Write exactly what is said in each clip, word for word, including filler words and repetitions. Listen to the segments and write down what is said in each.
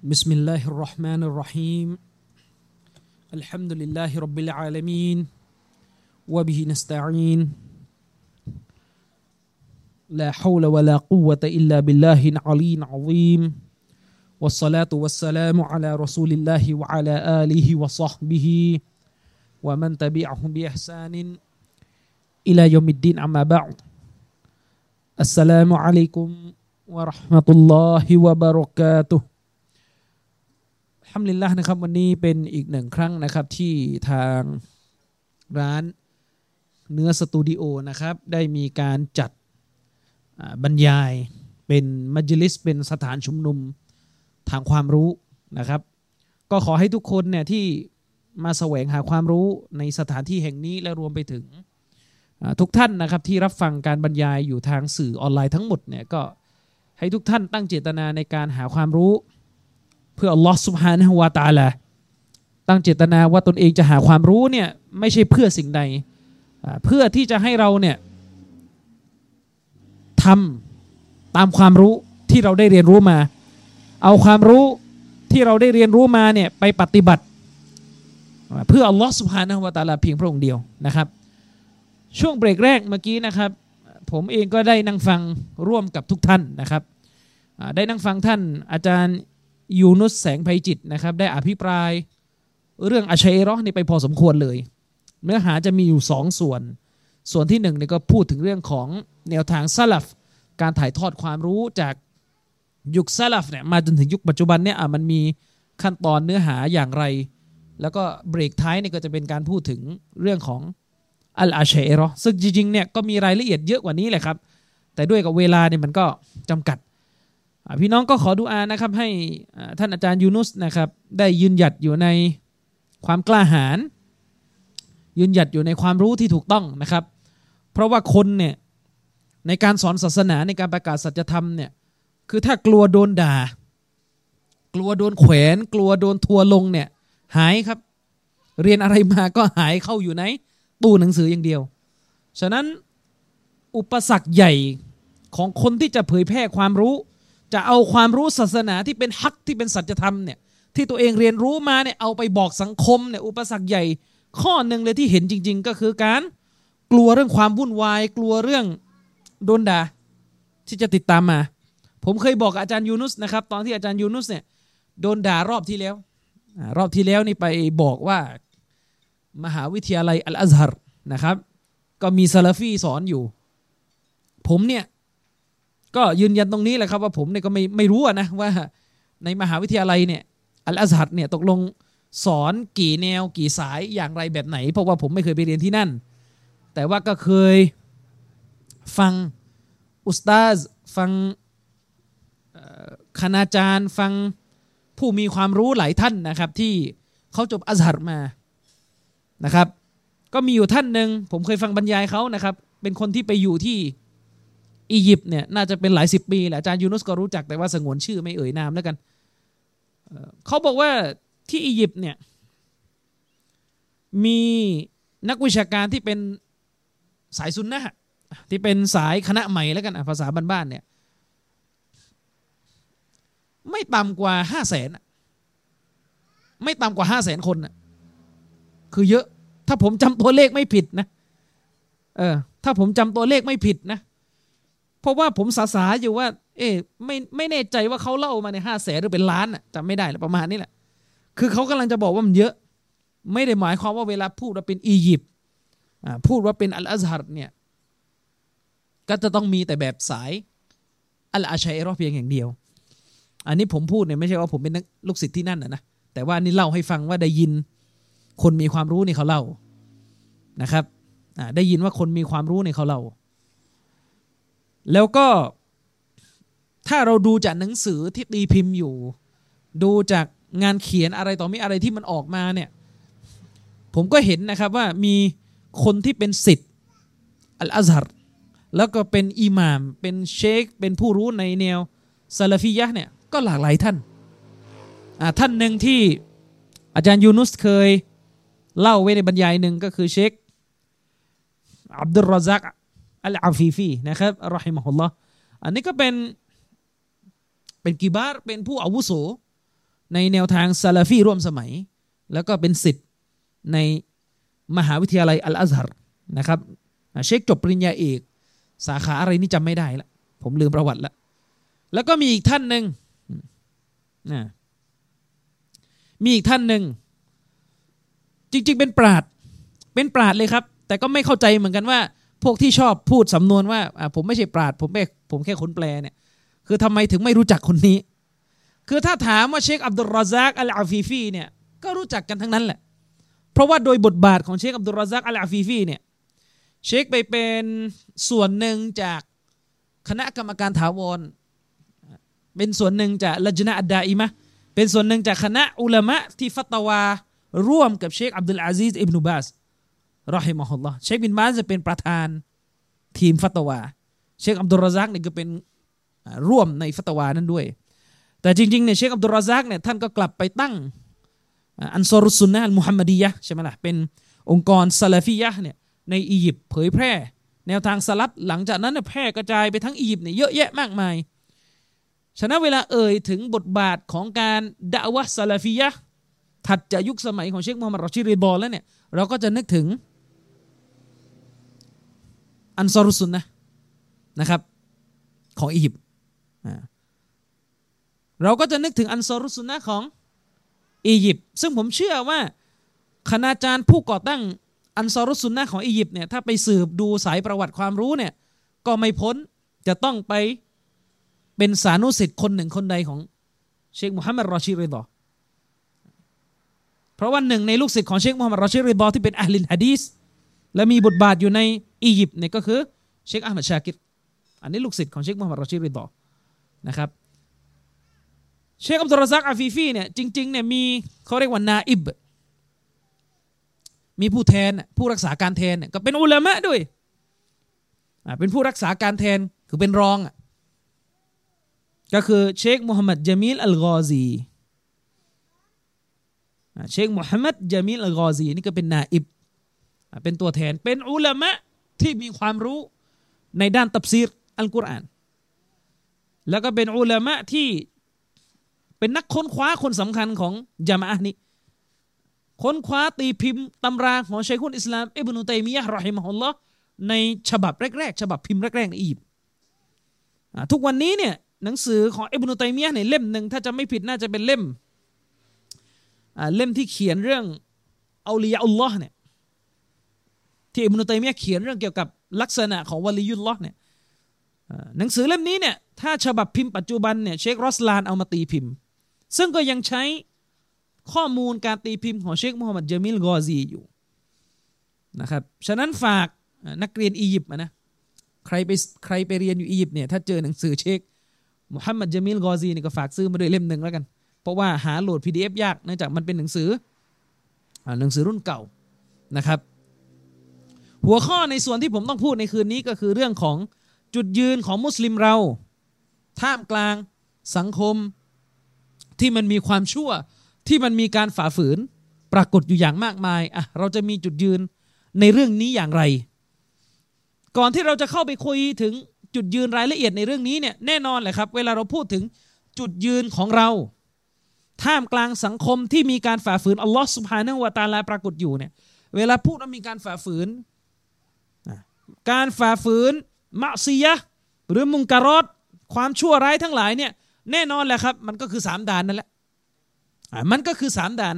بسم الله الرحمن الرحيم الحمد لله رب العالمين وبه نستعين لا حول ولا قوة إلا بالله العلي العظيم والصلاة والسلام على رسول الله وعلى آله وصحبه ومن تبعهم بإحسان إلى يوم الدين أما بعد السلام عليكم ورحمة الله وبركاتهอัลฮัมดุลิลละห์นะครับวันนี้เป็นอีกหนึ่งครั้งนะครับที่ทางร้านเนื้อสตูดิโอนะครับได้มีการจัดบรรยายเป็นมัจลิสเป็นสถานชุมนุมทางความรู้นะครับก็ขอให้ทุกคนเนี่ยที่มาแสวงหาความรู้ในสถานที่แห่งนี้และรวมไปถึงทุกท่านนะครับที่รับฟังการบรรยายอยู่ทางสื่อออนไลน์ทั้งหมดเนี่ยก็ให้ทุกท่านตั้งเจตนาในการหาความรู้เพื่ออัลลอฮฺซุบฮานะฮูวะตะอาลาตั้งเจตนาว่าตนเองจะหาความรู้เนี่ยไม่ใช่เพื่อสิ่งใดเพื่อที่จะให้เราเนี่ยทำตามความรู้ที่เราได้เรียนรู้มาเอาความรู้ที่เราได้เรียนรู้มาเนี่ยไปปฏิบัติเพื่ออัลลอฮฺซุบฮานะฮูวะตะอาลาเพียงพระองค์เดียวนะครับช่วงเบรกแรกเมื่อกี้นะครับผมเองก็ได้นั่งฟังร่วมกับทุกท่านนะครับได้นั่งฟังท่านอาจารย์ยูนุสแสงไพจิตนะครับได้อภิปรายเรื่องอัชอะเราะห์นี่ไปพอสมควรเลยเนื้อหาจะมีอยู่สองส่วนส่วนที่หนึ่งเนี่ยก็พูดถึงเรื่องของแนวทางซะลัฟการถ่ายทอดความรู้จากยุคซะลัฟเนี่ยมาจนถึงยุคปัจจุบันเนี่ยมันมีขั้นตอนเนื้อหาอย่างไรแล้วก็เบรกท้ายเนี่ยก็จะเป็นการพูดถึงเรื่องของอัลอาชัยเราะห์ซึ่งจริงๆเนี่ยก็มีรายละเอียดเยอะกว่านี้แหละครับแต่ด้วยกับเวลาเนี่ยมันก็จำกัดพี่น้องก็ขอดุอานะครับให้ท่านอาจารย์ยูนุสนะครับได้ยืนหยัดอยู่ในความกล้าหาญยืนหยัดอยู่ในความรู้ที่ถูกต้องนะครับเพราะว่าคนเนี่ยในการสอนศาสนาในการประกาศสัจธรรมเนี่ยคือถ้ากลัวโดนด่ากลัวโดนแขวนกลัวโดนทัวลงเนี่ยหายครับเรียนอะไรมาก็หายเข้าอยู่ในตู้หนังสืออย่างเดียวฉะนั้นอุปสรรคใหญ่ของคนที่จะเผยแพร่ความรู้จะเอาความรู้ศาสนาที่เป็นฮักที่เป็นสัจธรรมเนี่ยที่ตัวเองเรียนรู้มาเนี่ยเอาไปบอกสังคมเนี่ยอุปสรรคใหญ่ข้อหนึ่งเลยที่เห็นจริงๆก็คือการกลัวเรื่องความวุ่นวายกลัวเรื่องโดนด่าที่จะติดตามมาผมเคยบอกอาจารย์ยูนุสนะครับตอนที่อาจารย์ยูนุสเนี่ยโดนด่ารอบที่แล้วรอบที่แล้วนี่ไปบอกว่ามหาวิทยาลัยอัลอัซฮัรนะครับก็มีซาลาฟีสอนอยู่ผมเนี่ยก็ยืนยันตรงนี้แหละครับว่าผมเนี่ยก็ไม่ไม่รู้นะว่าในมหาวิทยาลัยเนี่ยอัลอัซฮัรเนี่ยตกลงสอนกี่แนวกี่สายอย่างไรแบบไหนเพราะว่าผมไม่เคยไปเรียนที่นั่นแต่ว่าก็เคยฟังอุสตาซฟังคณาจารย์ฟังผู้มีความรู้หลายท่านนะครับที่เขาจบอัซฮัรมานะครับก็มีอยู่ท่านหนึ่งผมเคยฟังบรรยายเขานะครับเป็นคนที่ไปอยู่ที่อียิปต์เนี่ยน่าจะเป็นหลายสิบปีแหละอาจารย์ยูนุสก็รู้จักแต่ว่าสงวนชื่อไม่เอ่ยนามแล้วกันเขาบอกว่าที่อียิปต์เนี่ยมีนักวิชาการที่เป็นสายซุนนะห์ที่เป็นสายคณะใหม่แล้วกันภาษาบ้านๆเนี่ยไม่ต่ำกว่าห้าแสนไม่ต่ำกว่าห้าแสนคนน่ะคือเยอะถ้าผมจำตัวเลขไม่ผิดนะเออถ้าผมจำตัวเลขไม่ผิดนะเพราะว่าผมสาสาอยู่ว่าเอ๊ะไม่ไม่แน่ใจว่าเขาเล่ามาในห้าแสนหรือเป็นล้านอ่ะจำไม่ได้แล้วประมาณนี้แหละคือเขากำลังจะบอกว่ามันเยอะไม่ได้หมายความว่าเวลาพูดว่าเป็นอียิปต์อ่าพูดว่าเป็นอัลอัซฮัรเนี่ยก็จะต้องมีแต่แบบสายอัลอาชัยเราะห์เพียงอย่างเดียวอันนี้ผมพูดเนี่ยไม่ใช่ว่าผมเป็นลูกศิษย์ที่นั่นนะนะแต่ว่านี่เล่าให้ฟังว่าได้ยินคนมีความรู้นี่เขาเล่านะครับอ่าได้ยินว่าคนมีความรู้นี่เขาเล่าแล้วก็ถ้าเราดูจากหนังสือที่ตีพิมพ์อยู่ดูจากงานเขียนอะไรต่อมีอะไรที่มันออกมาเนี่ยผมก็เห็นนะครับว่ามีคนที่เป็นศิษย์อัลอัซฮัรแล้วก็เป็นอิหม่ามเป็นเชคเป็นผู้รู้ในแนวซาลาฟียะห์เนี่ยก็หลากหลายท่านอ่าท่านหนึ่งที่อาจารย์ยูนุสเคยเล่าไว้ในบรรยายหนึ่งก็คือเชคอับดุลรอซักอัลอาฟีฟีนะครับรอฮิมะฮุลลอฮ์อันนี้ก็เป็นเป็นกิบาร์เป็นผู้อาวุโสในแนวทางซาลาฟีร่วมสมัยแล้วก็เป็นศิษย์ในมหาวิทยาลัยอัลอาซฮัรนะครับเชคจบปริญญาเอกสาขาอะไรนี่จำไม่ได้ละผมลืมประวัติละแล้วก็มีอีกท่านหนึ่งนะมีอีกท่านหนึ่งจริงๆเป็นปราชญ์เป็นปราชญ์เลยครับแต่ก็ไม่เข้าใจเหมือนกันว่าพวกที่ชอบพูดสำนวนว่าผมไม่ใช่ปราชญ์ผมแค่ผมแค่คนแปลเนี่ยคือทำไมถึงไม่รู้จักคนนี้คือถ้าถามว่าเชคอับดุลรอซากอัลอาฟีฟีเนี่ยก็รู้จักกันทั้งนั้นแหละเพราะว่าโดยบทบาทของเชคอับดุลรอซากอัลอาฟีฟีเนี่ยเชคไปเป็นส่วนหนึ่งจากคณะกรรมการถาวรเป็นส่วนหนึ่งจากละจนะอัดดาอิมะห์เป็นส่วนหนึ่งจากคณะอุลามะที่ฟัตวาร่วมกับเชคอับดุลอาซีซอิบนุบาซรอฮิมะฮุลลอฮ์เชคบินบาซจะเป็นประธานทีมฟัตวาเชคอับดุลรอซากเนี่ยก็เป็นร่วมในฟัตวานั้นด้วยแต่จริงๆเนี่ยเชคอับดุลรอซากเนี่ยท่านก็กลับไปตั้งอันซอรุสซุนนะฮ์อัลมุฮัมมัดียะห์ใช่ไหมล่ะเป็นองค์กรซาลาฟียะห์เนี่ยในอียิปต์เผยแพร่แนวทางสลับหลังจากนั้นเนี่ยแพร่กระจายไปทั้งอียิปต์เนี่ยเยอะแยะมากมายฉะนั้นเวลาเอ่ยถึงบทบาทของการดะวะห์ซาลาฟียะห์ถัดจากยุคสมัยของเชคมูฮัมหมัดรอชิด ริฎอแล้วเนี่ยเราก็จะนึกถึงอันซอรุสซุนนะห์นะครับของอียิปต์เราก็จะนึกถึงอันซอรุสซุนนะห์ของอียิปต์ซึ่งผมเชื่อว่าคณาจารย์ผู้ก่อตั้งอันซอรุสซุนนะห์ของอียิปต์เนี่ยถ้าไปสืบดูสายประวัติความรู้เนี่ยก็ไม่พ้นจะต้องไปเป็นสานุสิทธิ์คนหนึ่งคนใดของเชคมูฮัมหมัดรอชิด ริฎอเพราะว่าหนึ่งในลูกศิษย์ของเชคมูฮัมหมัดรอชิด ริฎอที่เป็นอะห์ลิลหะดีษและมีบทบาทอยู่ในอียิปต์เนี่ยก็คือเชคอะห์มัดชากิรอันนี้ลูกศิษย์ของเชคมูฮัมหมัดรอชิด ริฎอนะครับเชคอับดุลรอซากอาฟีฟีเนี่ยจริงๆเนี่ยมีเขาเรียกว่านาอิบมีผู้แทนผู้รักษาการแทนก็เป็นอุลามะด้วยเป็นผู้รักษาการแทนคือเป็นรองก็คือเชคมูฮัมหมัดญะมีลอัลกอซีเชคมูฮัมหมัดญะมีลอัลกอซีนี่ก็เป็นนาอิบเป็นตัวแทนเป็นอุลามะที่มีความรู้ในด้านตัฟซีรอัลกุรอานแล้วก็เป็นอุลามะที่เป็นนักค้นคว้าคนสำคัญของญะมาอะห์นี้ค้นคว้าตีพิมพ์ตำราของชัยคุลอิสลามอิบนุตัยมียะห์รอฮิมะฮุลลอฮ์ในฉบับแรกๆฉบับพิมพ์แรกๆในอียิปต์ทุกวันนี้เนี่ยหนังสือของอิบนุตัยมียะห์เนี่ยเล่มหนึ่งถ้าจะไม่ผิดน่าจะเป็นเล่มเล่มที่เขียนเรื่องเอาลิยะอุลลอฮ์เนี่ยที่อิบนุตัยมียะห์เขียนเรื่องเกี่ยวกับลักษณะของวะลียุลลอฮ์เนี่ยหนังสือเล่มนี้เนี่ยถ้าฉบับพิมพ์ปัจจุบันเนี่ยเชครอสลานเอามาตีพิมพ์ซึ่งก็ยังใช้ข้อมูลการตีพิมพ์ของเชคมูฮัมหมัดญะมีลกอซีอยู่นะครับฉะนั้นฝากนักเรียนอียิปต์นะใครไปใครไปเรียนอยู่อียิปต์เนี่ยถ้าเจอหนังสือเชคมูฮัมหมัดญะมีลกอซีนี่ก็ฝากซื้อมาด้วยเล่มหนึ่งแล้วกันเพราะว่าหาโหลด พี ดี เอฟ ยากเนื่องจากมันเป็นหนังสือหนังสือรุ่นเก่านะครับหัวข้อในส่วนที่ผมต้องพูดในคืนนี้ก็คือเรื่องของจุดยืนของมุสลิมเราท่ามกลางสังคมที่มันมีความชั่วที่มันมีการฝ่าฝืนปรากฏอยู่อย่างมากมายอ่ะเราจะมีจุดยืนในเรื่องนี้อย่างไรก่อนที่เราจะเข้าไปคุยถึงจุดยืนรายละเอียดในเรื่องนี้เนี่ยแน่นอนแหละครับเวลาเราพูดถึงจุดยืนของเราท่ามกลางสังคมที่มีการฝ่าฝืนอัลลอฮฺซุบฮานะฮูวะตะอาลาปรากฏอยู่เนี่ยเวลาพูดว่ามีการฝ่าฝืนการฝ่าฝืนมะซียะห์หรือมุงการอตความชั่วร้ายทั้งหลายเนี่ยแน่นอนแหละครับมันก็คือสามด่านนั่นแหละมันก็คือสามด่าน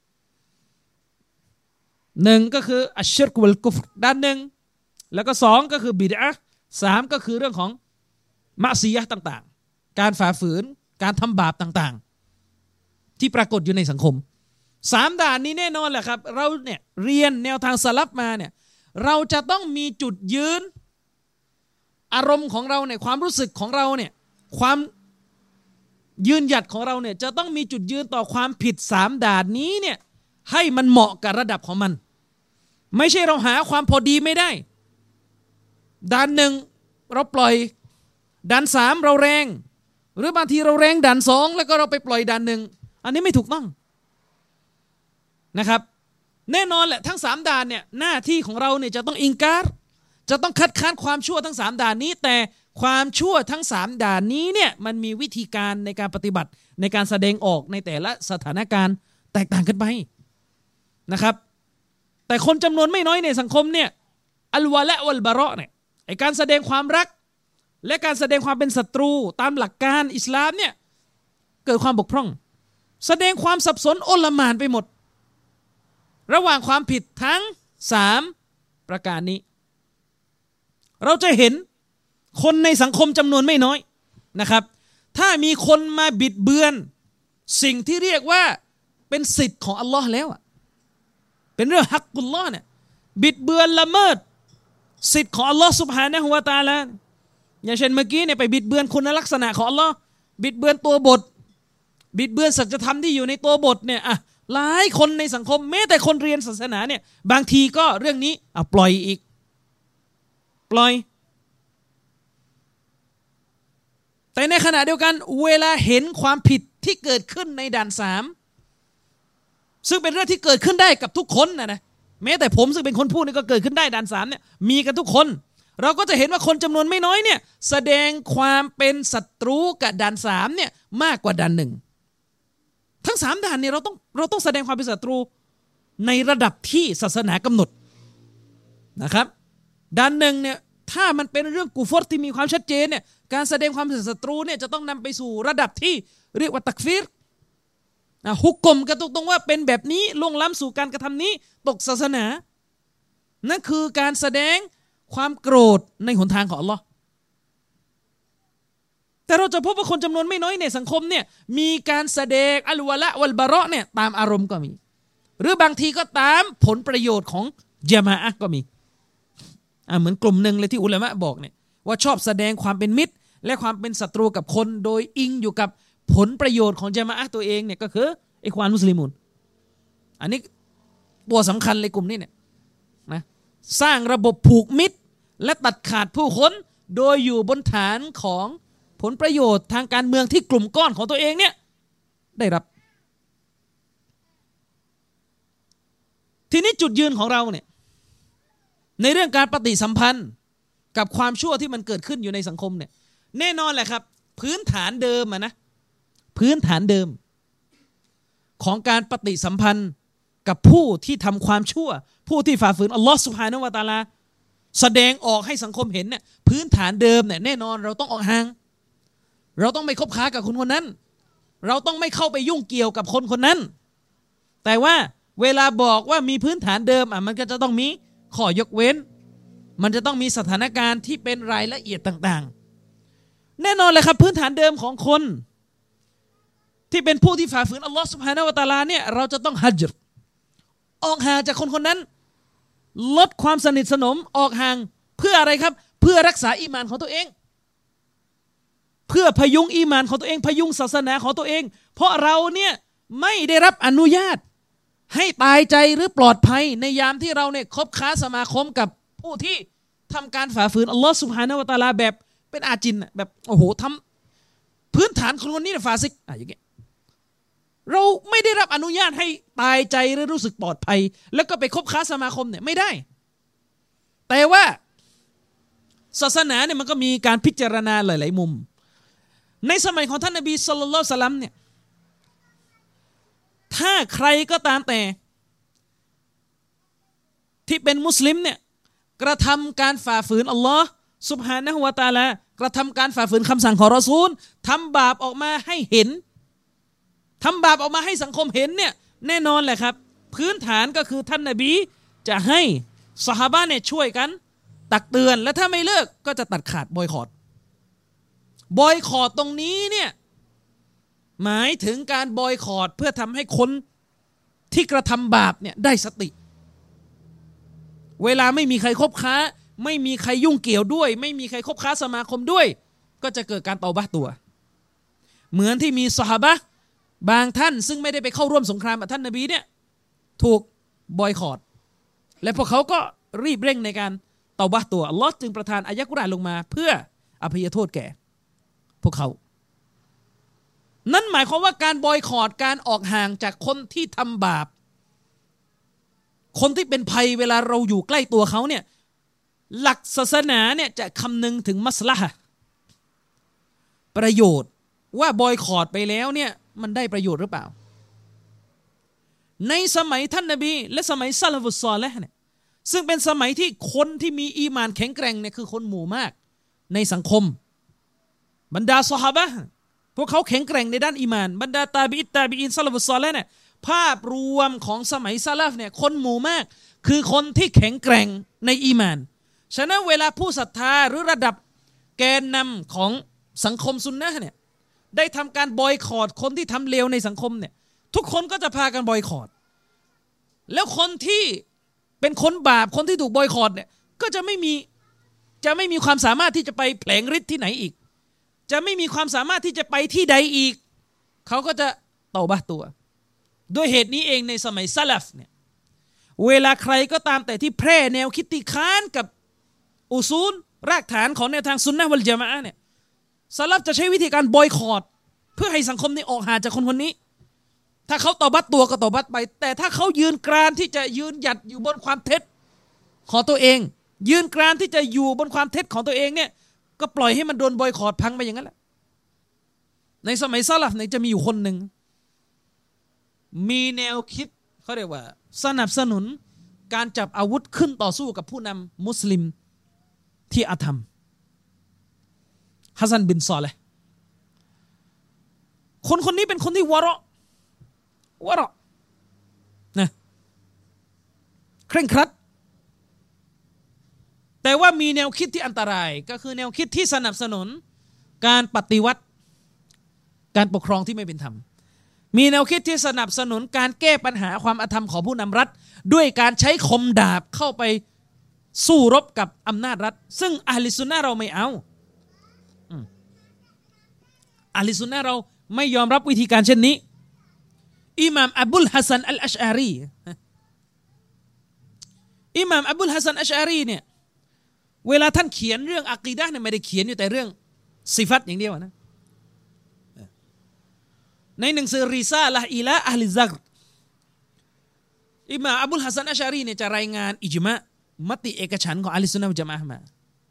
หนึ่งก็คืออัชชิรกวัลกุฟรด้านหนึ่งแล้วก็สองก็คือบิดอะห์สามก็คือเรื่องของมะซียะห์ต่างๆการฝ่าฝืนการทำบาปต่างๆที่ปรากฏอยู่ในสังคมสามด่านนี้แน่นอนแหละครับเราเนี่ยเรียนแนวทางสลับมาเนี่ยเราจะต้องมีจุดยืนอารมณ์ของเราเนี่ยความรู้สึกของเราเนี่ยความยืนหยัดของเราเนี่ยจะต้องมีจุดยืนต่อความผิดสามด่านนี้เนี่ยให้มันเหมาะกับระดับของมันไม่ใช่เราหาความพอดีไม่ได้ด่านหนึ่งเราปล่อยด่านสามเราแรงหรือบางทีเราแรงด่านสองแล้วก็เราไปปล่อยด่านหนึ่งอันนี้ไม่ถูกต้องนะครับแน่นอนแหละทั้งสามด่านเนี่ยหน้าที่ของเราเนี่ยจะต้องอิงการจะต้องคัดค้านความชั่วทั้งสามด่านนี้แต่ความชั่วทั้งสามด่านนี้เนี่ยมันมีวิธีการในการปฏิบัติในการแสดงออกในแต่ละสถานการณ์แตกต่างกันไปนะครับแต่คนจำนวนไม่น้อยในสังคมเนี่ยอัลวะละวัลบะเราะห์เนี่ยไอการแสดงความรักและการแสดงความเป็นศัตรูตามหลักการอิสลามเนี่ยเกิดความบกพร่องแสดงความสับสนโอลหม่านไปหมดระหว่างความผิดทั้งสามประการนี้เราจะเห็นคนในสังคมจำนวนไม่น้อยนะครับถ้ามีคนมาบิดเบือนสิ่งที่เรียกว่าเป็นสิทธิ์ของอัลลอฮ์แล้วเป็นเรื่องฮักกุลลอฮ์เนี่ยบิดเบือนละเมิดสิทธิ์ของอัลลอฮ์ซุบฮานะฮูวะตะอาลาอย่างเช่นเมื่อกี้เนี่ยไปบิดเบือนคุณลักษณะของอัลลอฮ์บิดเบือนตัวบทบิดเบือนสัจธรรมที่อยู่ในตัวบทเนี่ยอ่ะหลายคนในสังคมแม้แต่คนเรียนศาสนาเนี่ยบางทีก็เรื่องนี้อ่ะปล่อยอีกปล่อยแต่ในขณะเดียวกันเวลาเห็นความผิดที่เกิดขึ้นในด่านสามซึ่งเป็นเรื่องที่เกิดขึ้นได้กับทุกคนนะนะแม้แต่ผมซึ่งเป็นคนพูดนี่ก็เกิดขึ้นได้ด่านสามเนี่ยมีกันทุกคนเราก็จะเห็นว่าคนจำนวนไม่น้อยเนี่ยแสดงความเป็นศัตรูกับด่านสามเนี่ยมากกว่าด่านหนึ่งทั้งสามด่านเนี่ยเราต้องเราต้องแสดงความเป็นศัตรูในระดับที่ศาสนากำหนดนะครับด่านหนึ่งเนี่ยถ้ามันเป็นเรื่องกูฟรที่มีความชัดเจนเนี่ยการแสดงความเป็นศัตรูเนี่ยจะต้องนำไปสู่ระดับที่เรียกว่าตักฟีรนะฮุกกลมกันตรงๆว่าเป็นแบบนี้ล่วงล้ำสู่การกระทำนี้ตกศาสนานั่นคือการแสดงความโกรธในหนทางของอัลลอฮ์แต่เราจะพบว่าคนจำนวนไม่น้อยในสังคมเนี่ยมีการแสดงอัลวะละวัลบะเราะห์เนี่ยตามอารมณ์ก็มีหรือบางทีก็ตามผลประโยชน์ของญะมาอะห์ก็มีอ่าเหมือนกลุ่มหนึ่งเลยที่อุลามะบอกเนี่ยว่าชอบแสดงความเป็นมิตรและความเป็นศัตรูกับคนโดยอิงอยู่กับผลประโยชน์ของญะมาอะห์ตัวเองเนี่ยก็คืออิควานมุสลิมูนอันนี้ตัวสำคัญเลยกลุ่มนี้เนี่ยนะสร้างระบบผูกมิตรและตัดขาดผู้คนโดยอยู่บนฐานของผลประโยชน์ทางการเมืองที่กลุ่มก้อนของตัวเองเนี่ยได้รับทีนี้จุดยืนของเราเนี่ยในเรื่องการปฏิสัมพันธ์กับความชั่วที่มันเกิดขึ้นอยู่ในสังคมเนี่ยแน่นอนแหละครับพื้นฐานเดิมอะนะพื้นฐานเดิมของการปฏิสัมพันธ์กับผู้ที่ทำความชั่วผู้ที่ฝ่าฝืนอัลลอฮฺซุบฮานะฮูวะตะอาลาแสดงออกให้สังคมเห็นเนี่ยพื้นฐานเดิมเนี่ยแน่นอนเราต้องออกห่างเราต้องไม่คบค้ากับคนคนนั้นเราต้องไม่เข้าไปยุ่งเกี่ยวกับคนคนนั้นแต่ว่าเวลาบอกว่ามีพื้นฐานเดิมอ่ะมันก็จะต้องมีข้อยกเว้นมันจะต้องมีสถานการณ์ที่เป็นรายละเอียดต่างๆแน่นอนเลยครับพื้นฐานเดิมของคนที่เป็นผู้ที่ฝ่าฝืนอัลลอฮฺซุบฮานะฮูวะตะอาลาเนี่ยเราจะต้องฮัจญ์ออกห่างจากคนคนนั้นลดความสนิทสนมออกห่างเพื่ออะไรครับเพื่อรักษาอีหม่านของตัวเองเพื่อพยุงอีหม่านของตัวเองพยุงศาสนาของตัวเองเพราะเราเนี่ยไม่ได้รับอนุญาตให้ตายใจหรือปลอดภัยในยามที่เราเนี่ยคบค้าสมาคมกับผู้ที่ทำการฝ่าฝืนอัลลอฮฺซุบฮานะฮูวะตะอาลาแบบเป็นอาจินแบบโอ้โหทำพื้นฐานคนคนนี้เนี่ยฟาซิกอ่ะอย่างเงี้ยเราไม่ได้รับอนุญาตให้ตายใจหรือรู้สึกปลอดภัยแล้วก็ไปคบค้าสมาคมเนี่ยไม่ได้แต่ว่าศาสนาเนี่ยมันก็มีการพิจารณาหลายๆมุมในสมัยของท่านนบีศ็อลลัลลอฮุอะลัยฮิวะซัลลัมเนี่ยถ้าใครก็ตามแต่ที่เป็นมุสลิมเนี่ยกระทำการฝ่าฝืนอัลลอฮ์ซุบฮานะฮูวะตะอาลากระทำการฝ่าฝืนคำสั่งของรอซูลทำบาปออกมาให้เห็นทำบาปออกมาให้สังคมเห็นเนี่ยแน่นอนแหละครับพื้นฐานก็คือท่านนบีจะให้ซอฮาบะห์เนี่ยช่วยกันตักเตือนและถ้าไม่เลิกก็จะตัดขาดบอยคอตบอยคอตตรงนี้เนี่ยหมายถึงการบอยคอตเพื่อทำให้คนที่กระทำบาปเนี่ยได้สติเวลาไม่มีใครคบค้าไม่มีใครยุ่งเกี่ยวด้วยไม่มีใครคบค้าสมาคมด้วยก็จะเกิดการเตาบะห์ตัวเหมือนที่มีซอฮาบะห์บางท่านซึ่งไม่ได้ไปเข้าร่วมสงครามกับท่านนบีเนี่ยถูกบอยคอตและพวกเขาก็รีบเร่งในการเตาบะห์ตัวอัลลอฮ์จึงประทานอายะห์กุรอานลงมาเพื่ออภัยโทษแก่พวกเขานั่นหมายความว่าการบอยคอตการออกห่างจากคนที่ทำบาปคนที่เป็นภัยเวลาเราอยู่ใกล้ตัวเขาเนี่ยหลักศาสนาเนี่ยจะคำนึงถึงมัสละฮะห์ประโยชน์ว่าบอยคอตไปแล้วเนี่ยมันได้ประโยชน์หรือเปล่าในสมัยท่านนบีและสมัยซะลาฟุสซอลิห์เนี่ยซึ่งเป็นสมัยที่คนที่มีอีหม่านแข็งแกร่งเนี่ยคือคนหมู่มากในสังคมบรรดาซอฮาบะห์พวกเขาแข็งแกร่งในด้านอีหม่านบรรดาตาบีอิตตาบีอินซะลาฟุสซอลิห์เนี่ยภาพรวมของสมัยซะลัฟเนี่ยคนหมู่มากคือคนที่แข็งแกร่งในอีหม่านฉะนั้นเวลาผู้ศรัทธาหรือระดับแกนนำของสังคมซุนนะห์เนี่ยได้ทำการบอยคอตคนที่ทำเลวในสังคมเนี่ยทุกคนก็จะพากันบอยคอตแล้วคนที่เป็นคนบาปคนที่ถูกบอยคอตเนี่ยก็จะไม่มีจะไม่มีความสามารถที่จะไปแผลงฤทธิ์ที่ไหนอีกจะไม่มีความสามารถที่จะไปที่ใดอีกเขาก็จะเตาบะตัวด้วยเหตุนี้เองในสมัยซะลัฟเนี่ยเวลาใครก็ตามแต่ที่แพร่แนวคิดที่ค้านกับอุซูลรากฐานของแนวทางซุนนะห์วัลญะมาอะห์เนี่ยซะลัฟจะใช้วิธีการบอยคอตเพื่อให้สังคมนี้ออกห่างจากคนคนนี้ถ้าเขาตอบัตตัวก็ตอบัตไปแต่ถ้าเขายืนกรานที่จะยืนหยัดอยู่บนความเท็จของตัวเองยืนกรานที่จะอยู่บนความเท็จของตัวเองเนี่ยก็ปล่อยให้มันโดนบอยคอตพังไปอย่างนั้นแหละในสมัยซะลัฟเนี่ยจะมีอยู่คนหนึ่งมีแนวคิดเขาเรียกว่าสนับสนุนการจับอาวุธขึ้นต่อสู้กับผู้นำมุสลิมที่อาธรรมฮัสซันบินซอลิห์คนคนนี้เป็นคนที่วะเราะวะเราะนะเคร่งครัดแต่ว่ามีแนวคิดที่อันตรายก็คือแนวคิดที่สนับสนุนการปฏิวัติการปกครองที่ไม่เป็นธรรมมีแนวคิดที่สนับสนุนการแก้ปัญหาความอาธรรมของผู้นำรัฐด้วยการใช้คมดาบเข้าไปสู้รบกับอำนาจรัฐซึ่งอะห์ลิซุนนะห์เราไม่เอาอะห์ลิซุนนะห์เราไม่ยอมรับวิธีการเช่นนี้อิหม่ามอบุลฮัสซันอัลอัชอารีอิหม่ามอบุลฮัสซันอัชอารีเนี่ยเวลาท่านเขียนเรื่องอะกีดะห์เนี่ยไม่ได้เขียนอยู่แต่เรื่องซิฟัตอย่างเดียวนะในหนังสือริซาละห์อิลาอะห์ลิซักรอิหม่ามอบุลฮัสซันอัชอารีเนี่ยจะรายงานอิจมะมติเอกฉันท์ของอะห์ลิซุนนะฮ์วัลญะมาอะห์มา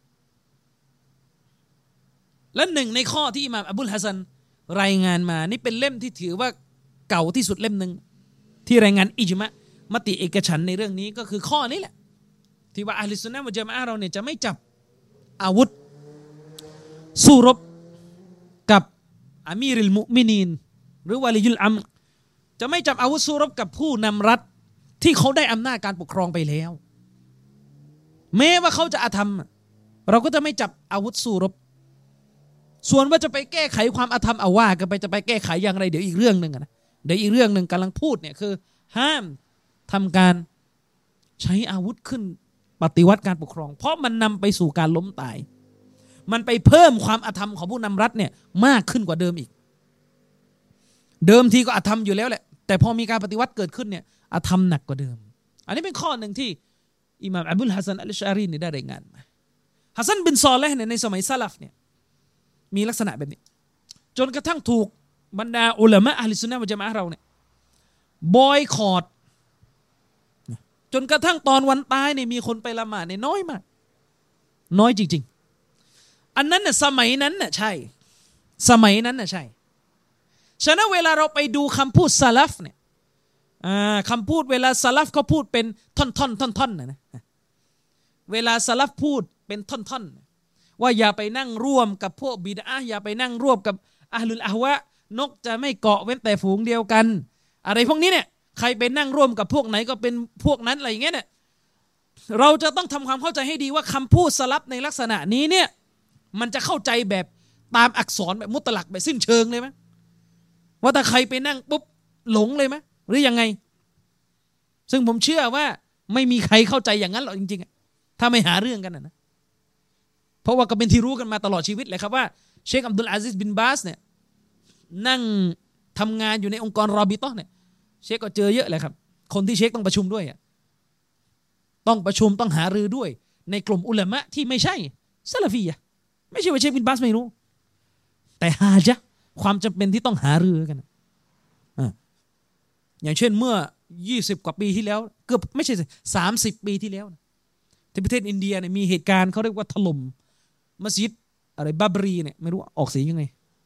และหนึ่งในข้อที่อิหม่ามอบุลฮัสซันรายงานมานี่เป็นเล่มที่ถือว่าเก่าที่สุดเล่มหนึ่งที่รายงานอิจมะมติเอกฉันท์ในเรื่องนี้ก็คือข้อนี้แหละที่ว่าอะห์ลิซุนนะฮ์วัลญะมาอะห์เราเนี่ยจะไม่จับอาวุธสู้รบกับอามีรุลมุอ์มินีนหรือวะลียุลอัมรจะไม่จับอาวุธสู้รบกับผู้นำรัฐที่เขาได้อำนาจการปกครองไปแล้วแม้ว่าเขาจะอาธรรมเราก็จะไม่จับอาวุธสู้รบส่วนว่าจะไปแก้ไขความอาธรรมเอาว่ากันไปจะไปแก้ไขอย่างไรเดี๋ยวอีกเรื่องนึงนะเดี๋ยวอีกเรื่องนึงกำลังพูดเนี่ยคือห้ามทำการใช้อาวุธขึ้นปฏิวัติการปกครองเพราะมันนำไปสู่การล้มตายมันไปเพิ่มความอาธรรมของผู้นำรัฐเนี่ยมากขึ้นกว่าเดิมอีกเดิมทีก็อาธรรมอยู่แล้วแหละแต่พอมีการปฏิวัติเกิดขึ้นเนี่ยอาธรรมหนักกว่าเดิมอันนี้เป็นข้อหนึ่งที่อิหม่ามอบุลฮัสซันอัลอัชอารีเนี่ยได้รายงานมาฮัสซันบินซอลิห์เนี่ยในสมัยซะลัฟเนี่ยมีลักษณะแบบนี้จนกระทั่งถูกบรรดาอุลามะอะห์ลิซุนนะฮ์วัลญะมาอะห์เราเนี่ยบอยคอตจนกระทั่งตอนวันตายเนี่ยมีคนไปละหมาดเนี่ยน้อยมากน้อยจริงๆอันนั้นน่ะสมัยนั้นน่ะใช่สมัยนั้นน่ะใช่ฉะนั้นเวลาเราไปดูคำพูดซะลัฟเนี่ยคำพูดเวลาซะลัฟเขาพูดเป็นท่อนท่อนท่อนท่อนนะนะเวลาซะลัฟพูดเป็นท่อนท่อนว่าอย่าไปนั่งร่วมกับพวกบิดอะห์อย่าไปนั่งร่วมกับอะห์ลุลอะฮวะนกจะไม่เกาะเว้นแต่ฝูงเดียวกันอะไรพวกนี้เนี่ยใครไปนั่งร่วมกับพวกไหนก็เป็นพวกนั้นอะไรอย่างเงี้ยเนี่ยเราจะต้องทำความเข้าใจให้ดีว่าคำพูดซะลัฟในลักษณะนี้เนี่ยมันจะเข้าใจแบบตามอักษรแบบมุตลักแบบสิ้นเชิงเลยไหมว่าถ้าใครไปนั่งปุ๊บหลงเลยไหมหรือยังไงซึ่งผมเชื่อว่าไม่มีใครเข้าใจอย่างนั้นหรอกจริงๆถ้าไม่หาเรื่องกันนะเพราะว่าก็เป็นที่รู้กันมาตลอดชีวิตเลยครับว่าเชคอับดุลอาซิซบินบาสเนี่ยนั่งทำงานอยู่ในองค์กรรอบิตะห์เนี่ยเชคก็เจอเยอะเลยครับคนที่เชคต้องประชุมด้วยต้องประชุมต้องหารือด้วยในกลุ่มอุลามะที่ไม่ใช่ซะลาฟียะห์ไม่ใช่ว่าเชคบินบาสไม่รู้แต่ฮาจะความจำเป็นที่ต้องหารือกันอ่าอย่างเช่นเมื่อยี่สิบกว่าปีที่แล้วเกือบไม่ใช่สามสิบปีที่แล้วที่ประเทศอินเดียเนี่ยมีเหตุการณ์เขาเรียกว่าถล่มมัสยิดอะไรบาบรีเนี่ยไม่รู้ออกเสียงยังไง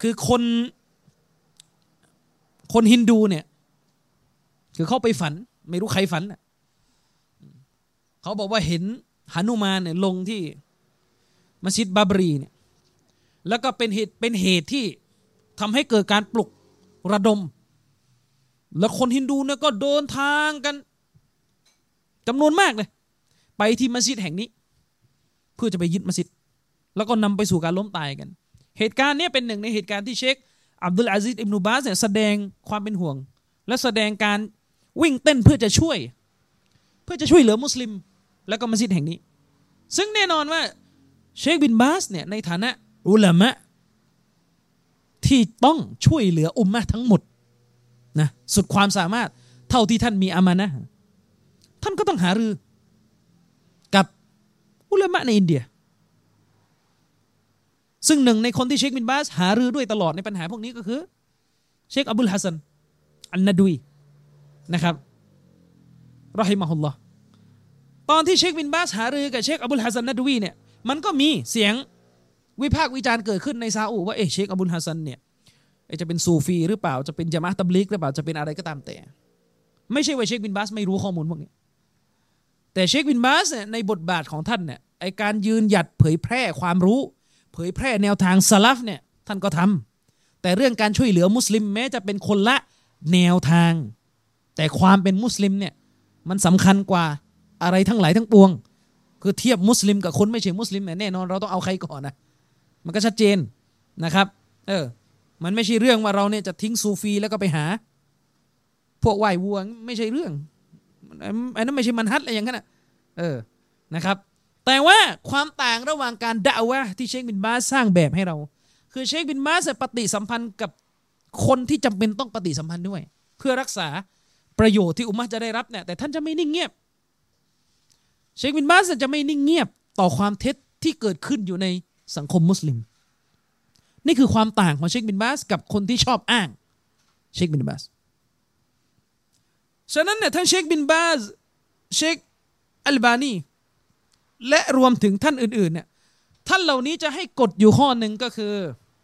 คือคนคนฮินดูเนี่ยคือเขาไปฝันไม่รู้ใครฝันเขาบอกว่าเห็นหนุมานเนี่ยลงที่มัสยิดบาบรีเนี่ยแล้วก็เป็นเหตุเป็นเหตุที่ทำให้เกิดการปลุกระดมแล้วคนฮินดูเนี่ยก็เดินทางกันจำนวนมากเลยไปที่มัสยิดแห่งนี้เพื่อจะไปยึดมัสยิดแล้วก็นำไปสู่การล้มตายกันเหตุการณ์นี้เป็นหนึ่งในเหตุการณ์ที่เชคอับดุลอาซิซอิบนุบาซเนี่ยแสดงความเป็นห่วงและแสดงการวิ่งเต้นเพื่อจะช่วยเพื่อจะช่วยเหลือมุสลิมแล้วก็มัสยิดแห่งนี้ซึ่งแน่นอนว่าเชคบินบาซเนี่ยในฐานะอุลามะที่ต้องช่วยเหลืออุมมะห์ทั้งหมดนะสุดความสามารถเท่าที่ท่านมีอามานะห์ท่านก็ต้องหารือกับอุลามะในอินเดียซึ่งหนึ่งในคนที่เชคบินบาซหารือด้วยตลอดในปัญหาพวกนี้ก็คือเชคอับุลฮัสซันอันนะดุยนะครับรอฮิมะฮุลลอฮ์ตอนที่เชคบินบาซหารือกับเชคอับุลฮัสซันนะดุยเนี่ยมันก็มีเสียงวิพากษ์วิจารณ์เกิดขึ้นในซาอุว่าเอ๊ะเชคอับุลฮัสซันเนี่ยจะเป็นซูฟีหรือเปล่าจะเป็นญะมาอะห์ตับลีกหรือเปล่าจะเป็นอะไรก็ตามแต่ไม่ใช่ว่าเชคบินบาซไม่รู้ข้อมูลพวกนี้แต่เชคบินบาซเนี่ยในบทบาทของท่านเนี่ยไอการยืนหยัดเผยแพร่ความรู้เผยแพร่แนวทางสลัฟเนี่ยท่านก็ทำแต่เรื่องการช่วยเหลือมุสลิมแม้จะเป็นคนละแนวทางแต่ความเป็นมุสลิมเนี่ยมันสำคัญกว่าอะไรทั้งหลายทั้งปวงคือเทียบมุสลิมกับคนไม่ใช่มุสลิมเนี่ยแน่นอนเราต้องเอาใครก่อนนะมันก็ชัดเจนนะครับเออมันไม่ใช่เรื่องว่าเราเนี่ยจะทิ้งซูฟีแล้วก็ไปหาพวกไหว้วัวไม่ใช่เรื่องอันนั้นไม่ใช่มันฮัดอะไรอย่างนั้นนะเออนะครับแต่ว่าความต่างระหว่างการดะอ์วะห์ที่เชคบินบาซสร้างแบบให้เราคือเชคบินบาซปฏิสัมพันธ์กับคนที่จำเป็นต้องปฏิสัมพันธ์ด้วยเพื่อรักษาประโยชน์ที่อุมมะห์จะได้รับเนี่ยแต่ท่านจะไม่นิ่งเงียบเชคบินบาซจะไม่นิ่งเงียบต่อความเท็จที่เกิดขึ้นอยู่ในสังคมมุสลิมนี่คือความต่างของเชคบินบาซกับคนที่ชอบอ้างเชคบินบาซฉะนั้นเนี่ยทั้งเชคบินบาซเชคอัลบานีและรวมถึงท่านอื่นๆเนี่ยท่านเหล่านี้จะให้กฎอยู่ข้อหนึ่งก็คือ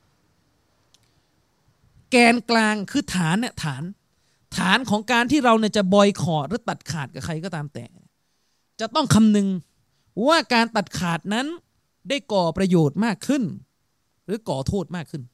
แกนกลางคือฐานเนี่ยฐานฐานของการที่เราเนี่ยจะบอยคอตหรือตัดขาดกับใครก็ตามแต่จะต้องคำนึงว่าการตัดขาดนั้นได้ก่อประโยชน์มากขึ้นหรือก่อโทษมากขึ้น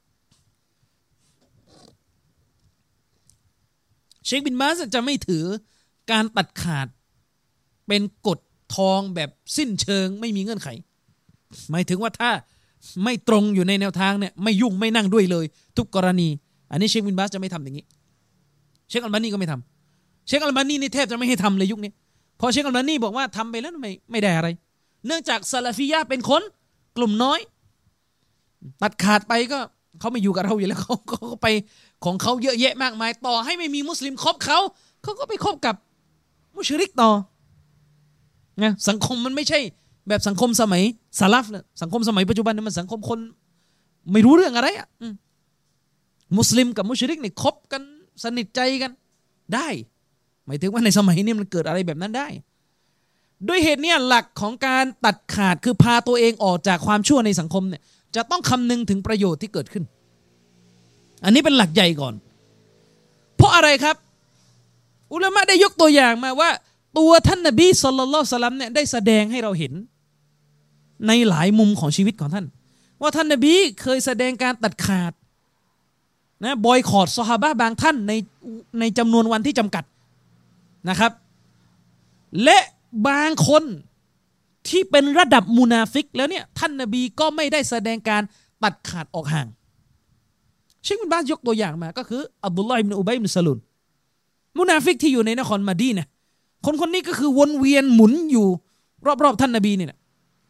เชคบินบาซจะไม่ถือการตัดขาดเป็นกฎทองแบบสิ้นเชิงไม่มีเงื่อนไขหมายถึงว่าถ้าไม่ตรงอยู่ในแนวทางเนี่ยไม่ยุ่งไม่นั่งด้วยเลยทุกกรณีอันนี้เชคบินบาซจะไม่ทำอย่างนี้เชคอัลบานีก็ไม่ทำเชคอัลบานีนี่แทบจะไม่ให้ทำเลยยุคนี้พอเชคอัลบานีบอกว่าทำไปแล้วไม่ไม่ได้อะไรเนื่องจากซาลาฟียะห์เป็นคนกลุ่มน้อยตัดขาดไปก็เขาไม่อยู่กับเราอยู่แล้วเขาเขาไปของเขาเยอะแยะมากมายต่อให้ไม่มีมุสลิมคบเขาเขาก็ไปคบกับมุชริกต่อนะสังคมมันไม่ใช่แบบสังคมสมัยซาลาฟนะสังคมสมัยปัจจุบันมันสังคมคนไม่รู้เรื่องอะไรอ่ะมุสลิมกับมุชริกเนี่ยคบกันสนิทใจกันได้หมายถึงว่าในสมัยนี้มันเกิดอะไรแบบนั้นได้ด้วยเหตุนี้หลักของการตัดขาดคือพาตัวเองออกจากความชั่วในสังคมเนี่ยจะต้องคำนึงถึงประโยชน์ที่เกิดขึ้นอันนี้เป็นหลักใหญ่ก่อนเพราะอะไรครับอุลามะได้ยกตัวอย่างมาว่าตัวท่านนบีศ็อลลัลลอฮุอะลัยฮิวะซัลลัมเนี่ยได้แสดงให้เราเห็นในหลายมุมของชีวิตของท่านว่าท่านนบีเคยแสดงการตัดขาดนะบอยคอตซอฮาบะห์บางท่านในในจำนวนวันที่จำกัดนะครับและบางคนที่เป็นระดับมุนาฟิกแล้วเนี่ยท่านนบีก็ไม่ได้แสดงการตัดขาดออกห่างเชคบินบาซยกตัวอย่างมาก็คืออับดุลลอฮ์อิบนุอุบัยอิบนุซะลูลมุนาฟิกที่อยู่ในนครมะดีนะห์คนคนนี้ก็คือวนเวียนหมุนอยู่รอบๆท่านนบีนี่แหละ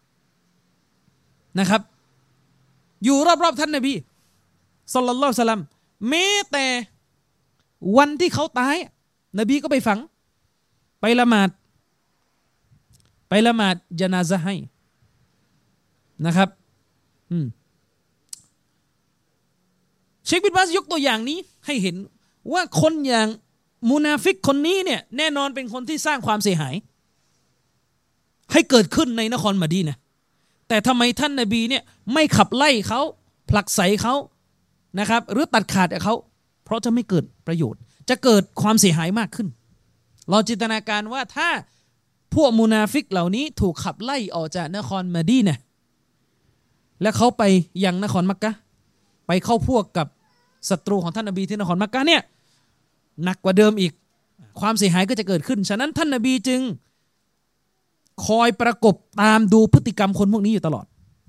นะครับอยู่รอบๆท่านนบีศ็อลลัลลอฮุอะลัยฮิวะซัลลัมแม้แต่วันที่เขาตายนบีก็ไปฝังไปละหมาดไปละหมาดญะนาซะห์ให้นะครับอืมเชคบินบาซยกตัวอย่างนี้ให้เห็นว่าคนอย่างมุนาฟิกคนนี้เนี่ยแน่นอนเป็นคนที่สร้างความเสียหายให้เกิดขึ้นในนครมะดีนะห์แต่ทำไมท่านนบีเนี่ยไม่ขับไล่เขาผลักไสเขานะครับหรือตัดขาดกับเขาเพราะจะไม่เกิดประโยชน์จะเกิดความเสียหายมากขึ้นเราจินตนาการว่าถ้าพวกมุนาฟิกเหล่านี้ถูกขับไล่ออกจากนครมะดีนะห์และเขาไปยังนครมักกะห์ไปเข้าพวกกับศัตรูของท่านนบีที่นครมักกะห์เนี่ยหนักกว่าเดิมอีกความเสียหายก็จะเกิดขึ้นฉะนั้นท่านนบีจึงคอยประกบตามดูพฤติกรรมคนพวกนี้อยู่ตลอด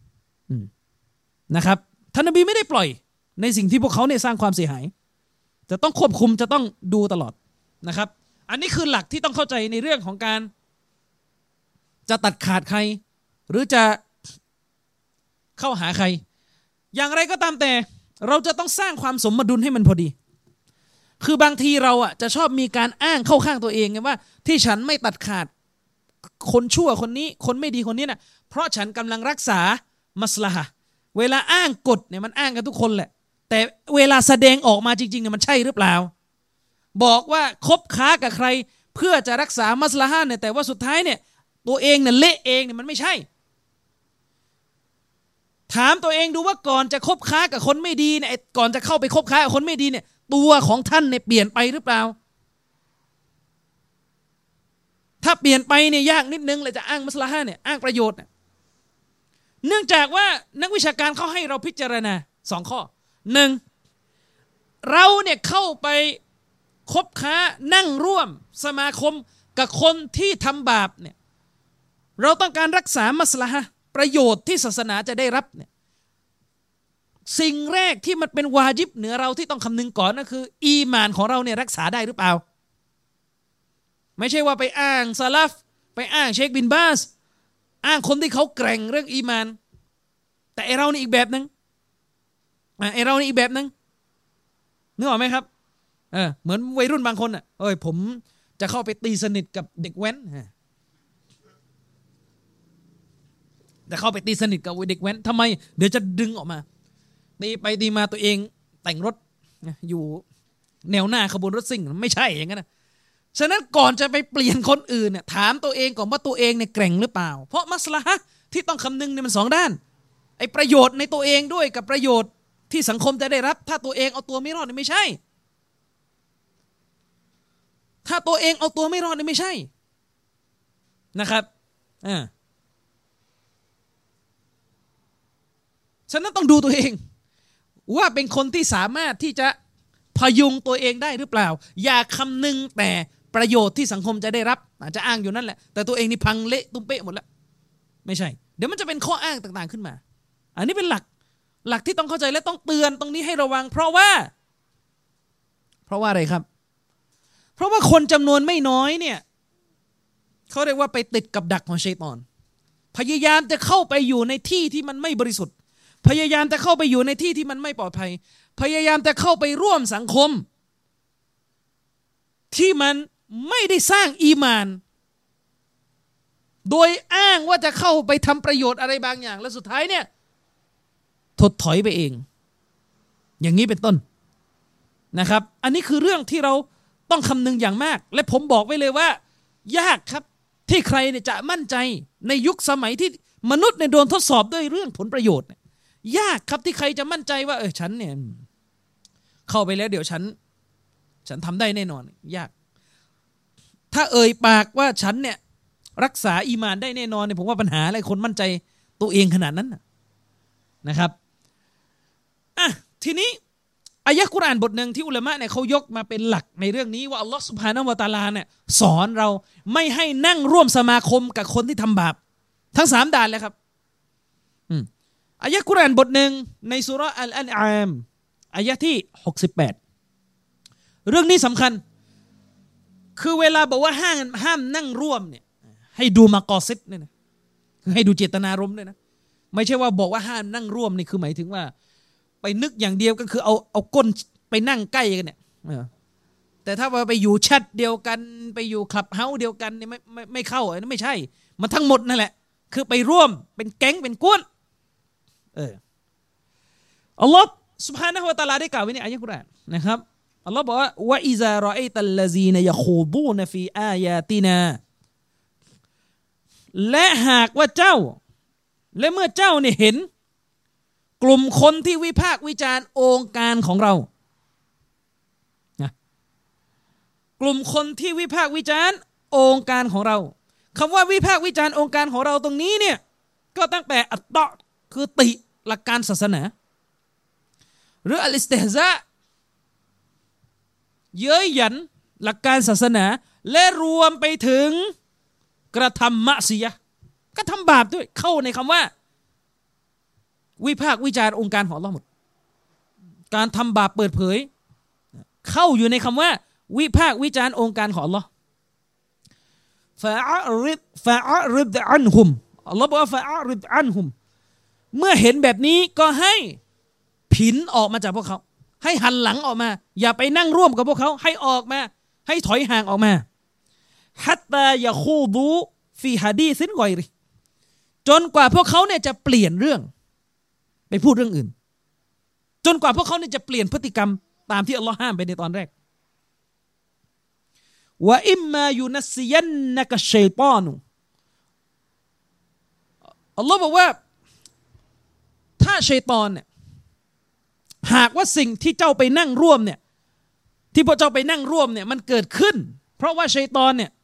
นะครับท่านนบีไม่ได้ปล่อยในสิ่งที่พวกเขาเนี่ยสร้างความเสียหายจะต้องควบคุมจะต้องดูตลอดนะครับอันนี้คือหลักที่ต้องเข้าใจในเรื่องของการจะตัดขาดใครหรือจะเข้าหาใครอย่างไรก็ตามแต่เราจะต้องสร้างความสมดุลให้มันพอดีคือบางทีเราอ่ะจะชอบมีการอ้างเข้าข้างตัวเองไงว่าที่ฉันไม่ตัดขาดคนชั่วคนนี้คนไม่ดีคนนี้น่ะเพราะฉันกำลังรักษามัสลาฮะห์เวลาอ้างกฎเนี่ยมันอ้างกันทุกคนแหละแต่เวลาแสดงออกมาจริงๆเนี่ยมันใช่หรือเปล่าบอกว่าคบค้ากับใครเพื่อจะรักษามัสลาฮะห์เนี่ยแต่ว่าสุดท้ายเนี่ยตัวเองเนี่ยเละเองเนี่ยมันไม่ใช่ถามตัวเองดูว่าก่อนจะคบค้ากับคนไม่ดีเนี่ยก่อนจะเข้าไปคบค้ากับคนไม่ดีเนี่ยตัวของท่านเนี่ยเปลี่ยนไปหรือเปล่าถ้าเปลี่ยนไปเนี่ยยากนิดนึงเลยจะอ้างมัสลาฮะห์เนี่ยอ้างประโยชน์เนื่องจากว่านักวิชาการเขาให้เราพิจารณาสองข้อหนึ่งเราเนี่ยเข้าไปคบค้านั่งร่วมสมาคมกับคนที่ทำบาปเนี่ยเราต้องการรักษามัสลาฮะห์ประโยชน์ที่ศาสนาจะได้รับเนี่ยสิ่งแรกที่มันเป็นวาญิบเหนือเราที่ต้องคำนึงก่อนก็คืออีหม่านของเราเนี่ยรักษาได้หรือเปล่าไม่ใช่ว่าไปอ้างซะลัฟไปอ้างเชคบินบาสอ้างคนที่เขาแกร่งเรื่องอีหม่านแต่ไอเรานี่อีกแบบนึงไอเรานี่อีกแบบนึงนึกออกไหมครับเออเหมือนวัยรุ่นบางคนอ่ะเอ้ยผมจะเข้าไปตีสนิทกับเด็กแว้นแต่เข้าไปตีสนิทกับเด็กแว้นทำไมเดี๋ยวจะดึงออกมาตีไปตีมาตัวเองแต่งรถอยู่แนวหน้าขบวนรถซิ่งไม่ใช่อย่างนั้นนะฉะนั้นก่อนจะไปเปลี่ยนคนอื่นเนี่ยถามตัวเองก่อนว่าตัวเองเนี่ยแกร่งหรือเปล่าเพราะมัสลาฮะห์ที่ต้องคำนึงเนี่ยมันสองด้านไอ้ประโยชน์ในตัวเองด้วยกับประโยชน์ที่สังคมจะได้รับถ้าตัวเองเอาตัวไม่รอดเนี่ยไม่ใช่ถ้าตัวเองเอาตัวไม่รอดเนี่ยไม่ใช่นะครับอ่าฉะนั้นต้องดูตัวเองว่าเป็นคนที่สามารถที่จะพยุงตัวเองได้หรือเปล่าอย่าคำนึงแต่ประโยชน์ที่สังคมจะได้รับอาจจะอ้างอยู่นั่นแหละแต่ตัวเองนี่พังเละตุ้มเป๊ะหมดแล้วไม่ใช่เดี๋ยวมันจะเป็นข้ออ้างต่างๆขึ้นมาอันนี้เป็นหลักหลักที่ต้องเข้าใจและต้องเตือนตรงนี้ให้ระวังเพราะว่าเพราะว่าอะไรครับเพราะว่าคนจำนวนไม่น้อยเนี่ยเขาเรียกว่าไปติดกับดักของชัยฏอนพยายามจะเข้าไปอยู่ในที่ที่มันไม่บริสุทธิ์พยายามจะเข้าไปอยู่ในที่ที่มันไม่ปลอดภัยพยายามจะเข้าไปร่วมสังคมที่มันไม่ได้สร้างอีหม่านโดยอ้างว่าจะเข้าไปทำประโยชน์อะไรบางอย่างแล้วสุดท้ายเนี่ยถดถอยไปเองอย่างนี้เป็นต้นนะครับอันนี้คือเรื่องที่เราต้องคำนึงอย่างมากและผมบอกไว้เลยว่ายากครับที่ใครเนี่ยจะมั่นใจในยุคสมัยที่มนุษย์เนี่ยโดนทดสอบด้วยเรื่องผลประโยชน์ยากครับที่ใครจะมั่นใจว่าเออฉันเนี่ยเข้าไปแล้วเดี๋ยวฉันฉันทำได้แน่นอนยากถ้าเอ่ยปากว่าฉันเนี่ยรักษาอีหม่านได้แน่นอนเนี่ยผมว่าปัญหาอะไรคนมั่นใจตัวเองขนาดนั้นนะครับอ่ะทีนี้อายะห์กุรอานบทหนึ่งที่อุลามะเนี่ยเขายกมาเป็นหลักในเรื่องนี้ว่าอัลลอฮฺซุบฮานะฮูวะตะอาลาเนี่ยสอนเราไม่ให้นั่งร่วมสมาคมกับคนที่ทำบาปทั้งสามด่านเลยครับอืมอายะห์กุรอานบทหนึ่งในซูเราะห์อัลอันอามอายะห์ที่หกสิบแปดเรื่องนี้สำคัญคือเวลาบอกว่าห้ามห้ามนั่งร่วมเนี่ยให้ดูมากอซิดเนี่ยนะคือให้ดูเจตนารมณ์ด้วยนะไม่ใช่ว่าบอกว่าห้ามนั่งร่วมนี่คือหมายถึงว่าไปนึกอย่างเดียวก็คือเอาเอาก้นไปนั่งใกล้กันเนี่ยแต่ถ้าว่าไปอยู่แชทเดียวกันไปอยู่คลับเฮาส์เดียวกันนี่ไม่ไม่ไม่เข้าอันนั้นไม่ใช่มันทั้งหมดนั่นแหละคือไปร่วมเป็นแก๊งเป็นกวนเอออัลลอฮฺซุบฮานะฮูวะตะอาลาได้กล่าวไว้ในอายะห์กุรอานนะครับอัลลอฮฺบอกว่าวะอิซารออัยตัลลซีนยะคูดูนฟีอายาตินาและหากว่าเจ้าและเมื่อเจ้าเนี่ยเห็นกลุ่มคนที่วิพากษ์วิจารณ์องค์การของเรานะกลุ่มคนที่วิพากษ์วิจารณ์องค์การของเราคำว่าวิพากษ์วิจารณ์องค์การของเราตรงนี้เนี่ยก็ตั้งแต่อัตตะคือติหลักการศาสนาหรืออัลอิสติฮซาเย้ยหยันหลักการศาสนาและรวมไปถึงกระทำมะซียะห์ก็ทำบาปด้วยเข้าในคำว่าวิพากษ์วิจารณ์องค์การของอัลเลาะห์หมดการทำบาปเปิดเผยเข้าอยู่ในคำว่าวิพากษ์วิจารณ์องค์การของอัลเลาะห์ฟะอะริดฟะอะริดอันฮุมอัลเลาะห์บอกว่าฟะอะริดอันฮุมเมื่อเห็นแบบนี้ก็ให้ผินออกมาจากพวกเขาให้หันหลังออกมาอย่าไปนั่งร่วมกับพวกเขาให้ออกมาให้ถอยห่างออกมาฮัตตายะคูดูฟีฮะดีซินกอยริจนกว่าพวกเขาเนี่ยจะเปลี่ยนเรื่องไปพูดเรื่องอื่นจนกว่าพวกเขาเนี่ยจะเปลี่ยนพฤติกรรมตามที่อัลลอฮ์ห้ามไปในตอนแรกวะอิมมายุนัสซิยันนะกะชัยฏอนุอัลลอฮ์บอกว่าถ้าชัยฏอนเนี่ยหากว่าสิ่งที่เจ้าไปนั่งร่วมเนี่ยที่พวกเจ้าไปนั่งร่วมเนี่ยมันเกิดขึ้นเพราะว่าชัยฏอนเนี่ย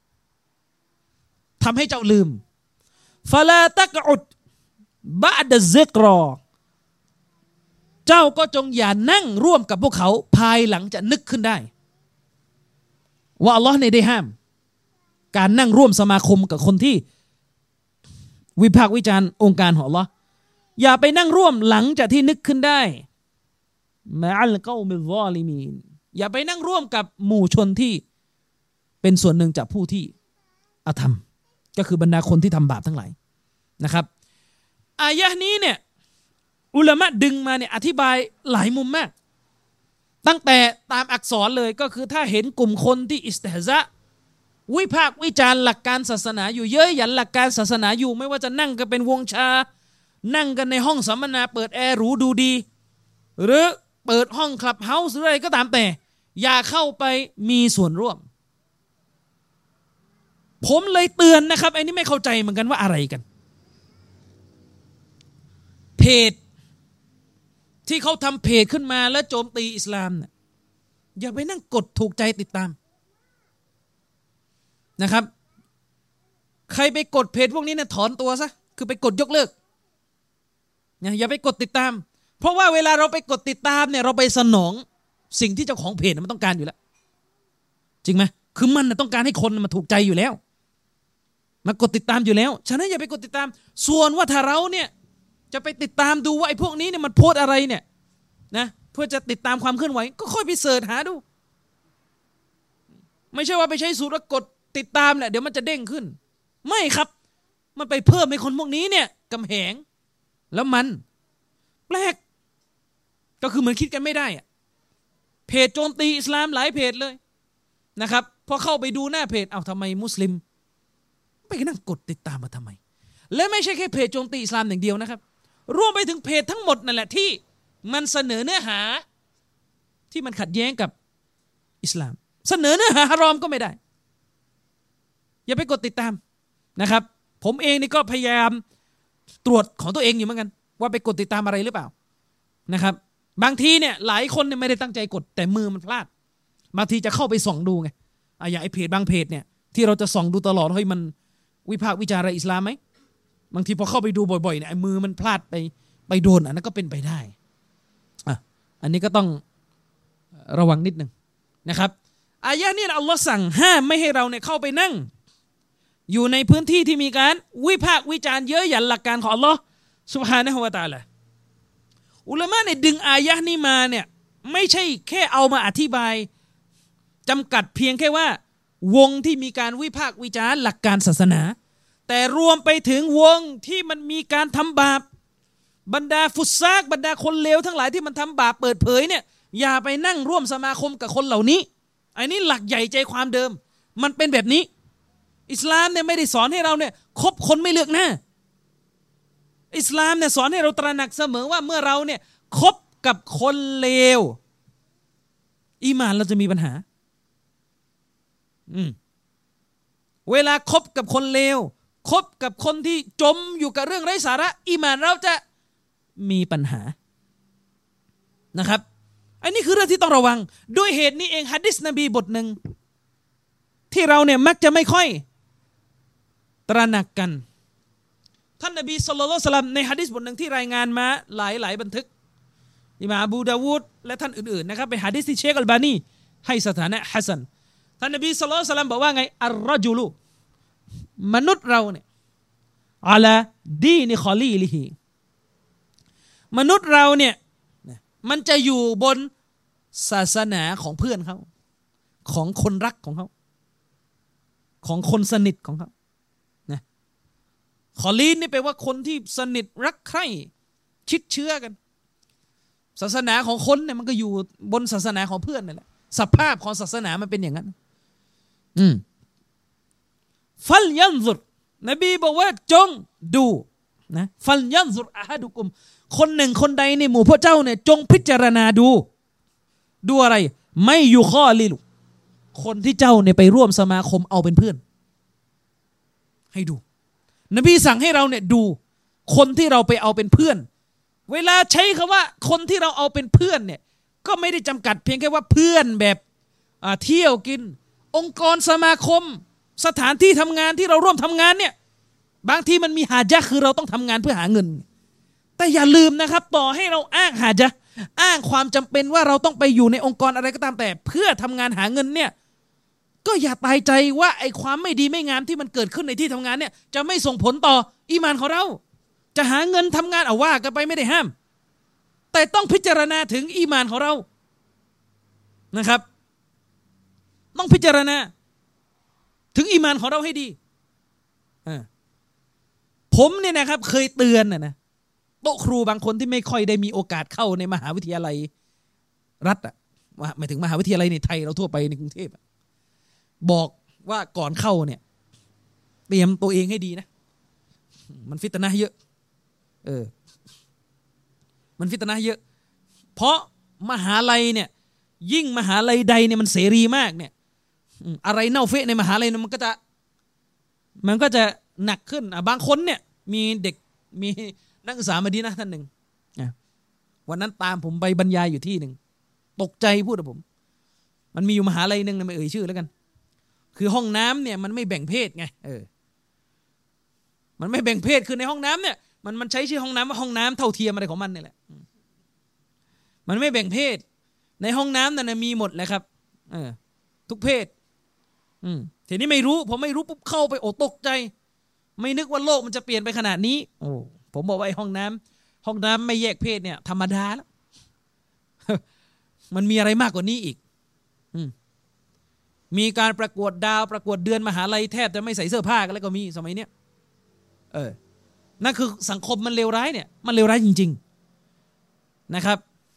ทำให้เจ้าลืมฟะลาตักอุดบะดะซิกรอเจ้าก็จงอย่านั่งร่วมกับพวกเขาภายหลังจะนึกขึ้นได้ว่าอัลลอฮ์เนี่ยได้ห้ามการนั่งร่วมสมาคมกับคนที่วิพากษ์วิจารณ์องค์การของอัลลอฮ์อย่าไปนั่งร่วมหลังจากที่นึกขึ้นได้มะอัลกอมิซอลิมีนอย่าไปนั่งร่วมกับหมู่ชนที่เป็นส่วนหนึ่งจากผู้ที่อธรรมก็คือบรรดาคนที่ทำบาปทั้งหลายนะครับอายะห์นี้เนี่ยอุลามะดึงมาเนี่ยอธิบายหลายมุมมากตั้งแต่ตามอักษรเลยก็คือถ้าเห็นกลุ่มคนที่อิสติฮซะห์วิพากษ์วิจารณ์หลักการศาสนาอยู่เยอะหยันหลักการศาสนาอยู่ไม่ว่าจะนั่งกันเป็นวงชานั่งกันในห้องสัมมนาเปิดแอร์หรูดูดีหรือเปิดห้องคลับเฮาส์หรืออะไรก็ตามแต่อย่าเข้าไปมีส่วนร่วมผมเลยเตือนนะครับไอ้นี่ไม่เข้าใจเหมือนกันว่าอะไรกันเพจที่เขาทำเพจขึ้นมาแล้วโจมตีอิสลามเนี่ยอย่าไปนั่งกดถูกใจติดตามนะครับใครไปกดเพจพวกนี้เนี่ยถอนตัวซะคือไปกดยกเลิกอย่าไปกดติดตามเพราะว่าเวลาเราไปกดติดตามเนี่ยเราไปสนองสิ่งที่เจ้าของเพจมันต้องการอยู่แล้วจริงไหมคือมันต้องการให้คนมาถูกใจอยู่แล้วมากดติดตามอยู่แล้วฉะนั้นอย่าไปกดติดตามส่วนว่าถ้าเราเนี่ยจะไปติดตามดูว่าไอ้พวกนี้เนี่ยมันโพสอะไรเนี่ยนะเพื่อจะติดตามความเคลื่อนไหวก็ค่อยไปเสิร์ชหาดูไม่ใช่ว่าไปใช้สูตรกดติดตามแหละเดี๋ยวมันจะเด้งขึ้นไม่ครับมันไปเพิ่มให้คนพวกนี้เนี่ยกำแหงแล้วมันแปลกก็คือเหมือนคิดกันไม่ได้อะเพจโจมตีอิสลามหลายเพจเลยนะครับพอเข้าไปดูหน้าเพจเอาทำไมมุสลิมไปนั่งกดติดตามมาทำไมและไม่ใช่แค่เพจโจมตีอิสลามอย่างเดียวนะครับรวมไปถึงเพจทั้งหมดนั่นแหละที่มันเสนอเนื้อหาที่มันขัดแย้งกับอิสลามเสนอเนื้อหาฮารอมก็ไม่ได้อย่าไปกดติดตามนะครับผมเองนี่ก็พยายามตรวจของตัวเองอยู่เหมือนกันว่าไปกดติดตามอะไรหรือเปล่านะครับบางทีเนี่ยหลายคนเนี่ยไม่ได้ตั้งใจกดแต่มือมันพลาดบางทีจะเข้าไปส่องดูไงอ่ะอย่างไอ้เพจบางเพจเนี่ยที่เราจะส่องดูตลอดเฮ้ยมันวิพากษ์วิจารณ์อะไรอิสลามไหมบางทีพอเข้าไปดูบ่อยๆเนี่ยมือมันพลาดไปไปโดนอันนั้นก็เป็นไปได้อ่ะอันนี้ก็ต้องระวังนิดนึงนะครับอายะนี้อัลลอฮ์สั่งห้ามไม่ให้เราเนี่ยเข้าไปนั่งอยู่ในพื้นที่ที่มีการวิพากษ์วิจารณ์เยอะหยันหลักการของอัลลอฮ์ซุบฮานะฮูวะตะอาลาอุลามะเนี่ยดึงอายะนี้มาเนี่ยไม่ใช่แค่เอามาอธิบายจำกัดเพียงแค่ว่าวงที่มีการวิพากษ์วิจารณ์หลักการศาสนาแต่รวมไปถึงวงที่มันมีการทำบาปบรรดาฟุตซากบรรดาคนเลวทั้งหลายที่มันทำบาปเปิดเผยเนี่ยอย่าไปนั่งร่วมสมาคมกับคนเหล่านี้อันนี้หลักใหญ่ใจความเดิมมันเป็นแบบนี้อิสลามเนี่ยไม่ได้สอนให้เราเนี่ยคบคนไม่เลือกหน้าอิสลามเนี่ยสอนให้เราตระหนักเสมอว่าเมื่อเราเนี่ยคบกับคนเลวอีหม่านเราจะมีปัญหาอืมเวลาคบกับคนเลวคบกับคนที่จมอยู่กับเรื่องไร้สาระอีหม่านเราจะมีปัญหานะครับอันนี้คือเรื่องที่ต้องระวังด้วยเหตุนี้เองหะดีษนบีบทหนึ่งที่เราเนี่ยมักจะไม่ค่อยตระหนักกันท่านนบีศ็อลลัลลอฮุอะลัยฮิวะซัลลัมในหะดีษบทหนึ่งที่รายงานมาหลายหลายบันทึกอิหม่ามอบูดาวูดและท่านอื่นๆนะครับเป็นหะดีษที่เชคอัลบานีให้สถานะฮะซันท่านนบีศ็อลลัลลอฮุอะลัยฮิวะซัลลัมบอกว่าไงอัรรจุลุมนุษย์เราเนี่ยอะลาดีนิคอลีลิฮิมนุษย์เราเนี่ยมันจะอยู่บนศาสนาของเพื่อนเขาของคนรักของเขาของคนสนิทของเขานะคอลีนนี่แปลว่าคนที่สนิทรักใคร่ชิดเชื้อกันศาสนาของคนเนี่ยมันก็อยู่บนศาสนาของเพื่อนนั่นแหละสภาพของศาสนามันเป็นอย่างนั้นอืมฟัลยันซุรนบีบอกว่าจงดูนะฟัลยันซุรอะฮะดุกุมคนหนึ่งคนใดในหมู่พวกเจ้าเนี่ยจงพิจารณาดูดูอะไรไม่อยู่ข้อลิลุคนที่เจ้าเนี่ยไปร่วมสมาคมเอาเป็นเพื่อนให้ดูนบีสั่งให้เราเนี่ยดูคนที่เราไปเอาเป็นเพื่อนเวลาใช้คำว่าคนที่เราเอาเป็นเพื่อนเนี่ยก็ไม่ได้จำกัดเพียงแค่ว่าเพื่อนแบบเที่ยวกินองค์กรสมาคมสถานที่ทำงานที่เราร่วมทำงานเนี่ยบางทีมันมีหาญะคือเราต้องทำงานเพื่อหาเงินแต่อย่าลืมนะครับต่อให้เราอ้างหาญะอ้างความจำเป็นว่าเราต้องไปอยู่ในองค์กรอะไรก็ตามแต่เพื่อทำงานหาเงินเนี่ยก็อย่าตายใจว่าไอ้ความไม่ดีไม่งามที่มันเกิดขึ้นในที่ทำงานเนี่ยจะไม่ส่งผลต่ออีหม่านของเราจะหาเงินทำงานเอาว่ากันไปไม่ได้ห้ามแต่ต้องพิจารณาถึงอีหม่านของเรานะครับต้องพิจารณาถึงอีหม่านของเราให้ดีผมเนี่ยนะครับเคยเตือนนะนะโต๊ะครูบางคนที่ไม่ค่อยได้มีโอกาสเข้าในมหาวิทยาลัยรัฐอ่ะหมายถึงมหาวิทยาลัยในไทยเราทั่วไปในกรุงเทพบอกว่าก่อนเข้าเนี่ยเตรียมตัวเองให้ดีนะมันฟิตนะห์เยอะเออมันฟิตนะห์เยอะเพราะมหาลัยเนี่ยยิ่งมหาลัยใดเนี่ยมันเสรีมากเนี่ยอะไรเน่าเฟะในมหาลัยมันก็จะมันก็จะหนักขึ้นบางคนเนี่ยมีเด็กมีนักศึกษามะดีนะห์ท่านหนึ่งวันนั้นตามผมไปบรรยายอยู่ที่หนึ่งตกใจพูดกับผมมันมีอยู่มหาลัยหนึ่งไม่เอ่ยชื่อแล้วกันคือห้องน้ำเนี่ยมันไม่แบ่งเพศไงเออมันไม่แบ่งเพศคือในห้องน้ำเนี่ยมันมันใช้ชื่อห้องน้ำว่าห้องน้ำเท่าเทียมอะไรของมันนี่แหละมันไม่แบ่งเพศในห้องน้ำนั่นนะมีหมดเลยครับเออทุกเพศอืมทีนี้ไม่รู้ผมไม่รู้ปุ๊บเข้าไปโอ้ตกใจไม่นึกว่าโลกมันจะเปลี่ยนไปขนาดนี้โอ้ผมบอกว่าไอ้ห้องน้ำห้องน้ำไม่แยกเพศเนี่ยธรรมดาแล้ว มันมีอะไรมากกว่านี้อีกอืมมีการประกวดดาวประกวดเดือนมหาลัยแทบจะไม่ใส่เสื้อผ้ากันแล้วก็มีสมัยเนี้ยเออนั่นคือสังคมมันเลวร้ายเนี่ยมันเลวร้ายจริงๆนะครับ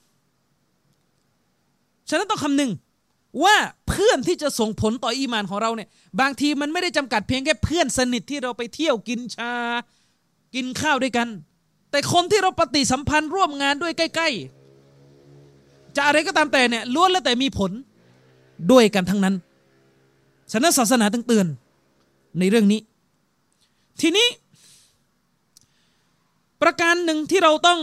ฉะนั้นต้องคำนึงว่าเพื่อนที่จะส่งผลต่ออีหม่านของเราเนี่ยบางทีมันไม่ได้จำกัดเพียงแค่เพื่อนสนิทที่เราไปเที่ยวกินชากินข้าวด้วยกันแต่คนที่เราปฏิสัมพันธ์ร่วมงานด้วยใกล้ๆจะอะไรก็ตามแต่เนี่ยล้วนแล้วแต่มีผลด้วยกันทั้งนั้นฉะนั้นศาสนาต้องเตือนในเรื่องนี้ทีนี้ประการหนึ่งที่เราต้อง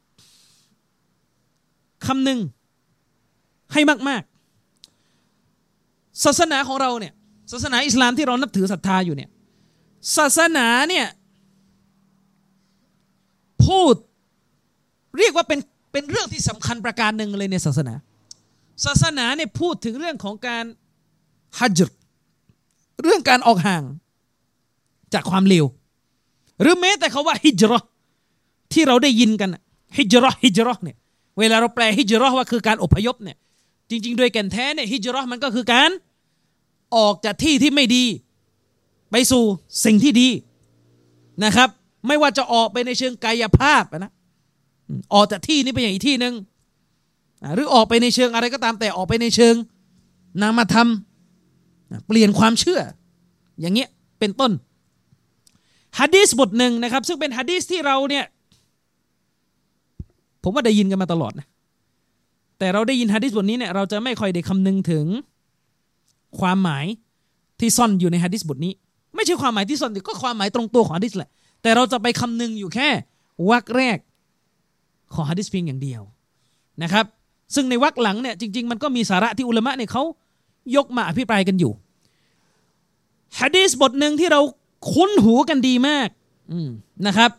คำนึงให้มากๆศาสนาของเราเนี่ยศาสนาอิสลามที่เรานับถือศรัทธาอยู่เนี่ยศาสนาเนี่ยพูดเรียกว่าเป็นเป็นเรื่องที่สำคัญประการหนึ่งเลยในศาสนาศาสนาเนี่ยพูดถึงเรื่องของการฮัจญ์เรื่องการออกห่างจากความเลวหรือแม้แต่คาว่าฮิจเราะห์ที่เราได้ยินกันฮิจเราะห์ฮิจเราะห์เนี่ยเวลาเราแปลฮิจเราะห์ว่าคือการอพยพเนี่ยจริงๆโดยแก่นแท้เนี่ยฮิจเราะห์มันก็คือการออกจากที่ที่ไม่ดีไปสู่สิ่งที่ดีนะครับไม่ว่าจะออกไปในเชิงกายภาพนะออกจากที่นี้ไปอย่างอีกที่นึงหรือออกไปในเชิงอะไรก็ตามแต่ออกไปในเชิงนามธรรมเปลี่ยนความเชื่ออย่างเงี้ยเป็นต้นหะดีษบทหนึ่งนะครับซึ่งเป็นหะดีษที่เราเนี่ยผมว่าได้ยินกันมาตลอดนะแต่เราได้ยินหะดีษบทนี้เนี่ยเราจะไม่ค่อยได้คำนึงถึงความหมายที่ซ่อนอยู่ในหะดีษบทนี้ไม่ใช่ความหมายที่ซ่อนก็ความหมายตรงตัวของหะดีษแหละแต่เราจะไปคำนึงอยู่แค่วรรคแรกขอหะดีษเพียงอย่างเดียวนะครับซึ่งในวรรคหลังเนี่ยจริงๆมันก็มีสาระที่อุลามะเนี่ยเขายกมาอภิปรายกันอยู่หะดีษบทหนึ่งที่เราคุ้นหูกันดีมากนะครับ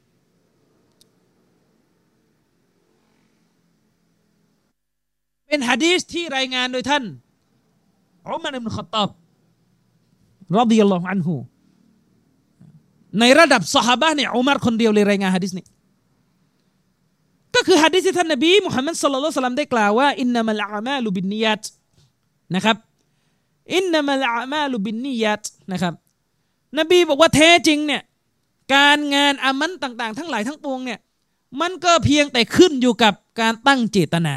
เป็นหะดีษที่รายงานโดยท่านอุมัรอิบนุค็อฏฏอบรอฎิยัลลอฮุอันฮุในระดับซอฮาบะห์เนี่ยอุมัรคนเดียวเลยรายงานหะดีษนี้ก็คือหะดีษที่ท่านนบีมุฮัมมัดศ็อลลัลลอฮุอะลัยฮิวะซัลลัมได้กล่าวว่าอินนัมัลอามาลุบินนิยาตนะครับอินนัมัลอามาลุบินนิยาตนะครับนบีบอกว่าแท้จริงเนี่ยการงานอามันต่างๆทั้งหลายทั้งปวงเนี่ยมันก็เพียงแต่ขึ้นอยู่กับการตั้งเจตนา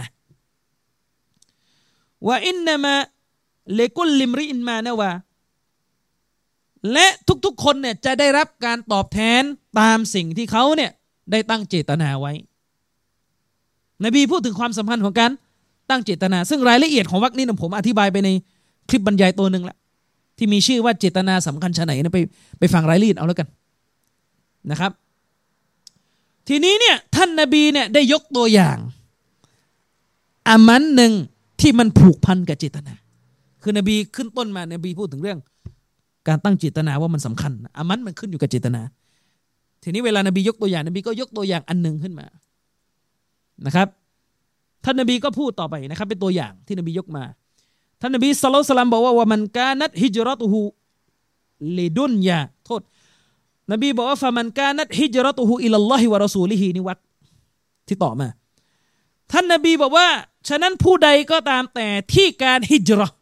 ว่าอินนัมะลิกุลลิมริอินมานะวะและทุกๆคนเนี่ยจะได้รับการตอบแทนตามสิ่งที่เขาเนี่ยได้ตั้งเจตนาไว้นบีพูดถึงความสัมพันธ์ของการตั้งเจตนาซึ่งรายละเอียดของวรรคนี้ผมอธิบายไปในคลิปบรรยายตัวหนึ่งละที่มีชื่อว่าเจตนาสำคัญชะไหนนะไปไปฟังรายละเอียดเอาแล้วกันนะครับทีนี้เนี่ยท่านนบีเนี่ยได้ยกตัวอย่างอามันหนึ่งที่มันผูกพันกับเจตนาคือนบีขึ้นต้นมานบีพูดถึงเรื่องการตั้งเจตนาว่ามันสำคัญอามันมันขึ้นอยู่กับเจตนาทีนี้เวลานบียกตัวอย่างนบีก็ยกตัวอย่างอันหนึ่งขึ้นมานะครับท่านนบีก็พูดต่อไปนะครับเป็นตัวอย่างที่นบียกมาท่านนบีศ็อลลัลลอฮุอะลัยฮิวะซัลลัมบอกว่าว่ามันกานัตฮิจเราะตุฮุลิดุนยาโทษนบีบอกว่าฟะมันกานัตฮิจเราะตุฮุอิลัลลอฮิวะรอซูลิฮินี่วัดที่ต่อมาท่านนบีบอกว่าฉะนั้นผู้ใดก็ตามแต่ที่การฮิจเราะห์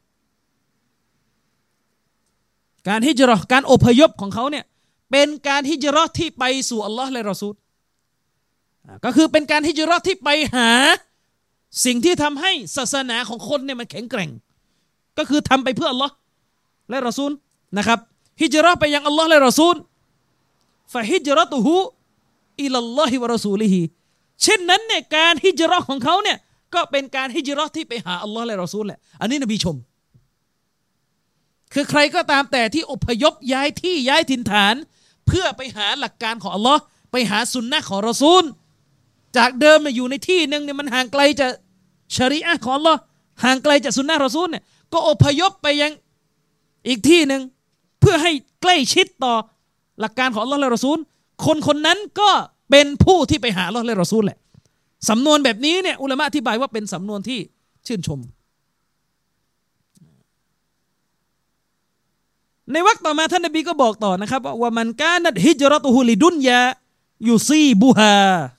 การฮิจเราะห์การอพยพของเขาเนี่ยเป็นการฮิจเราะห์ที่ไปสู่อัลลอฮ์และรอซูลก็คือเป็นการฮิจเราะห์ที่ไปหาสิ่งที่ทำให้ศาสนาของคนเนี่ยมันแข็งแกร่งก็คือทำไปเพื่ออัลลอฮ์และรอซูลนะครับฮิจเราะห์ไปยังอัลลอฮ์และรอซูลฟะฮิจเราะตุฮุอิลัลลอฮิวะรอซูลิฮิเช่นนั้นเนี่ยการฮิจเราะห์ของเขาเนี่ยก็เป็นการฮิจเราะห์ที่ไปหาอัลลอฮ์และรอซูลแหละอันนี้นบีชมคือใครก็ตามแต่ที่อพยพย้ายที่ย้ายถิ่นฐานเพื่อไปหาหลักการของอัลลอฮ์ไปหาสุนนะของรอซูลจากเดิมอยู่ในที่นึงเนี่ยมันห่างไกลจากชะรีอะห์ของอัลลอฮ์ห่างไกลจากสุนนะรอซูลเนี่ยก็อพยพไปยังอีกที่นึงเพื่อให้ใกล้ชิดต่อหลักการของอัลลอฮ์และรอซูลคนคนนั้นก็เป็นผู้ที่ไปหาอัลลอฮ์และรอซูลแหละสำนวนแบบนี้เนี่ยอุลามะอธิบายว่าเป็นสำนวนที่ชื่นชมในวรรคต่อมาท่านนบีก็บอกต่อนะครับว่ามันกานัตฮิจเราะตุฮุลิดุนยายูซีบุฮา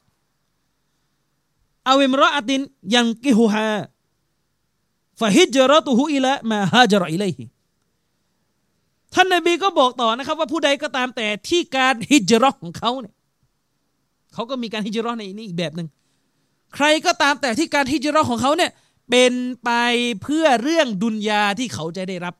อาวิมรออะตินยังกิฮุฮาฟะฮิจเราะตุฮุอิลามาฮาจเราะอิลัยฮิท่านนบีก็บอกต่อนะครับว่าผู้ใดก็ตามแต่ที่การฮิจเราะห์ของเขาเนี่ยเขาก็มีการฮิจเราะห์ในนี้อีกแบบนึงใครก็ตามแต่ที่การฮิจเราะห์ของเขาเนี่ยเป็นไปเพื่อเรื่องดุนยาที่เขาจะได้รับ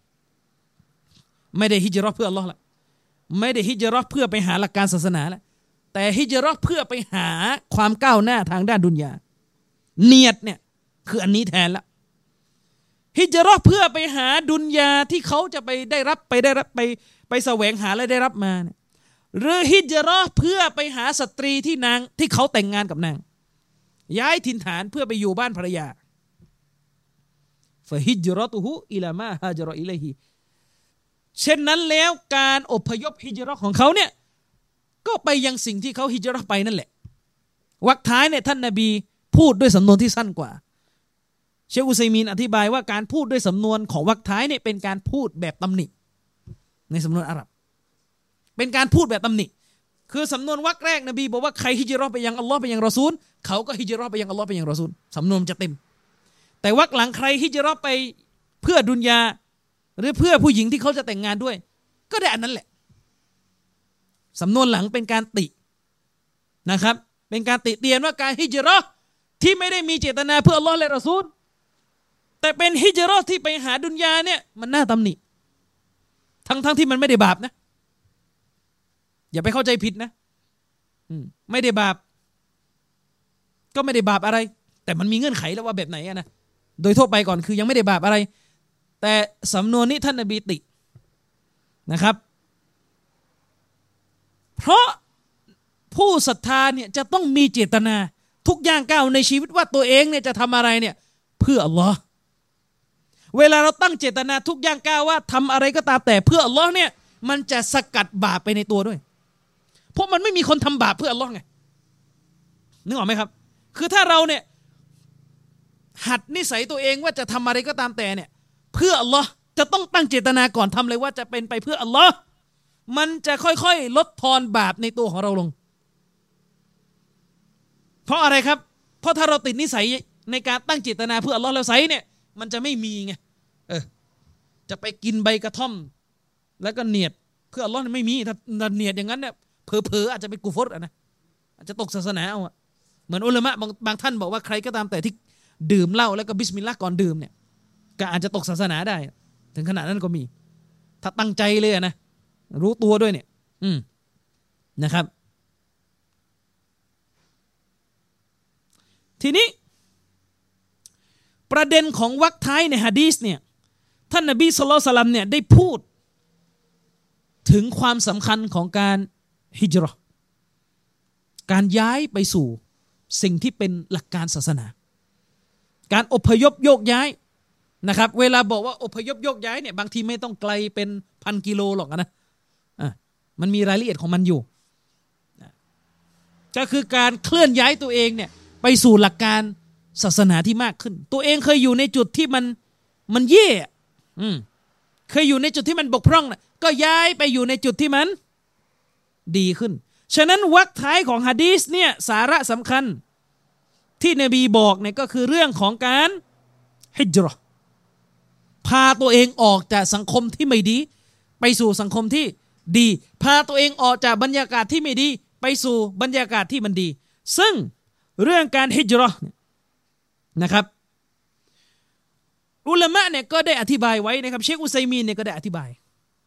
ไม่ได้ฮิจเราะห์เพื่ออัลเลาะห์ละไม่ได้ฮิจเราะห์เพื่อไปหาหลักการศาสนาละแต่ฮิจเราะห์เพื่อไปหาความก้าวหน้าทางด้านดุนยาเนียดเนี่ยคืออันนี้แทนละฮิจเราะห์เพื่อไปหาดุนยาที่เขาจะไปได้รับไปได้รับไปไปแสวงหาและได้รับมาเนี่ยหรือฮิจเราะห์เพื่อไปหาสตรีที่นางที่เขาแต่งงานกับนางย้ายถิ่นฐานเพื่อไปอยู่บ้านภรรยาฟะฮิจเราะตุฮุอิลามาฮาจเราะอิลัยฮิเช่นนั้นแล้วการอพยพฮิจเราะห์ของเขาเนี่ยก็ไปยังสิ่งที่เขาฮิจเราะห์ไปนั่นแหละวรรคท้ายเนี่ยท่านนบีพูดด้วยสำนวนที่สั้นกว่าเชคอุซัยมีนอธิบายว่าการพูดด้วยสำนวนของวรรคท้ายเนี่ยเป็นการพูดแบบตำหนิในสำนวนอาหรับเป็นการพูดแบบตำหนิคือสำนวนวรรคแรกนบีบอกว่าใครฮิจเราะห์ไปยังอัลลอฮ์ไปยังรอซูลเขาก็ฮิจเราะห์ไปยังอัลลอฮ์ไปยังรอซูลสำนวนจะเต็มแต่วรรคหลังใครฮิจเราะห์ไปเพื่อดุนยาหรือเพื่อผู้หญิงที่เขาจะแต่งงานด้วยก็ได้อันนั้นแหละสำนวนหลังเป็นการตินะครับเป็นการติเตียนว่าการฮิจเราะห์ที่ไม่ได้มีเจตนาเพื่ออัลลอฮ์และรอซูลแต่เป็นฮิจเราะห์ที่ไปหาดุนยาเนี่ยมันน่าตำหนิทั้งทั้งที่มันไม่ได้บาปนะอย่าไปเข้าใจผิดนะไม่ได้บาปก็ไม่ได้บาปอะไรแต่มันมีเงื่อนไขแล้วว่าแบบไหนนะโดยทั่วไปก่อนคือยังไม่ได้บาปอะไรแต่สำนวนนี้ท่านนบีตินะครับเพราะผู้ศรัทธาเนี่ยจะต้องมีเจตนาทุกอย่างก้าวในชีวิตว่าตัวเองเนี่ยจะทำอะไรเนี่ยเพื่ออัลลอฮ์เวลาเราตั้งเจตนาทุกอย่างก้าวว่าทำอะไรก็ตามแต่เพื่ออัลลอฮ์เนี่ยมันจะสกัดบาปไปในตัวด้วยเพราะมันไม่มีคนทำบาปเพื่ออัลลอฮ์ไงนึกออกไหมครับคือถ้าเราเนี่ยหัดนิสัยตัวเองว่าจะทำอะไรก็ตามแต่เนี่ยเพื่ออัลลอฮ์จะต้องตั้งเจตนาก่อนทำเลยว่าจะเป็นไปเพื่ออัลลอฮ์มันจะค่อยๆลดทอนบาปในตัวของเราลงเพราะอะไรครับเพราะถ้าเราติดนิสัยในการตั้งเจตนาเพื่ออัลลอฮ์แล้วไซเนี่ยมันจะไม่มีไงเออจะไปกินใบกระท่อมแล้วก็เนียดเพื่ออัลลอฮ์ไม่มีถ้าเนียดอย่างนั้นเนี่ยเผลอๆอาจจะเป็นกุฟรอ่ะนะอาจจะตกศาสนาเอาอะเหมือนอุลามะบางบางท่านบอกว่าใครก็ตามแต่ที่ดื่มเหล้าแล้วก็บิสมิลลาห์ก่อนดื่มเนี่ยก็อาจจะตกศาสนาได้ถึงขนาดนั้นก็มีถ้าตั้งใจเลยนะรู้ตัวด้วยเนี่ยอืมนะครับทีนี้ประเด็นของวรรคท้ายในหะดีษเนี่ยท่านนบีศ็อลลัลลอฮุอะลัยฮิวะซัลลัมเนี่ยได้พูดถึงความสำคัญของการฮิจเราะห์การย้ายไปสู่สิ่งที่เป็นหลักการศาสนาการอพยพโยกย้ายนะครับเวลาบอกว่าอพยพโยกย้ายเนี่ยบางทีไม่ต้องไกลเป็นพันกิโลหรอกนะอ่ะมันมีรายละเอียดของมันอยู่ก็คือการเคลื่อนย้ายตัวเองเนี่ยไปสู่หลักการศาสนาที่มากขึ้นตัวเองเคยอยู่ในจุดที่มันมันแย่อืมเคยอยู่ในจุดที่มันบกพร่องนะก็ย้ายไปอยู่ในจุดที่มันดีขึ้นฉะนั้นวรรคท้ายของหะดีษเนี่ยสาระสำคัญที่นบีบอกเนี่ยก็คือเรื่องของการฮิจเราะห์พาตัวเองออกจากสังคมที่ไม่ดีไปสู่สังคมที่ดีพาตัวเองออกจากบรรยากาศที่ไม่ดีไปสู่บรรยากาศที่มันดีซึ่งเรื่องการฮิจเราะห์นะครับอุลามะเนี่ยก็ได้อธิบายไว้นะครับเชคอุซัยมีนเนี่ยก็ได้อธิบาย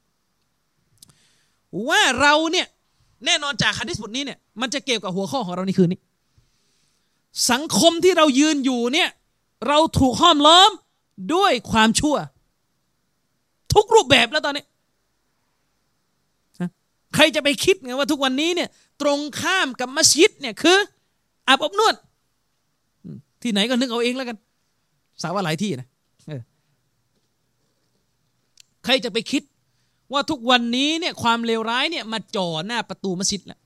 ว่าเราเนี่ยแน่นอนจากหะดีษบทนี้เนี่ยมันจะเกี่ยวกับหัวข้อของเราในคืนนี้สังคมที่เรายืนอยู่เนี่ยเราถูกห้อมล้อมด้วยความชั่วทุกรูปแบบแล้วตอนนี้ใครจะไปคิดไงว่าทุกวันนี้เนี่ยตรงข้ามกับมัสยิดเนี่ยคืออาบอบนวดที่ไหนก็นึกเอาเองแล้วกันสาวว่าหลายที่นะใครจะไปคิดว่าทุกวันนี้เนี่ยความเลวร้ายเนี่ยมาจ่อหน้าประตูมัสยิดแล้ว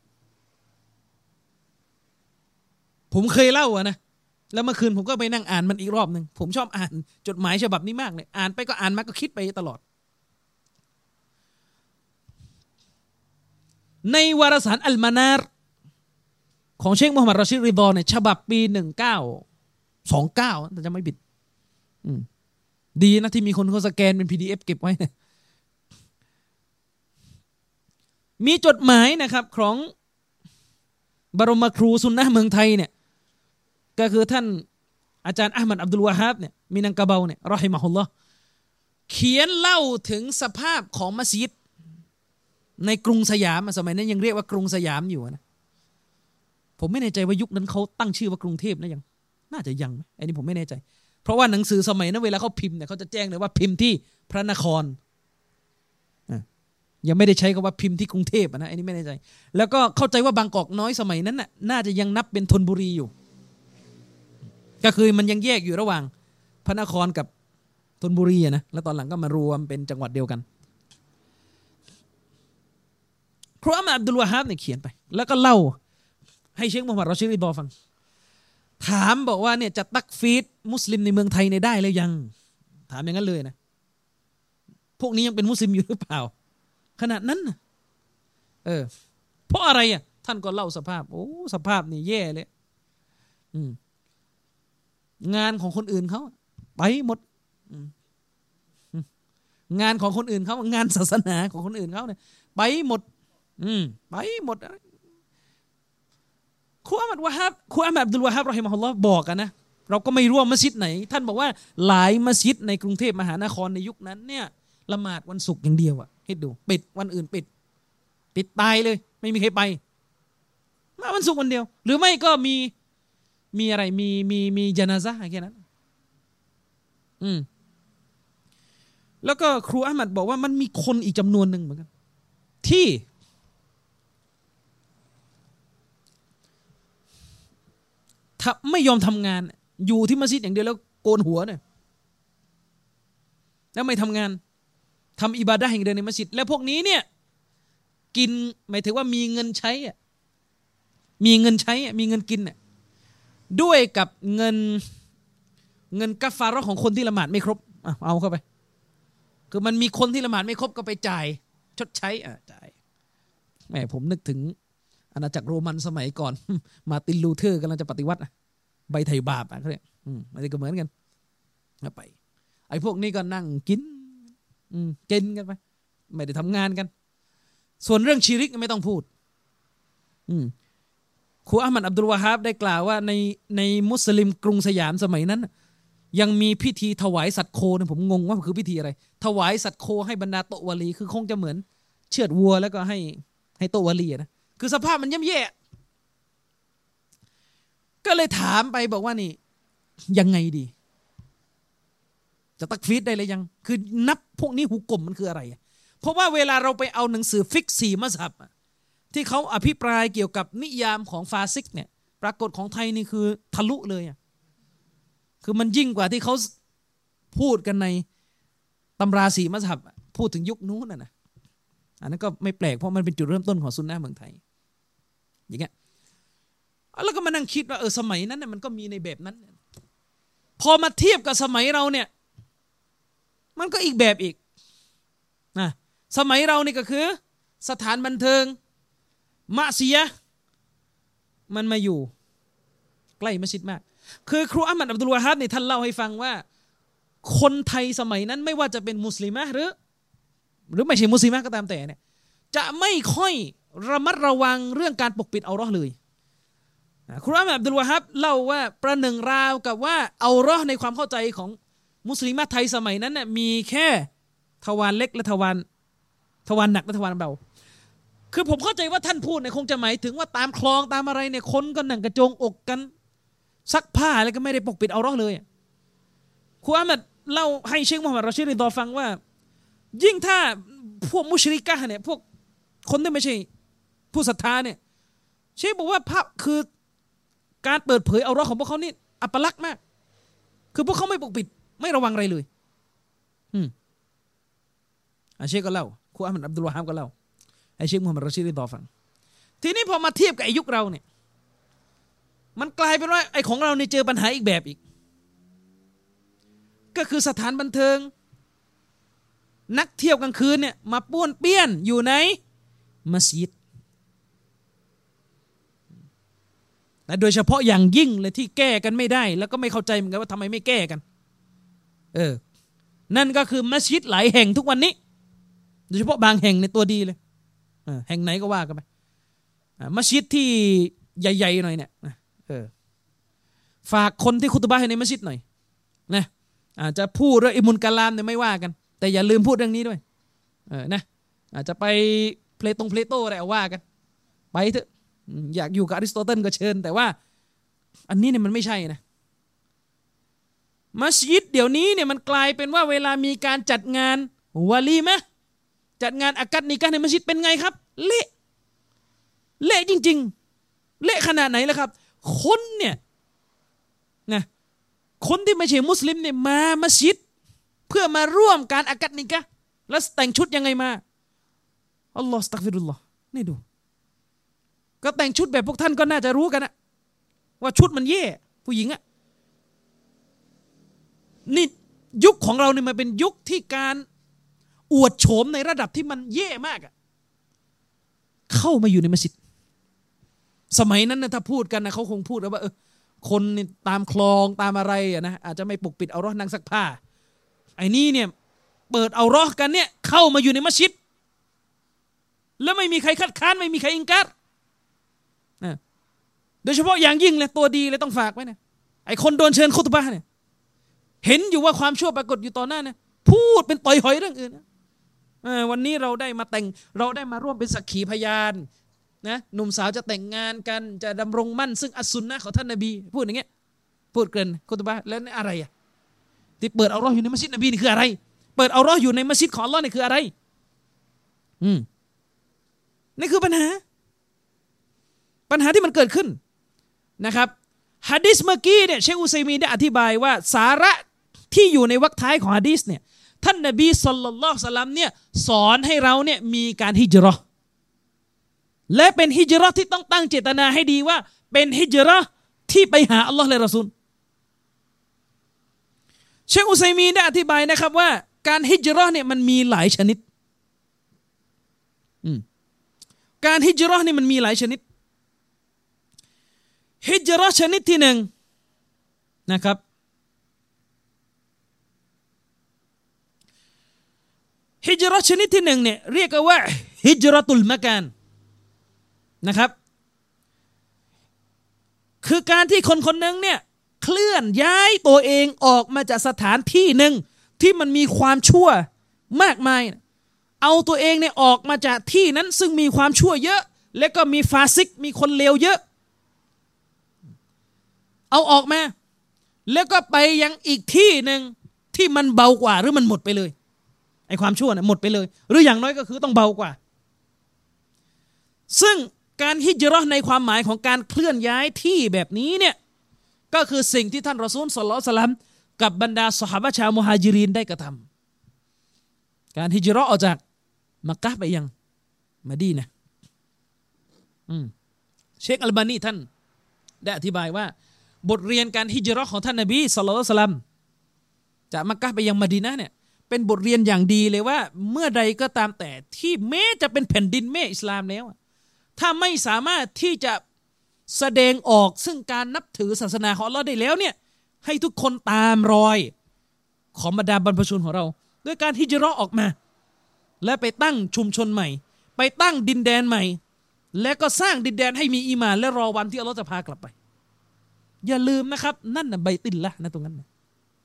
ผมเคยเล่าอะนะแล้วเมื่อคืนผมก็ไปนั่งอ่านมันอีกรอบหนึ่งผมชอบอ่านจดหมายฉบับนี้มากเลยอ่านไปก็อ่านมาก็คิดไปตลอดในวารสารอัลมานาร์ของเชคมูฮัมหมัดรอชิดริฎอเนี่ยฉบับปีหนึ่งเก้าสองเก้าแต่จะไม่บิดดีนะที่มีคนเขาสแกนเป็น พี ดี เอฟ เก็บไว้เนี่ยมีจดหมายนะครับของบรมครูซุนนะห์เมืองไทยเนี่ยก็คือท่านอาจารย์อะห์มัดอับดุลวะฮาบเนี่ยมินังกะเบาเนี่ยรอฮิมะฮุลลอฮ์เขียนเล่าถึงสภาพของมัสยิดในกรุงสยามสมัยนั้นยังเรียกว่ากรุงสยามอยู่นะผมไม่แน่ใจว่ายุคนั้นเขาตั้งชื่อว่ากรุงเทพนะยังน่าจะยังไอ้นี่ผมไม่แน่ใจเพราะว่าหนังสือสมัยนั้นเวลาเขาพิมพ์เนี่ยเขาจะแจ้งเลยว่าพิมพ์ที่พระนครยังไม่ได้ใช้คำว่าพิมพ์ที่กรุงเทพนะไอ้นี่ไม่แน่ใจแล้วก็เข้าใจว่าบางกอกน้อยสมัยนั้นน่ะน่าจะยังนับเป็นธนบุรีอยู่ก็คือมันยังแยกอยู่ระหว่างพระนครกับธนบุรีนะแล้วตอนหลังก็มารวมเป็นจังหวัดเดียวกันครูอัมอับดุลวะฮาบเนี่ยเขียนไปแล้วก็เล่าให้เชคมูฮัมหมัดรอชิดริฎอฟังถามบอกว่าเนี่ยจะตักฟีดมุสลิมในเมืองไทยในได้แล้วยังถามอย่างนั้นเลยนะพวกนี้ยังเป็นมุสลิมอยู่หรือเปล่าขนาดนั้นนะเออเพราะอะไรอ่ะท่านก็เล่าสภาพโอ้สภาพนี่แย่เลยอืมงานของคนอื่นเขาไปหมดงานของคนอื่นเขางานศาสนาของคนอื่นเขาเนี่ยไปหมดอืมไปหมดครูอัมมัดวะฮับครูอัมมัดอับดุลวะฮับรอฮิมะฮุลลอฮ์บอกกันนะเราก็ไม่รู้ว่ามัสยิดไหนท่านบอกว่าหลายมัสยิดในกรุงเทพมหานครในยุคนั้นเนี่ยละหมาดวันศุกร์อย่างเดียวอะให้ดูปิดวันอื่นปิดปิดตายเลยไม่มีใครไปมาวันศุกร์วันเดียวหรือไม่ก็มีมีอะไรมีมีมีญะนาซะห์แค่นั้นอืมแล้วก็ครูอะห์มัดบอกว่ามันมีคนอีกจำนวนหนึ่งเหมือนกันที่ทไม่ยอมทำงานอยู่ที่มัสยิดอย่างเดียวแล้วโกนหัวเนี่ยแล้วไม่ทำงานทำอิบาดะห์อย่างเดียวในมัสยิดแล้วพวกนี้เนี่ยกินหมายถึงว่ามีเงินใช้อ่ะมีเงินใช้อ่ะมีเงินกินอ่ะด้วยกับเงินเงินกัฟฟาเราะห์ของคนที่ละหมาดไม่ครบเอาเข้าไปคือมันมีคนที่ละหมาดไม่ครบก็ไปจ่ายชดใช้อ่ะจ่ายแหมผมนึกถึงอาณาจักรโรมันสมัยก่อน มาร์ตินลูเทอร์กำลังจะปฏิวัติใบไถ่บาปอ่ะเขาเรียกมันก็เหมือนกันไปไอ้พวกนี้ก็นั่งกินกินกันไปไม่ได้ทำงานกันส่วนเรื่องชิริกไม่ต้องพูดครูอะห์มัดอับดุลวะฮาบได้กล่าวว่าในในมุสลิมกรุงสยามสมัยนั้นยังมีพิธีถวายสัตว์โคเนี่ยผมงงว่าคือพิธีอะไรถวายสัตว์โคให้บรรดาโตวาลีคือคงจะเหมือนเชือดวัวแล้วก็ให้ให้โตวาลีนะคือสภาพมันย่ำแย่ก็เลยถามไปบอกว่านี่ยังไงดีจะตักฟีดได้เลยยังคือนับพวกนี้หุกกลมมันคืออะไรเพราะว่าเวลาเราไปเอาหนังสือฟิกสี่มัซฮับที่เขาอภิปรายเกี่ยวกับนิยามของฟาซิกเนี่ยปรากฏของไทยนี่คือทะลุเลยอ่ะคือมันยิ่งกว่าที่เขาพูดกันในตำราสี่มัซฮับพูดถึงยุคนู้นน่ะนะอันนั้นก็ไม่แปลกเพราะมันเป็นจุดเริ่มต้นของซุนนะห์เมืองไทยอย่างเงี้ยแล้วก็มานั่งคิดว่าเออสมัยนั้นเนี่ยมันก็มีในแบบนั้นพอมาเทียบกับสมัยเราเนี่ยมันก็อีกแบบอีกนะสมัยเรานี่ก็คือสถานบันเทิงมะซียะห์มันมาอยู่ใกล้มัสยิดมากคือครูอะห์มัดอับดุลวะฮาบเนี่ยท่านเล่าให้ฟังว่าคนไทยสมัยนั้นไม่ว่าจะเป็นมุสลิมะหรือหรือไม่ใช่มุสลิมะก็ตามแต่เนี่ยจะไม่ค่อยระมัดระวังเรื่องการปกปิดเอาเราะห์เลยครูอะห์มัดอับดุลวะฮาบเล่าว่าประหนึ่งราวกับว่าเอาเราะห์ในความเข้าใจของมุสลิมะไทยสมัยนั้นน่ะมีแค่ทวารเล็กและทวารทวารหนักและทวารเบาคือผมเข้าใจว่าท่านพูดเนี่ยคงจะหมายถึงว่าตามคลองตามอะไรเนี่ยคนก็นั่งกระโจงอกกันซักผ้าอะไรก็ไม่ได้ปกปิดเอาเราะห์เลยครูอะห์มัดเล่าให้เชคมุฮัมมัดรอชิดริฎอฟังว่ายิ่งถ้าพวกมุชริกะห์เนี่ยพวกคนที่ไม่ใช่ผู้ศรัทธาเนี่ยเชคบอกว่าภาพคือการเปิดเผยเอาเราะห์ของพวกเขานี่อัปลักษณ์มากคือพวกเขาไม่ปกปิดไม่ระวังอะไรเลยอืมอาเชคก็เล่าครูอะห์มัดอับดุลวะฮาบก็เล่าไอเชคมุฮัมมัดรอชิดริฎอฟังทีนี้พอมาเทียบกับไอยุคเราเนี่ยมันกลายเป็นว่าไอของเราเนี่ยเจอปัญหาอีกแบบอีกก็คือสถานบันเทิงนักเที่ยวกลางคืนเนี่ยมาป้วนเปี้ยนอยู่ในมัสยิดและโดยเฉพาะอย่างยิ่งเลยที่แก้กันไม่ได้แล้วก็ไม่เข้าใจเหมือนกันว่าทำไมไม่แก้กันเออนั่นก็คือมัสยิดหลายแห่งทุกวันนี้โดยเฉพาะบางแห่งในตัวดีเลยแห่งไหนก็ว่ากันไปมัสยิดที่ใหญ่ๆหน่อยเนี่ยเออฝากคนที่คุตบะห์ให้ในมัสยิดหน่อยนะอาจจะพูดเรื่องอิมุนกะลามเนี่ยไม่ว่ากันแต่อย่าลืมพูดเรื่องนี้ด้วยเออนะอาจจะไปเพลตงเพลโตอะไรเอาว่ากันไปเถอะอยากอยู่กับอริสโตเติลก็เชิญแต่ว่าอันนี้เนี่ยมันไม่ใช่นะมัสยิดเดี๋ยวนี้เนี่ยมันกลายเป็นว่าเวลามีการจัดงานวะลีมะห์จัดงานอากัดนิกะห์ในมัสยิดเป็นไงครับเละเละจริงๆเละขนาดไหนล่ะครับคนเนี่ยนะคนที่ไม่ใช่มุสลิมเนี่ยมามัสยิดเพื่อมาร่วมการอากัดนิกะห์แล้วแต่งชุดยังไงมาอัลลอฮฺอัสตัฆฟิรุลลอฮ์นี่ดูก็แต่งชุดแบบพวกท่านก็น่าจะรู้กันนะว่าชุดมันแย่ผู้หญิงอะนี่ยุคของเราเนี่ยมันเป็นยุคที่การอวดโฉมในระดับที่มันแย่มากอะเข้ามาอยู่ในมัสยิดสมัยนั้นนะถ้าพูดกันนะเขาคงพูดว่าเออคนตามคลองตามอะไรอะนะอาจจะไม่ปกปิดเอาเราะห์นั่งซักผ้าไอ้นี่เนี่ยเปิดเอาเราะห์กันเนี่ยเข้ามาอยู่ในมัสยิดแล้วไม่มีใครคัดค้านไม่มีใครอิงการนะโดยเฉพาะอย่างยิ่งเลยตัวดีเลยต้องฝากไว้นะไอ้คนโดนเชิญคุตบะห์เนี่ยเห็นอยู่ว่าความชั่วปรากฏอยู่ต่อหน้าเนี่ยพูดเป็นต่อยหอยเรื่องอื่นนะวันนี้เราได้มาแต่งเราได้มาร่วมเป็นสักขีพยานนะหนุ่มสาวจะแต่งงานกันจะดำรงมั่นซึ่งอัสซุนนะห์ของท่านนบีพูดอย่างเงี้ยพูดเกินคุตบะห์แล้วนี่อะไรอ่ะที่เปิดเอาเราะห์อยู่ในมัสยิดนบีนี่คืออะไรเปิดเอาเราะห์อยู่ในมัสยิดของอัลเลาะห์นี่คืออะไรอืมนี่คือปัญหาปัญหาที่มันเกิดขึ้นนะครับหะดีษเมื่อกี้เนี่ยเชคอุซัยมีนได้อธิบายว่าสาระที่อยู่ในวรรคท้ายของหะดีษเนี่ยท่านนบีศ็อลลัลลอฮุอะลัยฮิวะซัลลัมเนี่ยสอนให้เราเนี่ยมีการฮิจเราะห์และเป็นฮิจเราะห์ที่ต้องตั้งเจตนาให้ดีว่าเป็นฮิจเราะห์ที่ไปหาอัลลอฮ์และรอซูลเชคอุซัยมีนได้อธิบายนะครับว่าการฮิจเราะห์เนี่ยมันมีหลายชนิดการฮิจเราะห์นี่มันมีหลายชนิดฮิจเราะห์ชนิดที่หนึ่งนะครับฮิจเราะห์ชนิดที่หนึ่งเนี่ยเรียกว่าฮิจเราะตุลมะกานนะครับคือการที่คนคนหนึ่งเนี่ยเคลื่อนย้ายตัวเองออกมาจากสถานที่หนึ่งที่มันมีความชั่วมากมายเอาตัวเองเนี่ยออกมาจากที่นั้นซึ่งมีความชั่วเยอะและก็มีฟาซิกมีคนเลวเยอะเอาออกมาแล้วก็ไปยังอีกที่หนึ่งที่มันเบากว่าหรือมันหมดไปเลยไอ้ความชั่วเนี่ยหมดไปเลยหรืออย่างน้อยก็คือต้องเบากว่าซึ่งการฮิจเราะห์ในความหมายของการเคลื่อนย้ายที่แบบนี้เนี่ยก็คือสิ่งที่ท่านรอซูลศ็อลลัลลอฮุอะลัยฮิวะซัลลัมกับบรรดาซอฮาบะห์ชาวมุฮาญิรินได้กระทำการฮิจเราะห์ออกจากมักกะฮ์ไปยังมะดีนะห์อืมเชคอัลบานีท่านได้อธิบายว่าบทเรียนการฮิจเราะห์ของท่านนบีศ็อลลัลลอฮุอะลัยฮิวะซัลลัมจากมักกะฮ์ไปยังมะดีนะห์เนี่ยเป็นบทเรียนอย่างดีเลยว่าเมื่อใดก็ตามแต่ที่แม้จะเป็นแผ่นดินแม่อิสลามแล้วถ้าไม่สามารถที่จะแสดงออกซึ่งการนับถือศาสนาของอัลเลาะห์ได้แล้วเนี่ยให้ทุกคนตามรอยของบรรดาบรรพชนของเราด้วยการฮิจเราะห์ออกมาและไปตั้งชุมชนใหม่ไปตั้งดินแดนใหม่และก็สร้างดินแดนให้มีอีหม่านและรอวันที่อัลเลาะห์จะพากลับไปอย่าลืมนะครับนั่นน่ะไบตุลละห์นะตรงนั้นนะ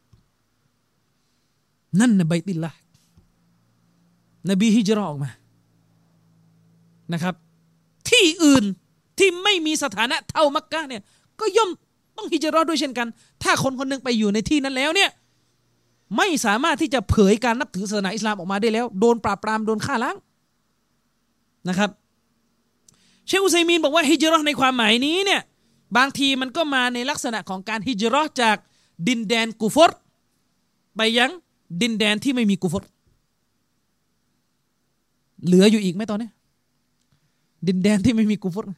นั่นน่ะไบตุลละห์นบีฮิจเราะห์ออกมานะครับที่อื่นที่ไม่มีสถานะเท่ามักกะฮ์เนี่ยก็ย่อมต้องฮิจเราะห์ด้วยเช่นกันถ้าคนคนนึงไปอยู่ในที่นั้นแล้วเนี่ยไม่สามารถที่จะเผยการนับถือศาสนาอิสลามออกมาได้แล้วโดนปราบปรามโดนฆ่าล้างนะครับเชคอุซัยมีนบอกว่าฮิจเราะห์ในความหมายนี้เนี่ยบางทีมันก็มาในลักษณะของการฮิจเราะห์จากดินแดนกุฟรไปยังดินแดนที่ไม่มีกุฟรเหลืออยู่อีกไหมตอนนี้ดินแดนที่ไม่มีกุฟร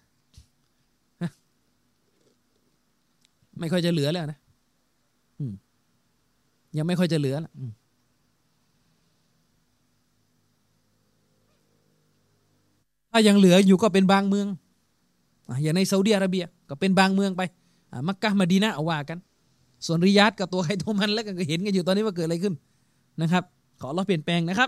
ไม่ค่อยจะเหลือแล้วนะยังไม่ค่อยจะเหลือแล้วถ้ายังเหลืออยู่ก็เป็นบางเมืองอย่างในซาอุดิอาระเบียก็เป็นบางเมืองไปมักกะฮ์มะดีนะห์เอาว่ากันส่วนริยาดกับตัวใครตัวมันแล้วก็เห็นกันอยู่ตอนนี้ว่าเกิดอะไรขึ้นนะครับขออัลเลาะห์เปลี่ยนแปลงนะครับ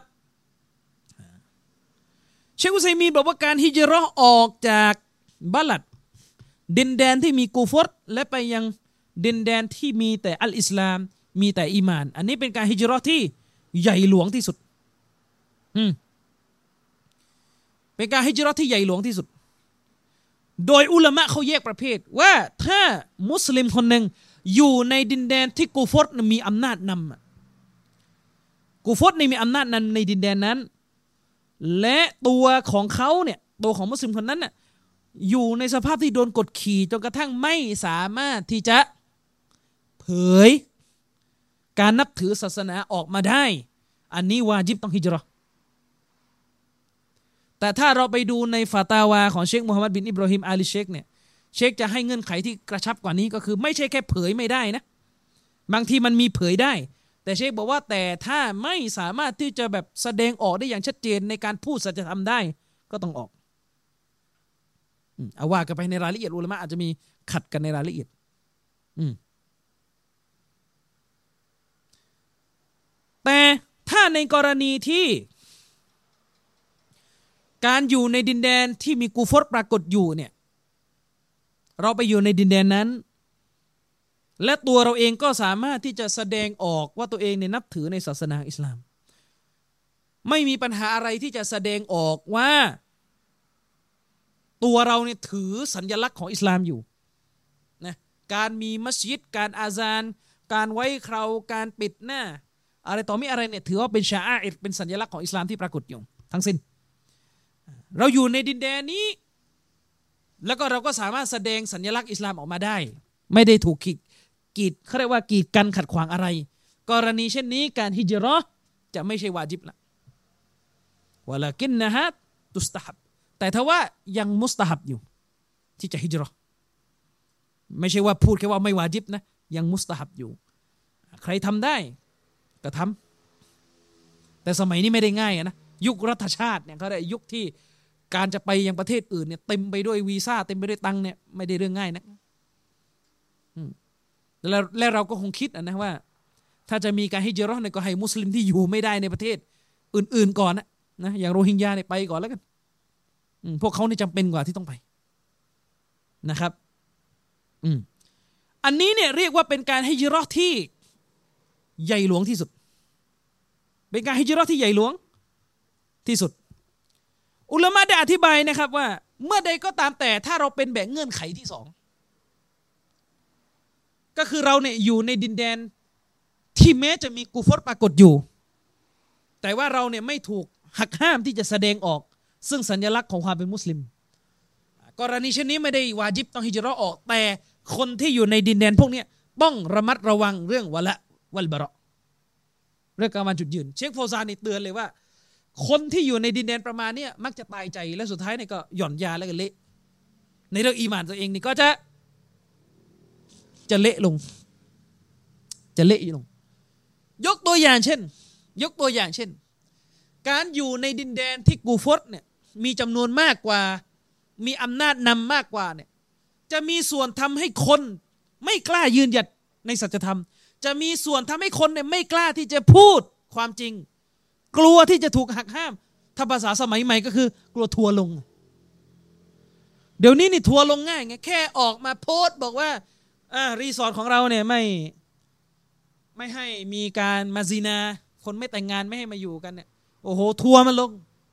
เชคอุซัยมีนบอกว่าการฮิจเราะห์ออกจากบะลัดดินแดนที่มีกูฟรและไปยังดินแดนที่มีแต่อัลอิสลามมีแต่อีหม่านอันนี้เป็นการฮิจเราะห์ที่ใหญ่หลวงที่สุดอืมเป็นการฮิจเราะห์ที่ใหญ่หลวงที่สุดโดยอุลามะเขาแยกประเภทว่าถ้ามุสลิมคนหนึ่งอยู่ในดินแดนที่กูฟรมีอำนาจนำกูฟรนี่มีอำนาจนำในดินแดนนั้นและตัวของเขาเนี่ยตัวของมุสลิมคนนั้นน่ะอยู่ในสภาพที่โดนกดขี่จนกระทั่งไม่สามารถที่จะเผยการนับถือศาสนาออกมาได้อันนี้วาญิบต้องฮิจเราะห์แต่ถ้าเราไปดูในฟาตาวาของเชคมูฮัมหมัดบินอิบรอฮิมอาลีเชคเนี่ยเชคจะให้เงื่อนไขที่กระชับกว่านี้ก็คือไม่ใช่แค่เผยไม่ได้นะบางทีมันมีเผยได้แต่เชคบอกว่าแต่ถ้าไม่สามารถที่จะแบบแสดงออกได้อย่างชัดเจนในการพูดสัจธรรมได้ก็ต้องออกเอาว่ากันไปในรายละเอียดอุลามะอาจจะมีขัดกันในรายละเอียดแต่ถ้าในกรณีที่การอยู่ในดินแดนที่มีกูฟรปรากฏอยู่เนี่ยเราไปอยู่ในดินแดนนั้นและตัวเราเองก็สามารถที่จะแสดงออกว่าตัวเองเนี่ยนับถือในศาสนาอิสลามไม่มีปัญหาอะไรที่จะแสดงออกว่าตัวเราเนี่ยถือสัญลักษณ์ของอิสลามอยู่นะการมีมัสยิดการอาซานการไว้เคราการปิดหน้าอะไรต่อมีอะไรเนี่ยถือว่าเป็นชาอาอิรเป็นสัญลักษณ์ของอิสลามที่ปรากฏอยู่ทั้งสิ้นเราอยู่ในดินแดนนี้แล้วก็เราก็สามารถแสดงสัญลักษณ์อิสลามออกมาได้ไม่ได้ถูกขีดกีดเขาเรียกว่ากีดกันขัดขวางอะไรกรณีเช่นนี้การฮิจเราะห์จะไม่ใช่วาญิบละวะลากินนะฮะตุสตะฮับแต่ถ้าว่ายังมุสตะฮับอยู่ที่จะฮิจเราะห์ไม่ใช่ว่าพูดแค่ว่าไม่วาญิบนะยังมุสตะฮับอยู่ใครทำได้ก็ทำแต่สมัยนี้ไม่ได้ง่ายนะยุครัฐชาติเนี่ยเขาได้ยุคที่การจะไปยังประเทศอื่นเนี่ยเต็มไปด้วยวีซ่าเต็มไปด้วยตังค์เนี่ยไม่ได้เรื่องง่ายนะแล้วและเราก็คงคิดนะว่าถ้าจะมีการฮิจเราะห์เนี่ยก็ให้มุสลิมที่อยู่ไม่ได้ในประเทศอื่นๆก่อนนะนะอย่างโรฮิงญาเนี่ยไปก่อนแล้วกันพวกเขานี่จำเป็นกว่าที่ต้องไปนะครับอืมอันนี้เนี่ยเรียกว่าเป็นการฮิจเราะห์ที่ใหญ่หลวงที่สุดเป็นการฮิจเราะห์ที่ใหญ่หลวงที่สุดอุลามะได้อธิบายนะครับว่าเมื่อใดก็ตามแต่ถ้าเราเป็นแบบเงื่อนไขที่สองก็คือเราเนี่ยอยู่ในดินแดนที่แม้จะมีกุฟรปรากฏอยู่แต่ว่าเราเนี่ยไม่ถูกหักห้ามที่จะแสดงออกซึ่งสัญลักษณ์ของความเป็นมุสลิมกรณีเช่นนี้ไม่ได้วาญิบต้องฮิจเราะห์ออกแต่คนที่อยู่ในดินแดนพวกนี้ต้องระมัดระวังเรื่องวะละวัลบะเราะห์เรื่องการมาจุดยืนเชคโฟซานนี่เตือนเลยว่าคนที่อยู่ในดินแดนประมาณนี้มักจะตายใจและสุดท้ายเนี่ยก็หย่อนยาแล้วก็เละในเรื่องอีหม่านตัวเองนี่ก็จะจะเละลงจะเละลงยกตัวอย่างเช่นยกตัวอย่างเช่นการอยู่ในดินแดนที่กูฟรเนี่ยมีจำนวนมากกว่ามีอำนาจนำมากกว่าเนี่ยจะมีส่วนทำให้คนไม่กล้ายืนหยัดในสัจธรรมจะมีส่วนทำให้คนเนี่ยไม่กล้าที่จะพูดความจริงกลัวที่จะถูกหักห้ามถ้าภาษาสมัยใหม่ก็คือกลัวทัวลงเดี๋ยวนี้นี่ทัวลงง่ายไงแค่ออกมาโพสต์บอกว่าอ่ารีสอร์ทของเราเนี่ยไม่ไม่ให้มีการมาซินาคนไม่แต่งงานไม่ให้มาอยู่กันเนี่ยโอ้โหทัวมันลง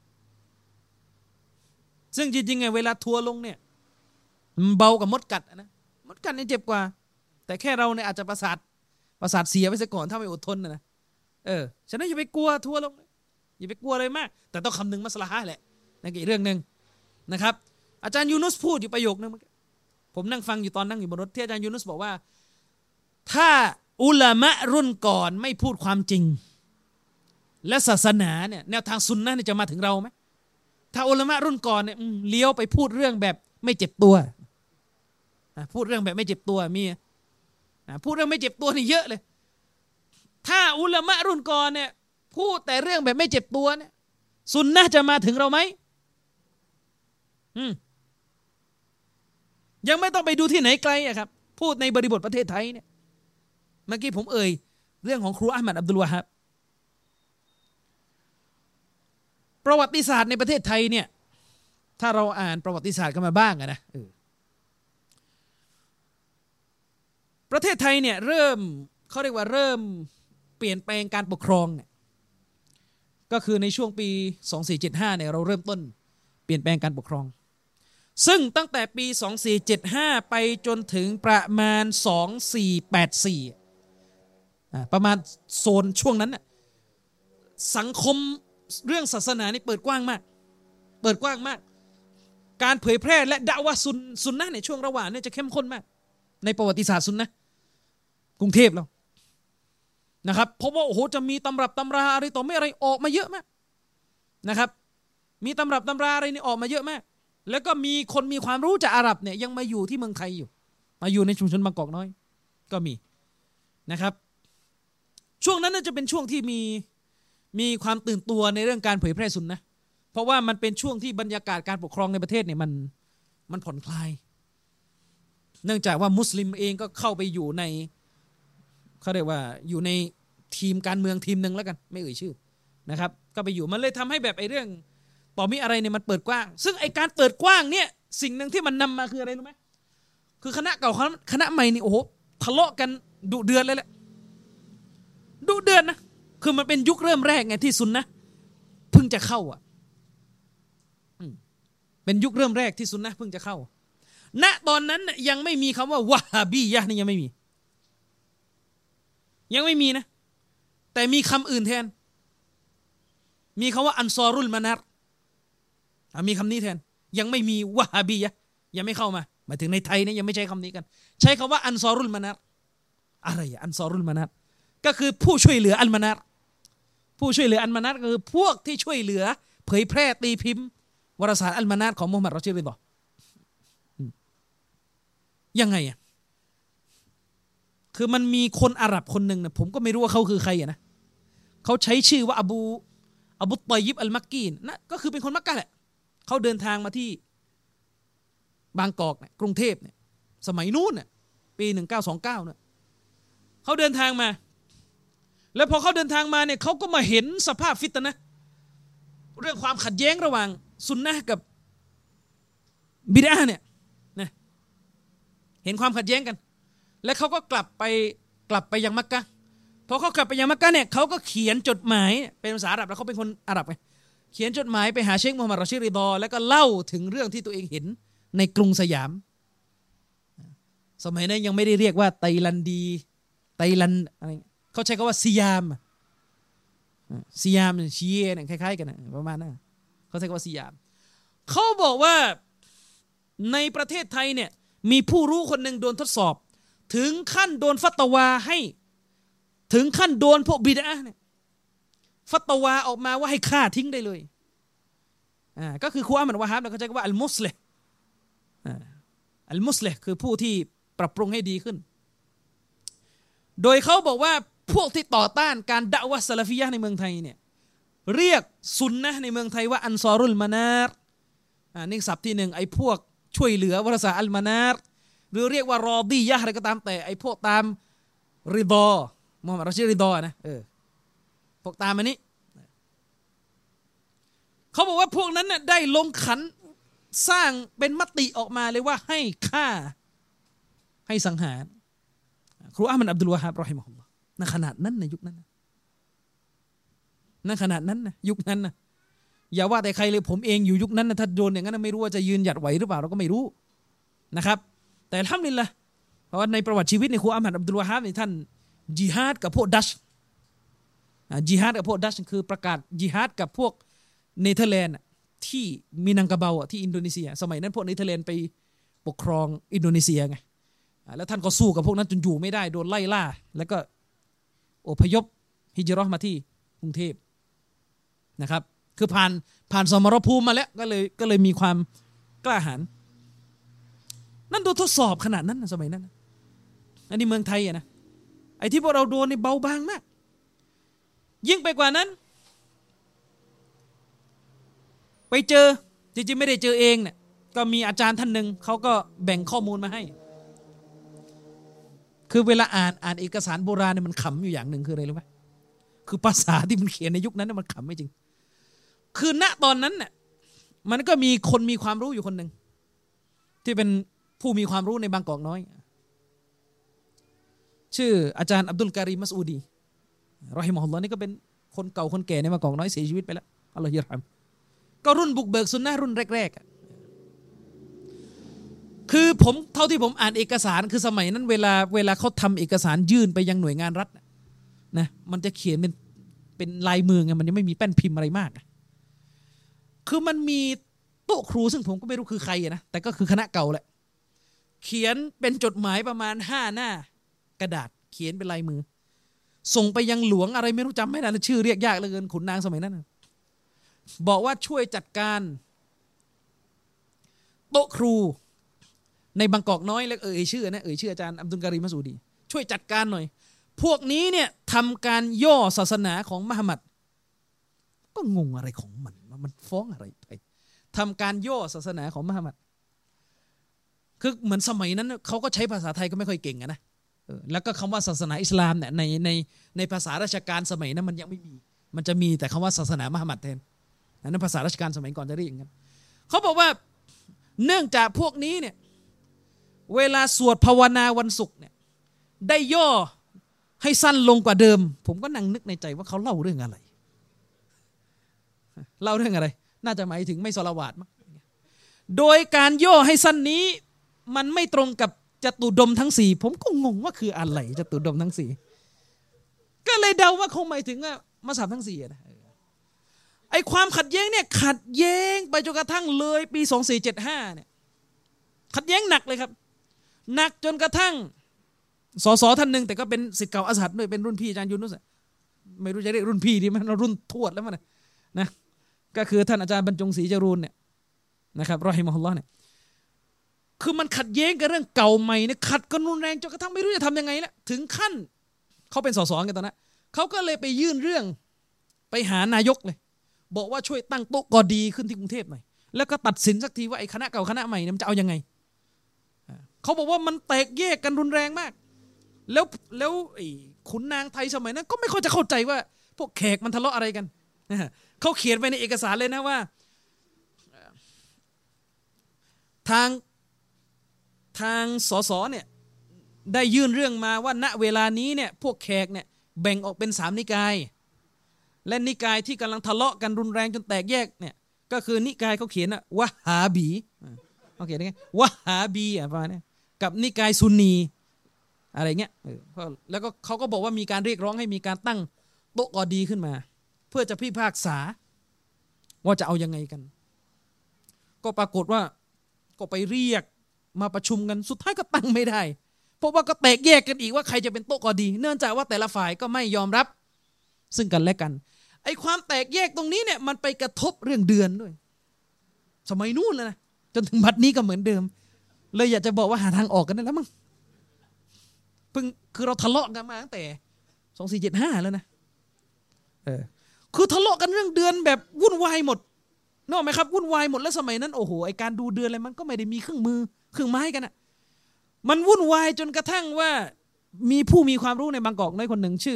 ซึ่งจริงๆไงเวลาทัวลงเนี่ยมันเบากว่ามดกัดนะมดกัดเนี่ยเจ็บกว่าแต่แค่เราเนี่ยอาจจะประสาทประสาทเสียไปซะก่อนถ้าไม่อดทนนะเออฉะนั้นอย่าไปกลัวทัวลงอย่าไปกลัวเลยมากแต่ต้องคำนึงมัสละฮะห์แหละนั่นอีกเรื่องนึงนะครับอาจารย์ยูนุสพูดอยู่ประโยคนึงผมนั่งฟังอยู่ตอนนั่งอยู่บนรถที่อาจารย์ยูนุสบอกว่าถ้าอุลามะรุ่นก่อนไม่พูดความจริงและศาสนาเนี่ยแนวทางซุนนะห์เนี่ยจะมาถึงเราไหมถ้าอุลามะรุ่นก่อนเนี่ยเลี้ยวไปพูดเรื่องแบบไม่เจ็บตัวพูดเรื่องแบบไม่เจ็บตัวมีพูดเรื่องไม่เจ็บตัวนี่เยอะเลยถ้าอุลามะรุ่นก่อนเนี่ยพูดแต่เรื่องแบบไม่เจ็บตัวเนี่ยซุนนะห์จะมาถึงเราไหมอืมยังไม่ต้องไปดูที่ไหนไกลอะครับพูดในบริบทประเทศไทยเนี่ยเมื่อกี้ผมเอ่ยเรื่องของครูอะห์มัดอับดุลวะฮับประวัติศาสตร์ในประเทศไทยเนี่ยถ้าเราอ่านประวัติศาสตร์กันมาบ้างนะเออประเทศไทยเนี่ยเริ่มเขาเรียกว่าเริ่มเปลี่ยนแปลงการปกครองเนี่ยก็คือในช่วงปีสองสี่เจ็ดห้าเนี่ยเราเริ่มต้นเปลี่ยนแปลงการปกครองซึ่งตั้งแต่ปีสองสี่เจ็ดห้าไปจนถึงประมาณสองสี่แปดสี่ประมาณโซนช่วงนั้นน่ะสังคมเรื่องศาสนานี่เปิดกว้างมากเปิดกว้างมากการเผยแพร่และดะวะซุนซุนนะในช่วงระหว่างนี่จะเข้มข้นมากในประวัติศาสตร์ซุนนะกรุงเทพเรานะครับเพราะว่าโอ้โหจะมีตำรับตำราอะไรต่อไม่อะไรออกมาเยอะมากนะครับมีตำรับตำราอะไรนี่ออกมาเยอะมากแล้วก็มีคนมีความรู้จากอาหรับเนี่ยยังมาอยู่ที่เมืองไทยอยู่มาอยู่ในชุมชนบางกอกน้อยก็มีนะครับช่วงนั้นน่าจะเป็นช่วงที่มีมีความตื่นตัวในเรื่องการเผยแพร่ซุนนะห์เพราะว่ามันเป็นช่วงที่บรรยากาศการปกครองในประเทศเนี่ยมันมันผ่อนคลายเนื่องจากว่ามุสลิมเองก็เข้าไปอยู่ในเขาเรียกว่าอยู่ในทีมการเมืองทีมนึงแล้วกันไม่เอ่ยชื่อนะครับก็ไปอยู่มันเลยทำให้แบบไอ้เรื่องต่อมีอะไรเนี่ยมันเปิดกว้างซึ่งไอ้การเปิดกว้างเนี่ยสิ่งหนึ่งที่มันนำมาคืออะไรรู้ไหมคือคณะเก่าคณะใหม่นี่โอ้โหทะเลาะกันดุเดือดเลยแหละดุเดือดนะคือมันเป็นยุคเริ่มแรกไงที่ซุนนะห์เพิ่งจะเข้าอ่ะเป็นยุคเริ่มแรกที่ซุนนะห์เพิ่งจะเข้าณตอนนั้นยังไม่มีคำว่าวะฮาบียะห์นี่ยังไม่มียังไม่มีนะแต่มีคำอื่นแทนมีคำว่าอันซอรุลมานัรมีคำนี้แทนยังไม่มีวะฮาบียะห์ยังไม่เข้ามามาถึงในไทยเนี่ยยังไม่ใช้คำนี้กันใช้คำว่าอันซอรุลมานัตอะไรอ่ะอันซอรุลมานัตก็คือผู้ช่วยเหลืออัลมานัตผู้ช่วยเหลืออัลมานัตก็คือพวกที่ช่วยเหลือเผยแพร่ตีพิมพ์วารสารอัลมานัตของมุฮัมมัดรอชิดริฎอยังไงอ่ะคือมันมีคนอาหรับคนหนึ่งนะผมก็ไม่รู้ว่าเขาคือใครอ่ะนะเขาใช้ชื่อว่าอบูอบูตอยยิบอัลมักกีนะก็คือเป็นคนมักกะแหละเขาเดินทางมาที่บางกอกเนี่ยกรุงเทพเนี่ยสมัยนู้นเนี่ยปีหนึ่งเก้าสองเก้าเนี่ยเขาเดินทางมาแล้วพอเขาเดินทางมาเนี่ยเขาก็มาเห็นสภาพฟิตนะเรื่องความขัดแย้งระหว่างซุนนะห์กับบิดอะห์เนี่ยนะเห็นความขัดแย้งกันและเขาก็กลับไปกลับไปยังมักกะฮ์พอเขากลับไปยังมักกะฮ์เนี่ยเขาก็เขียนจดหมายเป็นภาษาอาหรับแล้วเขาเป็นคนอาหรับไงเขียนจดหมายไปหาเชคมูฮัมหมัดรอชิดริฎอแล้วก็เล่าถึงเรื่องที่ตัวเองเห็นในกรุงสยามสมัยนั้นยังไม่ได้เรียกว่าไตลันดีไตลันอะไรเขาใช้คำว่าซิยามซิยามชีเอเนี่ยคล้ายๆกันนะประมาณนั้นเขาใช้คำว่าซิยามเขาบอกว่าในประเทศไทยเนี่ยมีผู้รู้คนหนึ่งโดนทดสอบถึงขั้นโดนฟัตวาให้ถึงขั้นโดนพวกบิดอะห์เนี่ยฟัตวาออกมาว่าให้ฆ่าทิ้งได้เลยอ่าก็คือครูอามัดวะฮับเขาใช้คำว่าอัลมุสลิห์อ่าอัลมุสลิห์คือผู้ที่ปรับปรุงให้ดีขึ้นโดยเขาบอกว่าพวกที่ต่อต้านการดะวะห์ซะลาฟียะห์ในเมืองไทยเนี่ยเรียกซุนนะห์ในเมืองไทยว่าอันซอรุลมานาร์อ่านี่ศัพท์ที่หนึ่งไอ้พวกช่วยเหลือวารสารอัลมานาร์หรือเรียกว่ารอดียะห์อะไรก็ตามแต่ไอ้พวกตามริฎอมุฮัมมัดรอชิดริฎอนะเออพวกตามอันนี้เขาบอกว่าพวกนั้นน่ะได้ลงขันสร้างเป็นมติออกมาเลยว่าให้ฆ่าให้สังหารครูอามัดอับดุลวะฮาบรอฮิมะฮุลลอฮ์ณขนาดนั้นในยุคนั้นณขนาดนั้นนะยุคนั้นนะอย่าว่าแต่ใครเลยผมเองอยู่ยุคนั้นนะถ้าโดนอย่างนั้นไม่รู้ว่าจะยืนหยัดไหวหรือเปล่าเราก็ไม่รู้นะครับแต่อัลฮัมดุลิลละห์เพราะว่าในประวัติชีวิตในครูอามัดอับดุลวะฮาบนี่ท่านจิฮาดกับพวกดัชจิฮาดกับพวกดัชคือประกาศจิฮาดกับพวกเนเธอร์แลนด์ที่มินังกาเบาที่อินโดนีเซียสมัยนั้นพวกเนเธอร์แลนด์ไปปกครองอินโดนีเซียไงแล้วท่านก็สู้กับพวกนั้นจนอยู่ไม่ได้โดนไล่ล่าแล้วก็อพยพฮิจเราะห์มาที่กรุงเทพนะครับคือผ่านผ่านสมรภูมิมาแล้วก็เลยก็เลยมีความกล้าหาญนั่นโดนทดสอบขนาดนั้นนะสมัยนั้นอันนี้เมืองไทยอะนะไอ้ที่พวกเราโดนนี่เบาบางมากยิ่งไปกว่านั้นไปเจอจริงๆไม่ได้เจอเองเนี่ยก็มีอาจารย์ท่านหนึ่งเขาก็แบ่งข้อมูลมาให้คือเวลาอ่านอ่านเอกสารโบราณเนี่ยมันขำอยู่อย่างหนึ่งคืออะไรรู้ไหมคือภาษาที่มันเขียนในยุคนั้นมันขำไม่จริงคือณตอนนั้นเนี่ยมันก็มีคนมีความรู้อยู่คนหนึ่งที่เป็นผู้มีความรู้ในบางกอกน้อยชื่ออาจารย์อับดุลการีมัสอูดีรอฮิมะฮุลลอฮ์นี่ก็เป็นคนเก่าคนแก่ในบางกอกน้อยเสียชีวิตไปแล้วอัลลอฮฺยิรฮัมก็รุ่นบุกเบิกซุนนะห์รุ่นแรกๆคือผมเท่าที่ผมอ่านเอกสารคือสมัยนั้นเวลาเวลาเขาทำเอกสารยื่นไปยังหน่วยงานรัฐนะมันจะเขียนเป็นเป็นลายมือไงมันยังไม่มีแป้นพิมพ์อะไรมากคือมันมีโต๊ะครูซึ่งผมก็ไม่รู้คือใครนะแต่ก็คือคณะเก่าแหละเขียนเป็นจดหมายประมาณห้าหน้ากระดาษเขียนเป็นลายมือส่งไปยังหลวงอะไรไม่รู้จำไม่ได้ชื่อเรียกยากเหลือเกินขุนนางสมัยนั้นบอกว่าช่วยจัดการโต๊ะครูในบางกอกน้อยแล้วเอ่ยชื่อนะเอ่ยชื่ออาจารย์อับดุลการีมัสอูดีช่วยจัดการหน่อยพวกนี้เนี่ยทำการย่อศาสนาของมุฮัมมัดก็งงอะไรของมันมันฟ้องอะไรไปทำการย่อศาสนาของมุฮัมมัดคือเหมือนสมัยนั้นเขาก็ใช้ภาษาไทยก็ไม่ค่อยเก่งนะแล้วก็คำว่าศาสนาอิสลามเนี่ยในในในภาษาราชการสมัยนั้นมันยังไม่มีมันจะมีแต่คำว่าศาสนามุฮัมมัดแทนนั่นภาษาราชการสมัยก่อนจะเรียกอย่างนั้นเขาบอกว่าเนื่องจากพวกนี้เนี่ยเวลาสวดภาวนาวันศุกร์เนี่ยได้ย่อให้สั้นลงกว่าเดิมผมก็นั่งนึกในใจว่าเขาเล่าเรื่องอะไรเล่าเรื่องอะไรน่าจะหมายถึงไม่ศอลาวาตมั้งโดยการย่อให้สั้นนี้มันไม่ตรงกับจตุดมทั้งสี่ผมก็งงว่าคืออะไรจตุดมทั้งสี่ก็เลยเดาว่าคงหมายถึงว่ามัซฮับทั้งสี่นะไอ้ความขัดแย้งเนี่ยขัดแย้งไปจนกระทั่งเลยปีสองสี่เจ็ดห้าเนี่ยขัดแย้งหนักเลยครับหนักจนกระทั่งสสท่านหนึ่งแต่ก็เป็นศิษย์เก่าอัซฮัรด้วยเป็นรุ่นพี่อาจารย์ยูนุสไม่รู้จะเรียกรุ่นพี่ดีไหมรุ่นทวดแล้วมันนะก็คือท่านอาจารย์บรรจงศรีจรูนเนี่ยนะครับรอฮิมะฮุลลอฮ์เนี่ยคือมันขัดแย้งกับเรื่องเก่าใหม่เนี่ยขัดกันรุนแรงจนกระทั่งไม่รู้จะทำยังไงแล้วถึงขั้นเขาเป็นสสกันตอนนั้นเขาก็เลยไปยื่นเรื่องไปหานายกเลยบอกว่าช่วยตั้งโต๊ะกอดีขึ้นที่กรุงเทพหน่อยแล้วก็ตัดสินสักทีว่าไอ้คณะเก่าคณะใหม่เนี่ยมันจะเอายังไงเขาบอกว่ามันแตกแยกกันรุนแรงมากแล้วแล้วไอ้ขุนนางไทยสมัยนั้นก็ไม่ค่อยจะเข้าใจว่าพวกแขกมันทะเลาะอะไรกันเขาเขียนไว้ในเอกสารเลยนะว่าทางทางสสเนี่ยได้ยื่นเรื่องมาว่าณเวลานี้เนี่ยพวกแขกเนี่ยแบ่งออกเป็นสามนิกายและนิกายที่กำลังทะเลาะกันรุนแรงจนแตกแยกเนี่ยก็คือนิกายเขาเขียนอะวะฮาบีเขาเขียนยังไงวะฮาบีอะประมาณนี้กับนิกายซุนนีอะไรเงี้ยแล้วก็เขาก็บอกว่ามีการเรียกร้องให้มีการตั้งโต๊ะกอดีขึ้นมาเพื่อจะพิพากษาว่าจะเอายังไงกันก็ปรากฏว่าก็ไปเรียกมาประชุมกันสุดท้ายก็ตั้งไม่ได้เพราะว่าก็แตกแยกกันอีกว่าใครจะเป็นโต๊ะกอดีเนื่องจากว่าแต่ละฝ่ายก็ไม่ยอมรับซึ่งกันและกันไอ้ความแตกแยกตรงนี้เนี่ยมันไปกระทบเรื่องเดือนด้วยสมัยนู้นเลยนะจนถึงบัดนี้ก็เหมือนเดิมเลยอยากจะบอกว่าหาทางออกกันได้แล้วมั้งเพิ่งคือเราทะเลาะกันมาตั้งแต่สองสี่เจ็ดห้าแล้วนะเออคือทะเลาะกันเรื่องเดือนแบบวุ่นวายหมดนึกออกไหมครับวุ่นวายหมดแล้วสมัยนั้นโอ้โหไอการดูเดือนอะไรมันก็ไม่ได้มีเครื่องมือเครื่องไม้กันอ่ะมันวุ่นวายจนกระทั่งว่ามีผู้มีความรู้ในบางกอกน้อยคนหนึ่งชื่อ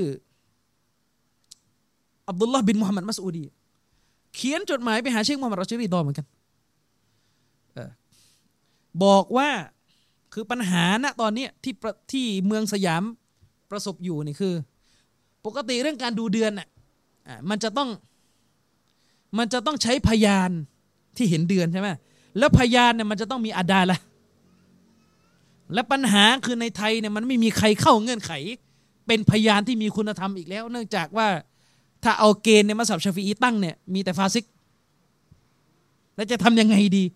อับดุลลอฮ์บินมุฮัมมัดมัสอูดีเขียนจดหมายไปหาเชคมูฮัมหมัดรอชิดีดอเหมือนกันเออบอกว่าคือปัญหาณตอนนี้ที่ที่เมืองสยามประสบอยู่นี่คือปกติเรื่องการดูเดือนน่ะมันจะต้องมันจะต้องใช้พยานที่เห็นเดือนใช่ไหมแล้วพยานเนี่ยมันจะต้องมีอาดาละและปัญหาคือในไทยเนี่ยมันไม่มีใครเข้าเงื่อนไขเป็นพยานที่มีคุณธรรมอีกแล้วเนื่องจากว่าถ้าเอาเกณฑ์ในมัซฮับชาฟิอีตั้งเนี่ยมีแต่ฟาซิกแล้วจะทำยังไงดี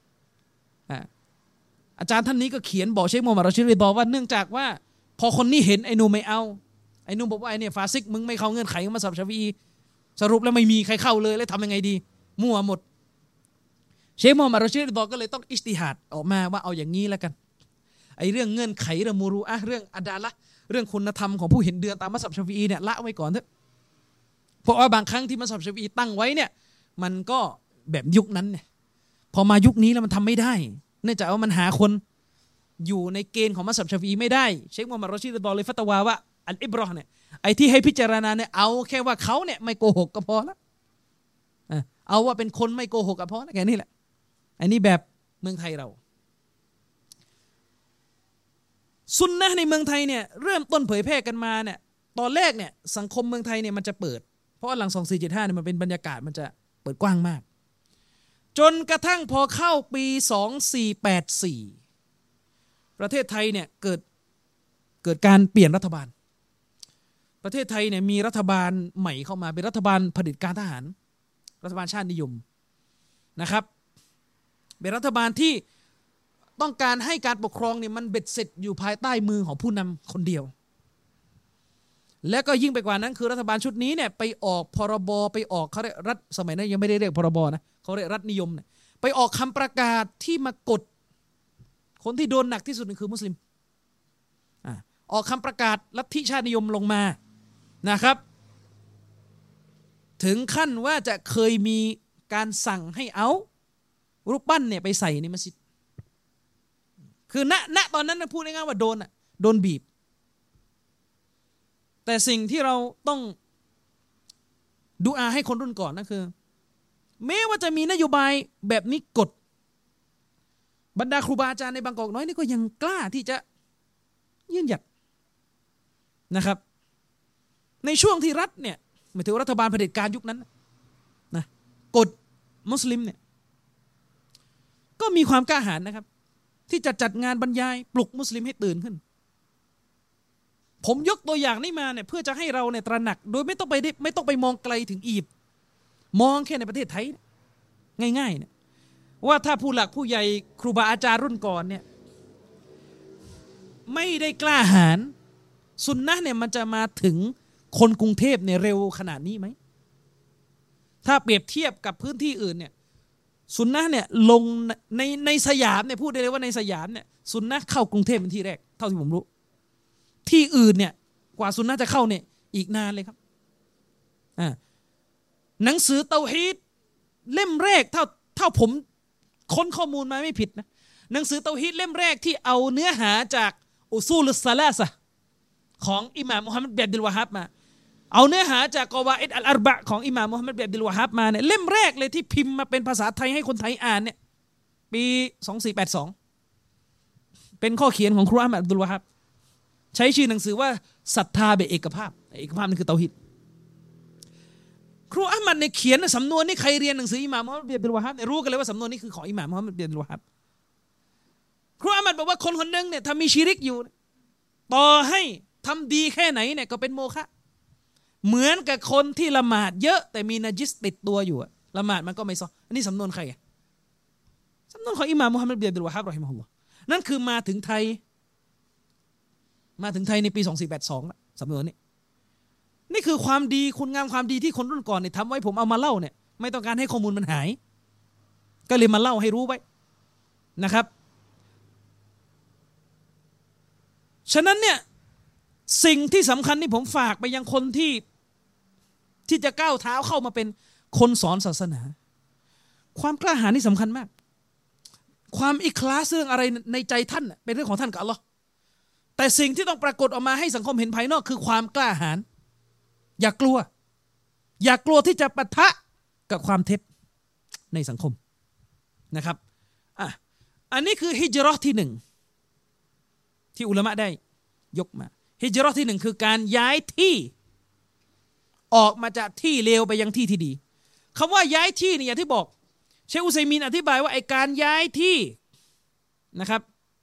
อาจารย์ท่านนี้ก็เขียนบอกเชคมูฮัมหมัดรอชิดีบอกว่าเนื่องจากว่าพอคนนี้เห็นไอ้นูไม่เอาไอ้นูบอกว่าไอ้เนี่ยฟาซิกมึงไม่เข้าเงื่อนไขของมัซฮับชาฟิอีสรุปแล้วไม่มีใครเข้าเลยแล้วทำยังไงดีมั่วหมดเชคมูฮัมหมัดรอชิดีก็เลยต้องอิจติฮาดออกมาว่าเอาอย่างนี้แล้วกันไอ้เรื่องเงื่อนไขเรื่องมูรูอะห์เรื่องอะดาละห์เรื่องคุณธรรมของผู้เห็นเดือนตามมัซฮับชาฟิอีเนี่ยละไว้ก่อนเถอะเพราะว่าบางครั้งที่มัซฮับชาฟิอีตั้งไว้เนี่ยมันก็แบบยุคนั้นเนี่ยพอมายุคนี้แล้วมันทำไม่ได้เนื่องจากว่ามันหาคนอยู่ในเกณฑ์ของมัซฮับชาฟิอีไม่ได้เชคมูฮัมหมัดรอชิดีเลยฟัตวาว่าอัลอิบรอฮ์เนี่ยไอ้ที่ให้พิจารณาเนี่ยเอาแค่ว่าเขาเนี่ยไม่โกหกก็พอแล้วเอาว่าเป็นคนไม่โกหกก็พอแล้วแค่นี้แหละอันนี้แบบเมืองไทยเราซุนนะห์ในเมืองไทยเนี่ยเริ่มต้นเผยแพร่กันมาเนี่ยตอนแรกเนี่ยสังคมเมืองไทยเนี่ยมันจะเปิดเพราะหลังสองสี่เจ็ดห้าเนี่ยมันเป็นบรรยากาศมันจะเปิดกว้างมากจนกระทั่งพอเข้าปีสองสี่แปดสี่ประเทศไทยเนี่ยเกิดเกิดการเปลี่ยนรัฐบาลประเทศไทยเนี่ยมีรัฐบาลใหม่เข้ามาเป็นรัฐบาลเผด็จการทหารรัฐบาลชาตินิยมนะครับเป็นรัฐบาลที่ต้องการให้การปกครองเนี่ยมันเบ็ดเสร็จอยู่ภายใต้มือของผู้นำคนเดียวและก็ยิ่งไปกว่านั้นคือรัฐบาลชุดนี้เนี่ยไปออกพรบไปออกเขาเรียกรัฐสมัยนั้นยังไม่ได้เรียกพรบนะเขาเรียกรัฐนิยมเนี่ยไปออกคำประกาศที่มากดคนที่โดนหนักที่สุดคือมุสลิมอ่าออกคำประกาศลัทธิชาตินิยมลงมานะครับถึงขั้นว่าจะเคยมีการสั่งให้เอารูปปั้นเนี่ยไปใส่ในมัสยิดคือณณตอนนั้นนะพูดง่ายๆว่าโดนอ่ะโดนบีบแต่สิ่งที่เราต้องดูอาให้คนรุ่นก่อนนะคือแม้ว่าจะมีนโยบายแบบนี้กดบรรดาครูบาอาจารย์ในบางกอกน้อยนี่ก็ยังกล้าที่จะยืนหยัดนะครับในช่วงที่รัฐเนี่ยหมายถึงรัฐบาลเผด็จการยุคนั้นนะกดมุสลิมเนี่ยก็มีความกล้าหาญนะครับที่จะจัดงานบรรยายปลุกมุสลิมให้ตื่นขึ้นผมยกตัวอย่างนี้มาเนี่ยเพื่อจะให้เราเนี่ยตระหนักโดยไม่ต้องไปไม่ต้องไปมองไกลถึงอียิปต์มองแค่ในประเทศไทยง่ายๆเนี่ยว่าถ้าผู้หลักผู้ใหญ่ครูบาอาจารย์รุ่นก่อนเนี่ยไม่ได้กล้าหาญสุนนะเนี่ยมันจะมาถึงคนกรุงเทพเนี่ยเร็วขนาดนี้ไหมถ้าเปรียบเทียบกับพื้นที่อื่นเนี่ยสุนนะเนี่ยลงในในสยามเนี่ยพูดได้เลยว่าในสยามเนี่ยสุนนะเข้ากรุงเทพเป็นที่แรกเท่าที่ผมรู้ที่อื่นเนี่ยกว่าสุนนะจะเข้าเนี่ยอีกนานเลยครับอ่าหนังสือเตาฮีดเล่มแรกเท่าเท่าผมค้นข้อมูลมาไม่ผิดนะหนังสือเตาฮีดเล่มแรกที่เอาเนื้อหาจากอุซูลุสซะลาซะห์ของอิหม่ามมุฮัมมัดบินอับดุลวะฮับมาเอาเนื้อหาจากกอวาอิดอัลอาร์บะของอิหม่ามมุฮัมมัดบินอับดุลวะฮับมาเนี่ยเล่มแรกเลยที่พิมพ์มาเป็นภาษาไทยให้คนไทยอ่านเนี่ยปีสองสี่แปดสองเป็นข้อเขียนของครูอะห์มัดอับดุลวะฮับใช้ชื่อหนังสือว่าศรัทธาแบบเอกภาพเอกภาพนั่นคือเตาฮีดครูอะห์มัดเนี่ยเขียนสำนวนนี่ใครเรียนหนังสืออิหม่ามมุฮัมมัดบินอับดุลวะฮับเนี่ยรู้กันเลยว่าสำนวนนี้คือของอิหม่ามมุฮัมมัดบินอับดุลวะฮับครูอะห์มัดบอกว่าคนคนนึงเนี่ยถ้ามีชิริกอยู่ต่อให้ทำดีแค่ไหนเนี่ยก็เป็นโมฆะเหมือนกับคนที่ละหมาดเยอะแต่มีนะญิสติดตัวอยู่ละหมาดมันก็ไม่ซออันนี้สำนวนใครอ่ะสำนวนของอิหม่ามมุฮัมมัดบินอับดุลวะฮับรอฮิมะฮุลลอฮ์นั่นคือมาถึงไทยมาถึงไทยในปีสองสี่แปดสองละสำนวนนี้นี่คือความดีคุณงามความดีที่คนรุ่นก่อนเนี่ยทำไว้ผมเอามาเล่าเนี่ยไม่ต้องการให้ข้อมูลมันหายก็เลยมาเล่าให้รู้ไว้นะครับฉะนั้นเนี่ยสิ่งที่สำคัญที่ผมฝากไปยังคนที่ที่จะก้าวเท้าเข้ามาเป็นคนสอนศาสนาความกล้าหาญนี่สำคัญมากความอิคลาสเรื่องอะไรในใจท่านเป็นเรื่องของท่านกับอัลเลาะห์แต่สิ่งที่ต้องปรากฏออกมาให้สังคมเห็นภายนอกคือความกล้าหาญอย่ากลัวอย่ากลัวที่จะปะทะกับความเท็จในสังคมนะครับอ่ะอันนี้คือฮิจเราะห์ที่หนึ่งที่อุลามะได้ยกมาฮิจเราะห์ที่หนึ่งคือการย้ายที่ออกมาจากที่เลวไปยังที่ที่ดีคำว่าย้ายที่เนี่ยอย่างที่บอกเชคอุซัยมีนอธิบายว่าไอ้การย้ายที่นะครับ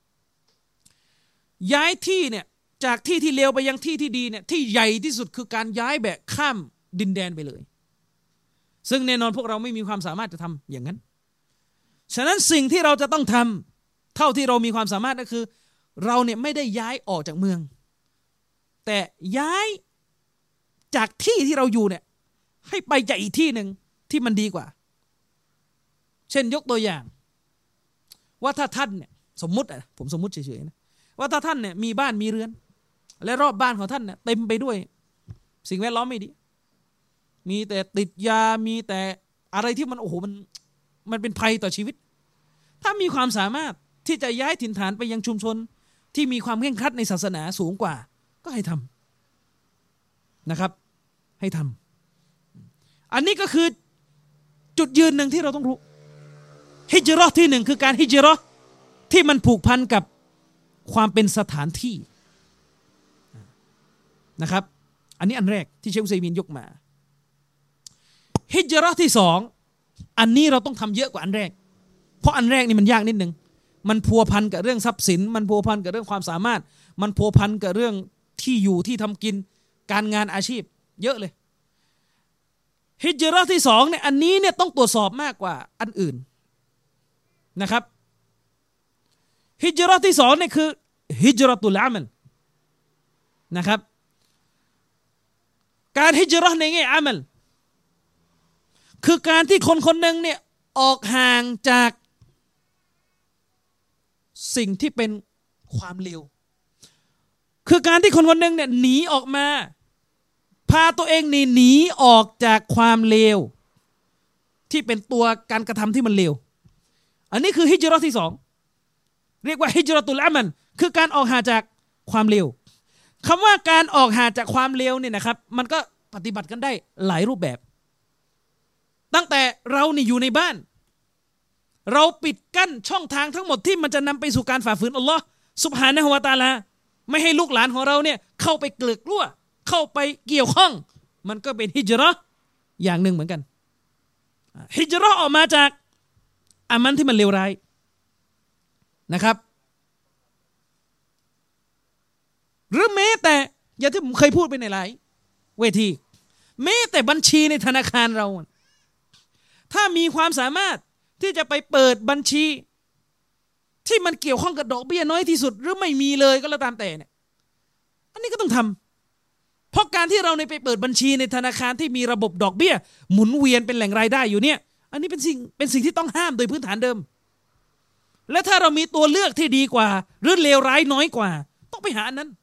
ย้ายที่เนี่ยจากที่ที่เลวไปยังที่ที่ดีเนี่ยที่ใหญ่ที่สุดคือการย้ายแบบข้ามดินแดนไปเลยซึ่งแน่นอนพวกเราไม่มีความสามารถจะทำอย่างนั้นฉะนั้นสิ่งที่เราจะต้องทำเท่าที่เรามีความสามารถก็คือเราเนี่ยไม่ได้ย้ายออกจากเมืองแต่ย้ายจากที่ที่เราอยู่เนี่ยให้ไปจากอีกที่หนึ่งที่มันดีกว่าเช่นยกตัวอย่างว่าถ้าท่านเนี่ยสมมุติอ่ะผมสมมุติเฉยๆนะว่าถ้าท่านเนี่ยมีบ้านมีเรือนและรอบบ้านของท่านเนี่ยเต็มไปด้วยสิ่งแวดล้อมไม่ดีมีแต่ติดยามีแต่อะไรที่มันโอ้โหมันมันเป็นภัยต่อชีวิตถ้ามีความสามารถที่จะย้ายถิ่นฐานไปยังชุมชนที่มีความเคร่งครัดในศาสนาสูงกว่าก็ให้ทำนะครับให้ทำอันนี้ก็คือจุดยืนหนึ่งที่เราต้องรู้ฮิจเราะห์ที่หนึ่งคือการฮิจเราะห์ที่มันผูกพันกับความเป็นสถานที่นะครับอันนี้อันแรกที่เชคอุซัยมีนยกมาฮิจเราะห์ที่สองอันนี้เราต้องทำเยอะกว่าอันแรกเพราะอันแรกนี่มันยากนิดนึงมันพัวพันกับเรื่องทรัพย์สินมันพัวพันกับเรื่องความสามารถมันพัวพันกับเรื่องที่อยู่ที่ทำกินการงานอาชีพเยอะเลยฮิจเราะห์ที่สองเนี่ยอันนี้เนี่ยต้องตรวจสอบมากกว่าอันอื่นนะครับฮิจเราะห์ที่สองเนี่ยคือฮิจเราะตุลอามัลนะครับการฮิจเราะห์ในแง่อามัลคือการที่คนคนหนึ่งเนี่ยออกห่างจากสิ่งที่เป็นความเลวคือการที่คนคนหนึ่งเนี่ยหนีออกมาพาตัวเองหนีหนีออกจากความเลวที่เป็นตัวการกระทำที่มันเลวอันนี้คือฮิจเราะห์ที่สองเรียกว่าฮิจเราะตุลอามัลคือการออกห่างจากความเลวคำว่าการออกห่างจากความเลวเนี่ยนะครับมันก็ปฏิบัติกันได้หลายรูปแบบตั้งแต่เรานี่อยู่ในบ้านเราปิดกั้นช่องทางทั้งหมดที่มันจะนำไปสู่การฝ่าฝืนอัลลอฮ์ซุบฮานะฮูวะตะอาลาไม่ให้ลูกหลานของเราเนี่ยเข้าไปเกลือกลั่วเข้าไปเกี่ยวข้องมันก็เป็นฮิจเราะห์อย่างหนึ่งเหมือนกันฮิจเราะห์ออกมาจากอามันที่มันเลวร้ายนะครับหรือแม้แต่อย่างที่ผมเคยพูดไปในหลายเวทีแม้แต่บัญชีในธนาคารเราถ้ามีความสามารถที่จะไปเปิดบัญชีที่มันเกี่ยวข้องกับดอกเบี้ยน้อยที่สุดหรือไม่มีเลยก็แล้วตามแต่เนี่ยอันนี้ก็ต้องทำเพราะการที่เราในไปเปิดบัญชีในธนาคารที่มีระบบดอกเบี้ยหมุนเวียนเป็นแหล่งรายได้อยู่เนี่ยอันนี้เป็นสิ่งเป็นสิ่งที่ต้องห้ามโดยพื้นฐานเดิมและถ้าเรามีตัวเลือกที่ดีกว่าหรือเลวร้ายน้อยกว่าต้องไปหาอันนั้น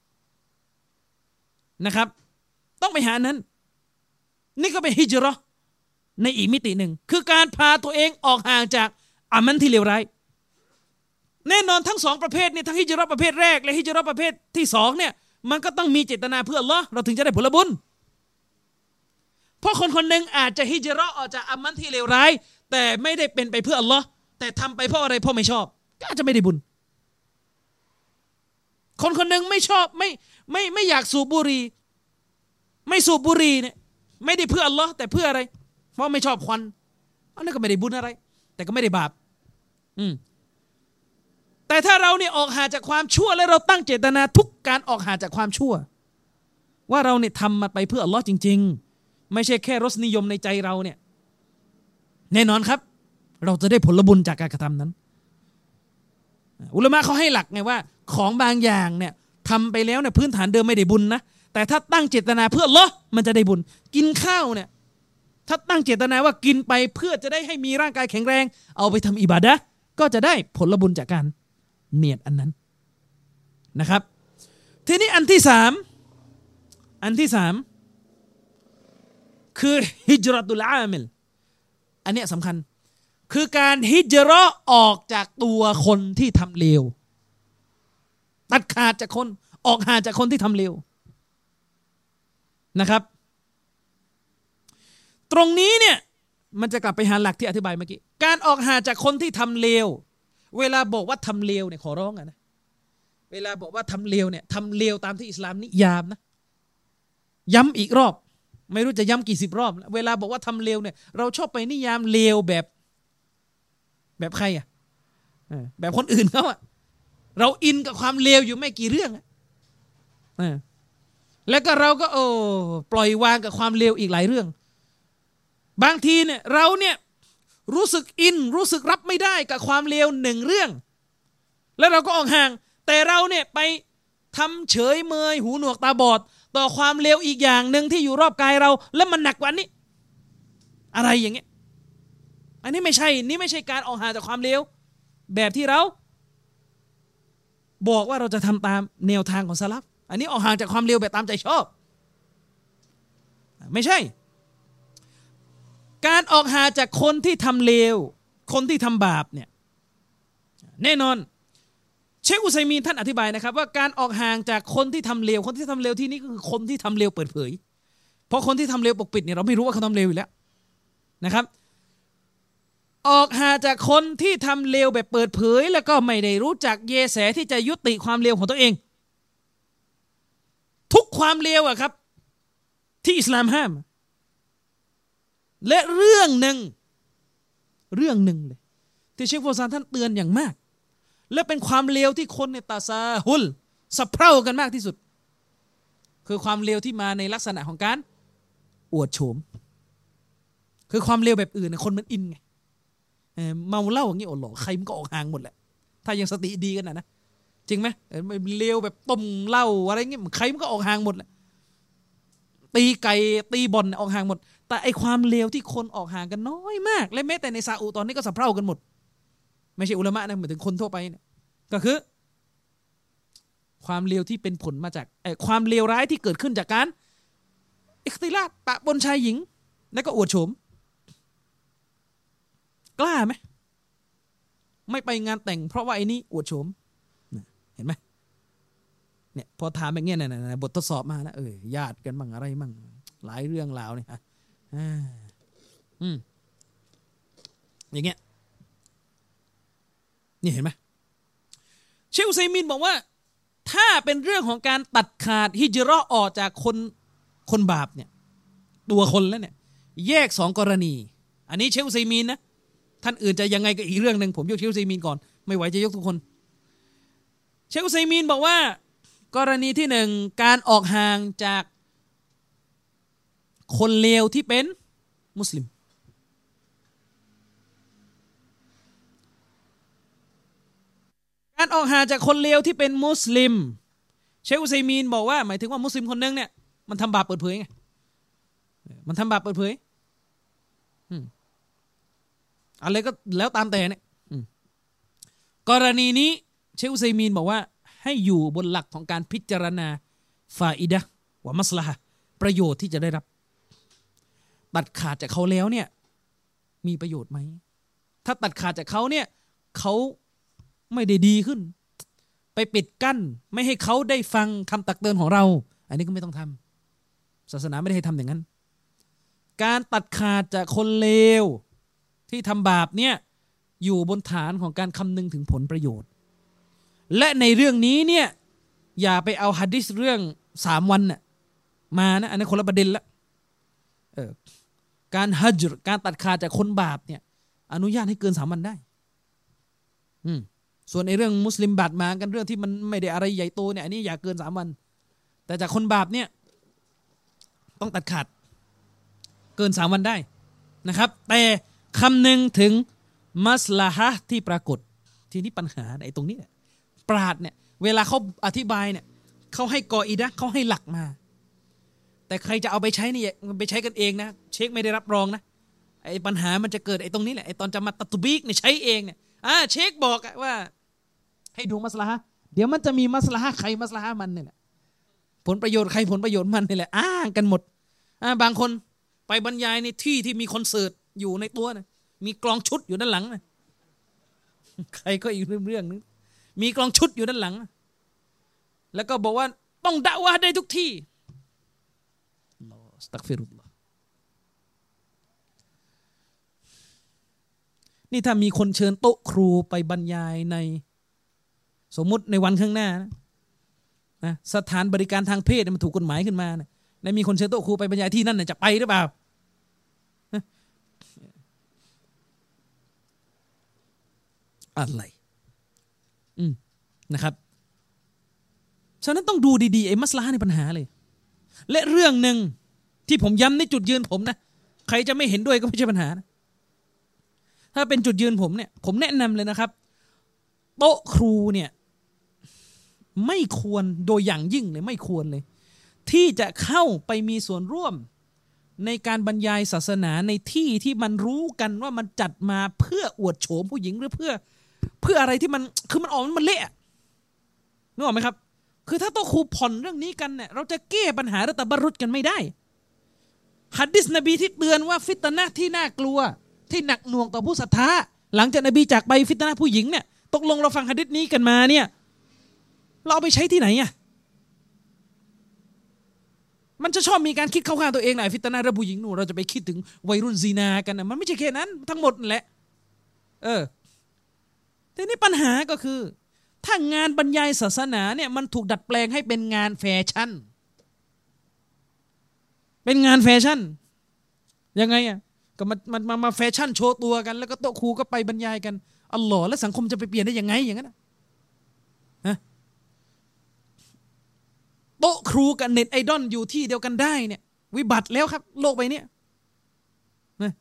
นะครับต้องไปหาอันนั้นนี่ก็เป็นฮิจเราะห์ในอีกมิติหนึ่งคือการพาตัวเองออกห่างจากอามันที่เลวร้ายแน่นอนทั้งสองประเภทเนี่ยทั้งฮิจเราะห์ประเภทแรกและฮิจเราะห์ประเภทที่สองเนี่ยมันก็ต้องมีเจตนาเพื่ออัลเลาะห์เราถึงจะได้ผลบุญเพราะคนคนหนึ่งอาจจะฮิจเราะห์ออกจากอามันที่เลวร้ายแต่ไม่ได้เป็นไปเพื่ออัลเลาะห์แต่ทำไปเพราะอะไรเพราะไม่ชอบก็อาจจะไม่ได้บุญคนคนหนึ่งไม่ชอบไม่ไม่ไม่อยากสูบบุหรี่ไม่สูบบุหรี่เนี่ยไม่ได้เพื่ออัลเลาะห์แต่เพื่ออะไรเพราะไม่ชอบควันอันนั้นก็ไม่ได้บุญอะไรแต่ก็ไม่ได้บาปอืมแต่ถ้าเราเนี่ยออกห่างจากความชั่วและเราตั้งเจตนาทุกการออกห่างจากความชั่วว่าเราเนี่ยทำมาไปเพื่ออัลเลาะห์จริงๆไม่ใช่แค่รสนิยมในใจเราเนี่ยแน่นอนครับเราจะได้ผลบุญจากการกระทำนั้นอุลามะเขาให้หลักไงว่าของบางอย่างเนี่ยทำไปแล้วเนี่ยพื้นฐานเดิมไม่ได้บุญนะแต่ถ้าตั้งเจตนาเพื่ออัลเลาะห์มันจะได้บุญกินข้าวเนี่ยถ้าตั้งเจตนาว่ากินไปเพื่อจะได้ให้มีร่างกายแข็งแรงเอาไปทำอิบาดะห์ก็จะได้ผลบุญจากการเนียดอันนั้นนะครับทีนี้อันที่สามอันที่สามคือฮิจเราะตุลอามิลอันนี้สำคัญคือการฮิจเราะห์ออกจากตัวคนที่ทำเลวตัดขาดจากคนออกห่างจากคนที่ทำเลวนะครับตรงนี้เนี่ยมันจะกลับไปหาหลักที่อธิบายเมื่อกี้การออกห่างจากคนที่ทำเลวเวลาบอกว่าทำเลวเนี่ยขอร้องอะนะเวลาบอกว่าทำเลวเนี่ยทำเลวตามที่อิสลามนิยามนะย้ำอีกรอบไม่รู้จะย้ำกี่สิบรอบเวลาบอกว่าทำเลวเนี่ยเราชอบไปนิยามเลวแบบแบบใครอ่ะแบบคนอื่นเขาอ่ะเราอินกับความเลวอยู่ไม่กี่เรื่องอ่ะแล้วก็เราก็โอ้ปล่อยวางกับความเลวอีกหลายเรื่องบางทีเนี่ยเราเนี่ยรู้สึกอินรู้สึกรับไม่ได้กับความเลวหนึ่งเรื่องแล้วเราก็ออกห่างแต่เราเนี่ยไปทำเฉยเมยหูหนวกตาบอดต่อความเลวอีกอย่างหนึ่งที่อยู่รอบกายเราแล้วมันหนักกว่านี้อะไรอย่างเงี้ยอันนี้ไม่ใช่นี่ไม่ใช่การออกห่างจากความเลวแบบที่เราบอกว่าเราจะทำตามแนวทางของซะลัฟอันนี้ออกห่างจากความเลวแบบตามใจชอบไม่ใช่การออกห่างจากคนที่ทำเลวคนที่ทำบาปเนี่ยแน่นอนเชคอุซัยมีนท่านอธิบายนะครับว่าการออกห่างจากคนที่ทำเลวคนที่ทำเลวที่นี่ก็คือคนที่ทำเลวเปิดเผยเพราะคนที่ทำเลวปกปิดเนี่ยเราไม่รู้ว่าเขาทำเลวอยู่แล้วนะครับออกห่างจากคนที่ทำเลวแบบเปิดเผยแล้วก็ไม่ได้รู้จักเยแสที่จะยุติความเลวของตัวเองทุกความเลวอะครับที่อิสลามห้ามและเรื่องหนึ่งเรื่องหนึ่งเลยที่เชคฟอซานท่านเตือนอย่างมากและเป็นความเลวที่คนในตาซาฮุลสะเพร่ากันมากที่สุดคือความเลวที่มาในลักษณะของการอวดโฉมคือความเลวแบบอื่นคนมันอินไงเมาเหล้าอย่างนี้โอ้โหใครมันก็ออกห่างหมดแหละถ้ายังสติดีกันนะนะจริงไหมเลวแบบต้มเหล้าอะไรเงี้ยใครมันก็ออกห่างหมดแหละตีไก่ตีบอลออกห่างหมดแต่ไอความเลวที่คนออกห่างกันน้อยมากและแม้แต่ในซาอุตอนนี้ก็สะเพร่ากันหมดไม่ใช่อุลามะนะหมายถึงคนทั่วไปเนี่ยก็คือความเลวที่เป็นผลมาจากไอความเลวร้ายที่เกิดขึ้นจากการอิคติลาตปะปนชายหญิงแล้วก็อวดโฉมกล้าไหมไม่ไปงานแต่งเพราะว่าไอ้นี่อวดโฉมเห็นไหมเนี่ยพอถามแบบเงี้ยนะบททดสอบมาแล้วเออญาติกันมั่งอะไรมั่งหลายเรื่องราวเนี่ยฮะอืมอย่างเงี้ยนี่เห็นไหมเชคอุซัยมินบอกว่าถ้าเป็นเรื่องของการตัดขาดฮิจเราะห์ออกจากคนคนบาปเนี่ยตัวคนแล้วเนี่ยแยกสองกรณีอันนี้เชคอุซัยมินนะท่านอื่นจะยังไงก็อีกเรื่องนึงผมยกเชคอุซัยมินก่อนไม่ไหวจะยกทุกคนเชคอุซัยมินบอกว่ากรณีที่หนึ่งการออกห่างจากคนเลวที่เป็นมุสลิมการออกห่างจากคนเลวที่เป็นมุสลิมเชคอุซัยมีนบอกว่าหมายถึงว่ามุสลิมคนนึงเนี่ยมันทำบาปเปิดเผยไงมันทำบาปเปิดเผยอะไรก็แล้วตามแต่เนี่ยกรณีนี้เชคอุซัยมีนบอกว่าให้อยู่บนหลักของการพิจารณาฟาอิดะห์วะมัสละฮะห์ประโยชน์ที่จะได้รับตัดขาดจากเขาแล้วเนี่ยมีประโยชน์ไหมถ้าตัดขาดจากเขาเนี่ยเขาไม่ได้ดีขึ้นไปปิดกั้นไม่ให้เขาได้ฟังคำตักเตือนของเราอันนี้ก็ไม่ต้องทำศาสนาไม่ได้ให้ทำอย่างนั้นการตัดขาดจากคนเลวที่ทำบาปเนี่ยอยู่บนฐานของการคำนึงถึงผลประโยชน์และในเรื่องนี้เนี่ยอย่าไปเอาหะดีษเรื่องสามวันน่ะมานะอันนั้นคนละประเด็นละเออการฮัจญ์การตัดขาดจากคนบาปเนี่ยอนุญาตให้เกินสามวันได้อืมส่วนในเรื่องมุสลิมบาดหมางกันเรื่องที่มันไม่ได้อะไรใหญ่โตเนี่ยอันนี้อย่าเกินสามวันแต่จากคนบาปเนี่ยต้องตัดขาดเกินสามวันได้นะครับแต่คำนึงถึงมัสลาฮะห์ที่ปรากฏทีนี้ปัญหาไอ้ตรงนี้เนี่ยปราชญ์เนี่ยเวลาเขาอธิบายเนี่ยเขาให้กออิดะห์เขาให้หลักมาแต่ใครจะเอาไปใช้นี่มันไปใช้กันเองนะเชคไม่ได้รับรองนะไอ้ปัญหามันจะเกิดไอ้ตรงนี้แหละไอ้ตอนจะมาตัตบีกเนี่ยใช้เองเนี่ยอ่าเชคบอกว่าให้ดูมัสลาฮะห์เดี๋ยวมันจะมีมัสลาฮะห์ใครมัสลาฮะห์มันเนี่ยแหละผลประโยชน์ใครผลประโยชน์มันนี่แหละอ้างกันหมดอ่าบางคนไปบรรยายในที่ที่มีคอนเสิร์ตอยู่ในตัวนะมีกลองชุดอยู่ด้านหลังนะใครก็อีกเรื่องนึงมีกลองชุดอยู่ด้านหลังแล้วก็บอกว่าต้องดะวะห์ได้ทุกที่อัสตัฆฟิรุลลอฮ์นี่ถ้ามีคนเชิญโต๊ะครูไปบรรยายในสมมุติในวันข้างหน้านะนะสถานบริการทางเพศมันถูกกฎหมายขึ้นมานะแล้วมีคนเชิญโต๊ะครูไปบรรยายที่นั่นนะจะไปหรือเปล่าอะไรอืมนะครับฉะนั้นต้องดูดีๆไอ้มัสลาฮะในปัญหาเลยและเรื่องหนึ่งที่ผมย้ำในจุดยืนผมนะใครจะไม่เห็นด้วยก็ไม่ใช่ปัญหานะถ้าเป็นจุดยืนผมเนี่ยผมแนะนำเลยนะครับโต๊ะครูเนี่ยไม่ควรโดยอย่างยิ่งเลยไม่ควรเลยที่จะเข้าไปมีส่วนร่วมในการบรรยายศาสนาในที่ที่มันรู้กันว่ามันจัดมาเพื่ออวดโฉมผู้หญิงหรือเพื่อเพื่ออะไรที่มันคือมันออกมันเละนึกออกไหมครับคือถ้าโต๊ะครูผ่อนเรื่องนี้กันเนี่ยเราจะแก้ปัญหาระตบรุษกันไม่ได้หะดีษนบีที่เตือนว่าฟิตนะห์ที่น่ากลัวที่หนักหน่วงต่อผู้ศรัทธาหลังจากนบีจากไปฟิตนะห์ผู้หญิงเนี่ยตกลงเราฟังหะดีษนี้กันมาเนี่ยเราเอาไปใช้ที่ไหนอ่ะมันจะชอบมีการคิดเข้าข้างตัวเองนะฟิตนะห์ระผู้หญิงหนูเราจะไปคิดถึงวัยรุ่นซีนากันนะมันไม่ใช่แค่นั้นทั้งหมดแหละเออทีนี้ปัญหาก็คือถ้างานบรรยายศาสนาเนี่ยมันถูกดัดแปลงให้เป็นงานแฟชั่นเป็นงานแฟชั่นยังไงอ่ะก็มามามาแฟชั่นโชว์ตัวกันแล้วก็โต๊ะครูก็ไปบรรยายกันอัลลอฮ์แล้วสังคมจะไปเปลี่ยนได้ยังไงอย่างนั้นฮะโต๊ะครูกับเน็ตไอดอลอยู่ที่เดียวกันได้เนี่ยวิบัติแล้วครับโลกใบนี้นะ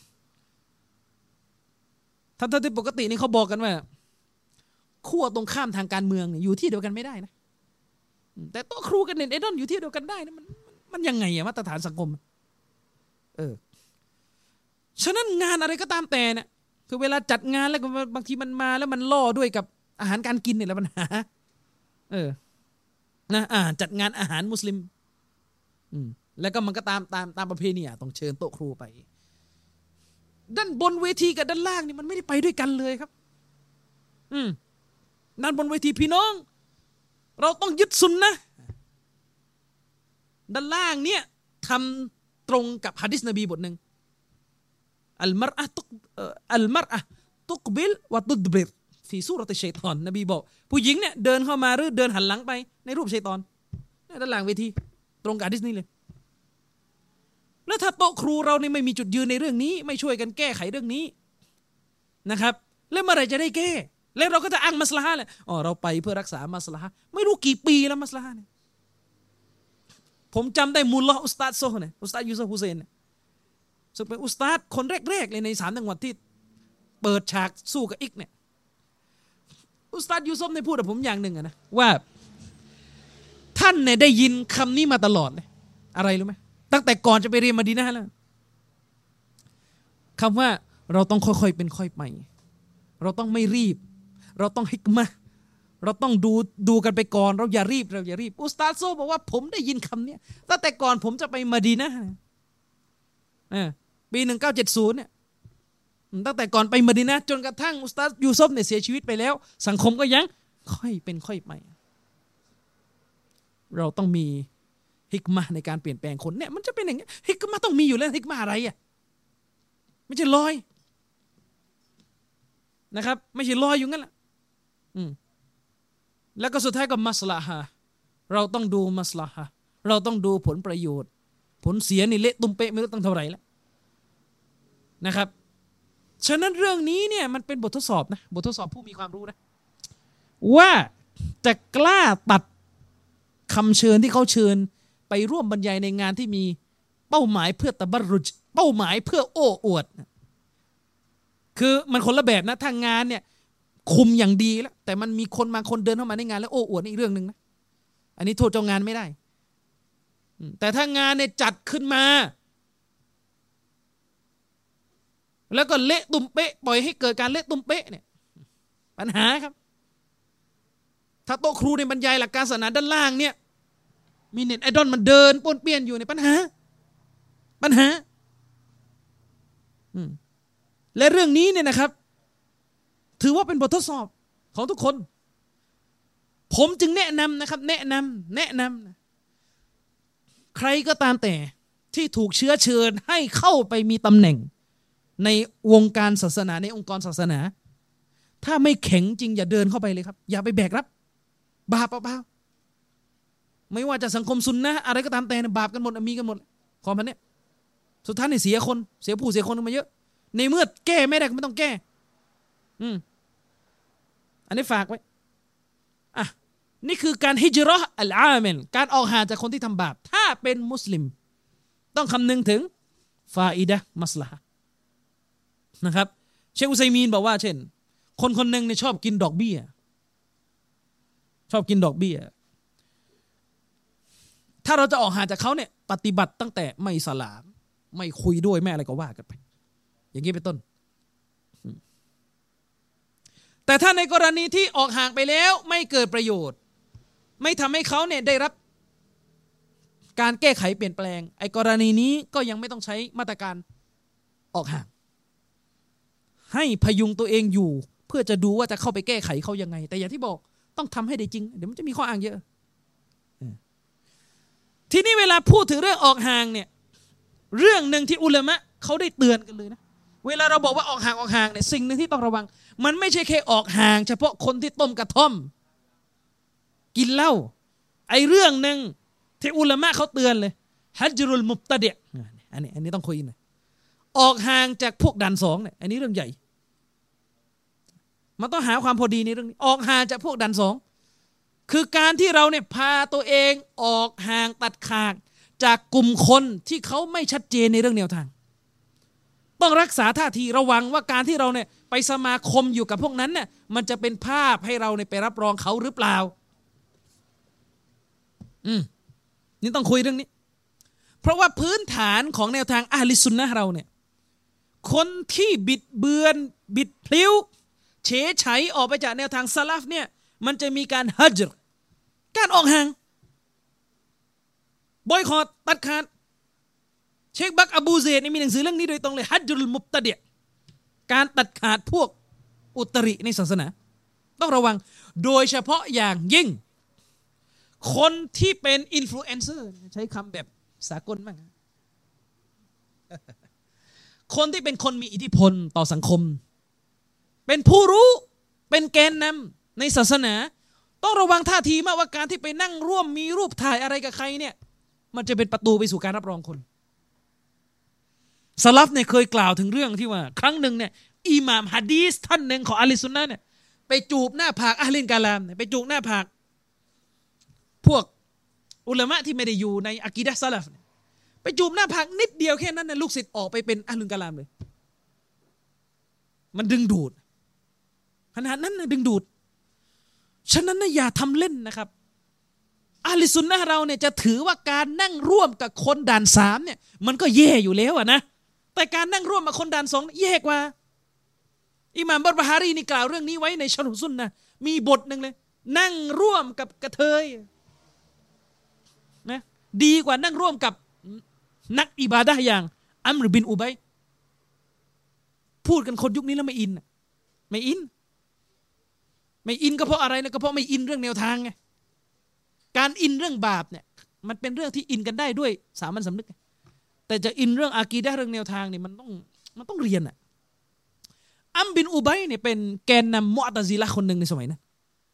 ถ้าที่ปกตินี่เขาบอกกันว่าขั้วตรงข้ามทางการเมืองอยู่ที่เดียวกันไม่ได้นะแต่โต๊ะครูกับเน็ตไอดอลอยู่ที่เดียวกันได้นะมันมันยังไงอะมาตรฐานสังคมเออฉะนั้นงานอะไรก็ตามแต่เนี่ยคือเวลาจัดงานแล้วบางทีมันมาแล้วมันล่อด้วยกับอาหารการกินเนี่ยแหละปัญหาเออนะอ่าจัดงานอาหารมุสลิมอืมแล้วก็มันก็ตามตามตามประเพณีอ่ะต้องเชิญโต๊ะครูไปด้านบนเวทีกับด้านล่างนี่มันไม่ได้ไปด้วยกันเลยครับอืมด้านบนเวทีพี่น้องเราต้องยึดซุนนะด้านล่างเนี่ยทำตรงกับหะดีษนบีบทหนึ่งอัลมัรอะตุกอัลมัรอะตุกบิลวะตุดบิรฟีซูเราะตุชัยฏอนนบีบอกผู้หญิงเนี่ยเดินเข้ามาหรือเดินหันหลังไปในรูปชัยฏอนด้านหลังเวทีตรงกับหะดีษนี้เลยแล้วถ้าโต๊ะครูเรานี่ไม่มีจุดยืนในเรื่องนี้ไม่ช่วยกันแก้ไขเรื่องนี้นะครับแล้วเมื่อไหร่จะได้แก้แล้วเราก็จะอ้างมัสลาฮะแหละอ๋อเราไปเพื่อรักษามัสลาฮะไม่รู้กี่ปีแล้วมัสลาฮะเนี่ยผมจำได้มุลลอฮ์อุสตาดโซเนี่ยอุสตาดยูซุฟฮุเซนเนี่ยซึ่งเป็นอุสตาดคนแรกๆเลยในสามจังหวัดที่เปิดฉากสู้กับอิกเนี่ยอุสตัดยูซุฟเนี่ยพูดกับผมอย่างหนึ่งนะว่าท่านเนี่ยได้ยินคำนี้มาตลอดเลยอะไรรู้ไหมตั้งแต่ก่อนจะไปเรียนมะดีนะห์แล้วคำว่าเราต้องค่อยๆเป็นค่อยไปเราต้องไม่รีบเราต้องฮิกมะห์เราต้องดูดูกันไปก่อนเราอย่ารีบเราอย่ารีบอุสตาดโซบอกว่าผมได้ยินคำนี้ตั้งแต่ก่อนผมจะไปมะดีนะห์ปีหนึ่งเก้าเจ็ดศูนย์เนี่ยตั้งแต่ก่อนไปมะดีนะห์จนกระทั่งอุสตาดยูซุฟเนี่ยเสียชีวิตไปแล้วสังคมก็ยังค่อยเป็นค่อยไปเราต้องมีฮิกมะห์ในการเปลี่ยนแปลงคนเนี่ยมันจะเป็นอย่างนี้ฮิกมะห์ต้องมีอยู่แล้วฮิกมะห์อะไรอ่ะไม่ใช่ลอยนะครับไม่ใช่ลอยอยู่งั้นแหละอืมแล้วก็สุดท้ายก็มัสลาฮะเราต้องดูมัสลาฮะเราต้องดูผลประโยชน์ผลเสียนี่เละตุ้มเป๊ะไม่รู้ตั้งเท่าไหร่แล้วนะครับฉะนั้นเรื่องนี้เนี่ยมันเป็นบททดสอบนะบททดสอบผู้มีความรู้นะว่าจะกล้าตัดคำเชิญที่เขาเชิญไปร่วมบรรยายในงานที่มีเป้าหมายเพื่อตะบัรรุจเป้าหมายเพื่อโอ้อวดคือมันคนละแบบนะทางงานเนี่ยคุมอย่างดีแล้วแต่มันมีคนบางคนเดินเข้ามาในงานแล้วโอ้อวดนี่อีกเรื่องนึงนะอันนี้โทษเจ้างานไม่ได้แต่ถ้างานเนี่ยจัดขึ้นมาแล้วก็เละตุ้มเป๊ะปล่อยให้เกิดการเละตุ้มเป๊ะเนี่ยปัญหาครับถ้าโต๊ะครูในบรรยายหลักการศาสนาด้านล่างเนี่ยมีเน็ตไอดอลมันเดินป้วนเปี้ยนอยู่ในปัญหาปัญหาและเรื่องนี้เนี่ยนะครับถือว่าเป็นบททดสอบของทุกคนผมจึงแนะนำนะครับแนะนำแนะนำใครก็ตามแต่ที่ถูกเชื้อเชิญให้เข้าไปมีตำแหน่งในวงการศาสนาในองค์กรศาสนาถ้าไม่แข็งจริงอย่าเดินเข้าไปเลยครับอย่าไปแบกรับบาปเปล่าๆไม่ว่าจะสังคมซุนนะห์อะไรก็ตามแต่บาปกันหมดมีกันหมดของพันเนี้ยสุดท้ายเนี่ยเสียคนเสียผู้เสียคนมาเยอะในเมื่อแก้ไม่ได้ก็ไม่ต้องแก้อืมอันนี้ฝากไว้อ่ะนี่คือการฮิจเราะห์อัลอามิลการออกห่างจากคนที่ทำบาปถ้าเป็นมุสลิมต้องคำนึงถึงฟาอิดะห์มัสละฮะห์นะครับเชคอุซัยมีนบอกว่าเช่นคนคนหนึ่งเนี่ยชอบกินดอกเบี้ยชอบกินดอกเบี้ยถ้าเราจะออกห่างจากเขาเนี่ยปฏิบัติตั้งแต่ไม่สลามไม่คุยด้วยไม่อะไรก็ว่ากันไปอย่างนี้เป็นต้นแต่ถ้าในกรณีที่ออกห่างไปแล้วไม่เกิดประโยชน์ไม่ทำให้เขาเนี่ยได้รับการแก้ไขเปลี่ยนแปลงไอ้กรณีนี้ก็ยังไม่ต้องใช้มาตรการออกห่างให้พยุงตัวเองอยู่เพื่อจะดูว่าจะเข้าไปแก้ไขเขายังไงแต่อย่างที่บอกต้องทำให้ได้จริงเดี๋ยวมันจะมีข้ออ้างเยอะทีนี้เวลาพูดถึงเรื่องออกห่างเนี่ยเรื่องหนึ่งที่อุลามะเขาได้เตือนกันเลยนะเวลาเราบอกว่าออกห่างออกห่างเนี่ยสิ่งหนึ่งที่ต้องระวังมันไม่ใช่แค่ออกห่างเฉพาะคนที่ต้มกระท่อมกินเหล้าไอ้เรื่องหนึ่งที่อุลามะเขาเตือนเลยฮัจรุลมุบตะเดะอันนี้อันนี้ต้องคุยหน่อยออกห่างจากพวกด่านสองเนี่ยอันนี้เรื่องใหญ่มันต้องหาความพอดีในเรื่องนี้ออกห่างจากพวกด่านสองคือการที่เราเนี่ยพาตัวเองออกห่างตัดขาดจากกลุ่มคนที่เขาไม่ชัดเจนในเรื่องแนวทางต้องรักษาท่าทีระวังว่าการที่เราเนี่ยไปสมาคมอยู่กับพวกนั้นเนี่ยมันจะเป็นภาพให้เราเนี่ยไปรับรองเขาหรือเปล่าอืมนี่ต้องคุยเรื่องนี้เพราะว่าพื้นฐานของแนวทางอะห์ลิสซุนนะห์เราเนี่ยคนที่บิดเบือนบิดพลิ้วเฉยไฉออกไปจากแนวทางซะลัฟเนี่ยมันจะมีการฮัจรการออกห่างบอยคอตตัดขาดเชคบักอบูเซดมีหนังสือเรื่องนี้โดยตรงเลยฮัจรุลมุบตะเดะการตัดขาดพวกอุตริในศาสนาต้องระวังโดยเฉพาะอย่างยิ่งคนที่เป็นอินฟลูเอนเซอร์ใช้คำแบบสากลบ้างคนที่เป็นคนมีอิทธิพลต่อสังคมเป็นผู้รู้เป็นแกนนำในศาสนาต้องระวังท่าทีมากว่าการที่ไปนั่งร่วมมีรูปถ่ายอะไรกับใครเนี่ยมันจะเป็นประตูไปสู่การรับรองคนซะลัฟเนี่ยเคยกล่าวถึงเรื่องที่ว่าครั้งหนึ่งเนี่ยอิหม่ามหะดีษท่านหนึ่งของอะห์ลิสซุนนะห์เนี่ยไปจูบหน้าผากอะห์ลินกะลามเนี่ยไปจูบหน้าผากพวกอุลามะที่ไม่ได้อยู่ในอะกีดะห์ซะลัฟเนี่ยไปจูบหน้าผากนิดเดียวแค่นั้นนะลูกศิษย์ออกไปเป็นอะห์ลินกะลามเลยมันดึงดูดขนาดนั้นนะดึงดูดฉะนั้นนะอย่าทำเล่นนะครับอะห์ลิสุนนะห์เราเนี่ยจะถือว่าการนั่งร่วมกับคนด่านสามเนี่ยมันก็แย่อยู่แล้วอะนะแต่การนั่งร่วมกับคนด่านสองแย่กว่าอิหม่ามบัรบะฮารีนี่กล่าวเรื่องนี้ไว้ในชะรุซุนนะห์มีบทหนึ่งเลยนั่งร่วมกับกระเทยนะดีกว่านั่งร่วมกับนักอิบาดะห์อย่างอัมรบินอุบัยพูดกันคนยุคนี้แล้วไม่อินไม่อินไม่อินก็เพราะอะไรนะก็เพราะไม่อินเรื่องแนวทางไงการอินเรื่องบาปเนี่ยมันเป็นเรื่องที่อินกันได้ด้วยสามัญสำนึกแต่จะอินเรื่องอากีดะห์เรื่องแนวทางเนี่ยมันต้องมันต้องเรียนอ่ะอัมบินอุบัยเนี่ยเป็นแกนนำมุอ์ตะซิละห์คนหนึ่งในสมัยนั้น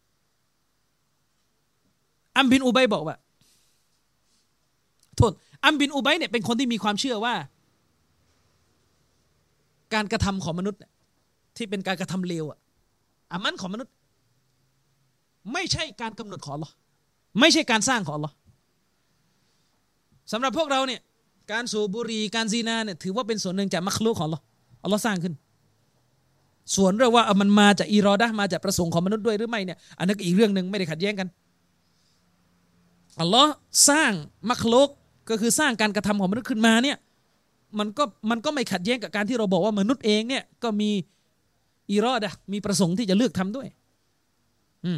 อัมบินอุบัยบอกว่าโทษอัมบินอุบัยเนี่ยเป็นคนที่มีความเชื่อว่าการกระทำของมนุษย์ที่เป็นการกระทำเลวอ่ะอามันของมนุษย์ไม่ใช่การกำหนดของอัลเลาะห์ไม่ใช่การสร้างของอัลเลาะห์สำหรับพวกเราเนี่ยการสูบบุหรี่การซินาเนี่ยถือว่าเป็นส่วนหนึ่งจากมัคลุกของอัลเลาะห์อัลเลาะห์สร้างขึ้นส่วนเรื่องว่ามันมาจากอิรอดะห์มาจากประสงค์ของมนุษย์ด้วยหรือไม่เนี่ยอันนั้นก็อีกเรื่องนึงไม่ได้ขัดแย้งกันอัลเลาะห์สร้างมัคลุกก็คือสร้างการกระทำของมนุษย์ขึ้นมาเนี่ยมันก็มันก็ไม่ขัดแย้งกับการที่เราบอกว่ามนุษย์เองเนี่ยก็มีอิรอดะห์มีประสงค์ที่จะเลือกทำด้วยอืม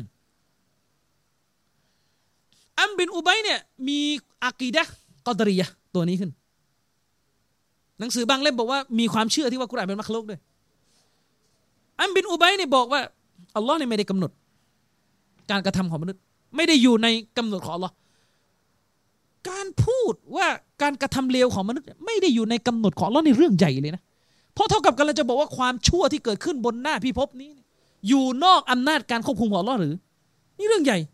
อัมบินอุบัยเนี่ยมีอะกีดะห์กอดารียะห์ตัวนี้ขึ้นหนังสือบางเล่มบอกว่ามีความเชื่อที่ว่ากุรอานเป็นมัคลุกด้วยอัมบินอุบัยเนี่ยบอกว่าอัลลอฮ์เนี่ยไม่ได้กำหนดการกระทำของมนุษย์ไม่ได้อยู่ในกำหนดของอัลลอฮ์การพูดว่าการกระทำเลวของมนุษย์ไม่ได้อยู่ในกำหนดของอัลลอฮ์ในเรื่องใหญ่เลยนะเพราะเท่ากับกันเราจะบอกว่าความชั่วที่เกิดขึ้นบนหน้าพิภพนี้อยู่นอกอำนาจการควบคุมของอัลลอฮ์หรือนี่เรื่องใหญ่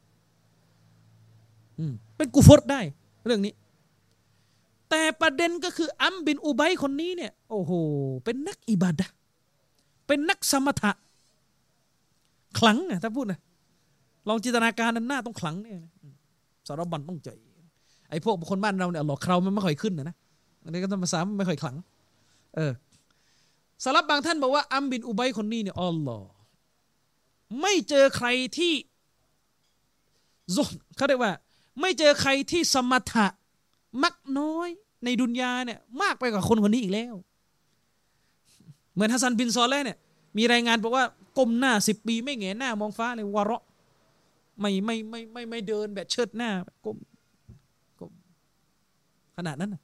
เป็นกุฟรได้เรื่องนี้แต่ประเด็นก็คืออัมบินอุบัยคนนี้เนี่ยโอ้โหเป็นนักอิบาดะห์เป็นนักสมถะขลังนะถ้าพูดนะลองจินตนาการนั้นหน้าต้องขลังเนี่ยสารบัญต้องใจไอ้พวกคนบ้านเราเนี่ยหลอกเรามันไม่ค่อยขึ้นนะนะอันนี้ก็ต้องภาษาไม่ค่อยขลังเออสลับบางท่านบอกว่าอัมบินอุบัยคนนี้เนี่ยอัลลอฮ์ไม่เจอใครที่ซอห์เขาเรียกว่าไม่เจอใครที่สมถะมักน้อยในดุนยาเนี่ยมากไปกว่าคนคนนี้อีกแล้วเหมือนฮัสซันบินซอเลห์เนี่ยมีรายงานบอกว่าก้มหน้าสิบปีไม่แงนหน้ามองฟ้าเลยวะเราะไม่ไม่ไม่ไม่ไม่เดินแบบเชิดหน้าก้มก้มขนาดนั้นนะ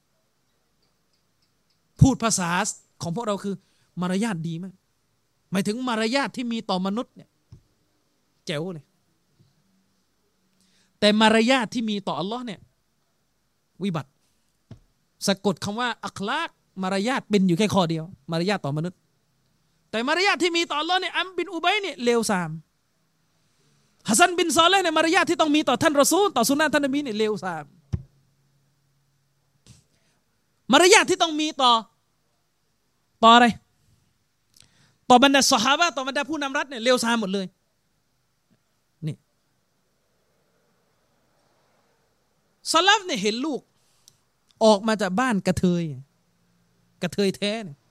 พูดภาษาของพวกเราคือมารยาทดีมากหมายถึงมารยาทที่มีต่อมนุษย์เนี่ยแจ๋วเลยแต่มารยาทที่มีต่ออัลลอฮ์เนี่ยวิบัติสะกดคำว่าอัคลากมารยาทเป็นอยู่แค่ข้อเดียวมารยาทต่อมนุษย์แต่มารยาทที่มีต่ออัลลอฮ์เนี่ยอัมบินอุบัยเนี่ยเลวทรามฮัสซันบินซอเลห์เนี่ยมารยาทที่ต้องมีต่อท่านรอซูลต่อสุนนะท่านนบีเนี่ยเลวทรามมารยาทที่ต้องมีต่อต่ออะไรต่อบรรดาซอฮาบะห์ต่อบรรดาผู้นำรัฐเนี่ยเลวทรามหมดเลยนี่ซะลัฟเนี่ยเห็นลูกออกมาจากบ้านกระเทยกระเทยแท้เนี่ย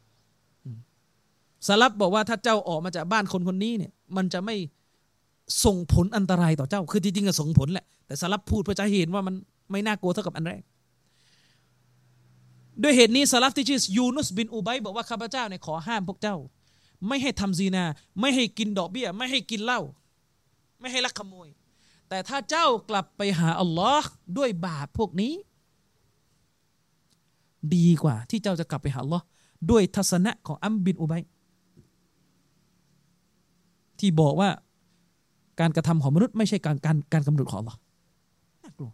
ซะลัฟบอกว่าถ้าเจ้าออกมาจากบ้านคนคนนี้เนี่ยมันจะไม่ส่งผลอันตรายต่อเจ้าคือจริงๆก็ส่งผลแหละแต่ซะลัฟพูดเพื่อจะเห็นว่ามันไม่น่ากลัวเท่ากับอันแรกด้วยเหตุนี้ซะลัฟที่ชื่อยูนุสบินอุบัยบอกว่าข้าพเจ้าเนี่ยขอห้ามพวกเจ้าไม่ให้ทำซีนาไม่ให้กินดอกเบี้ยไม่ให้กินเหล้าไม่ให้ลักขโมยแต่ถ้าเจ้ากลับไปหาอัลลอฮ์ด้วยบาปพวกนี้ดีกว่าที่เจ้าจะกลับไปหาอัลลอฮ์ด้วยทัศนะของอัมบินอุบัยที่บอกว่าการกระทำของมนุษย์ไม่ใช่การการการกำหนดของอัลลอฮ์น่ากลัว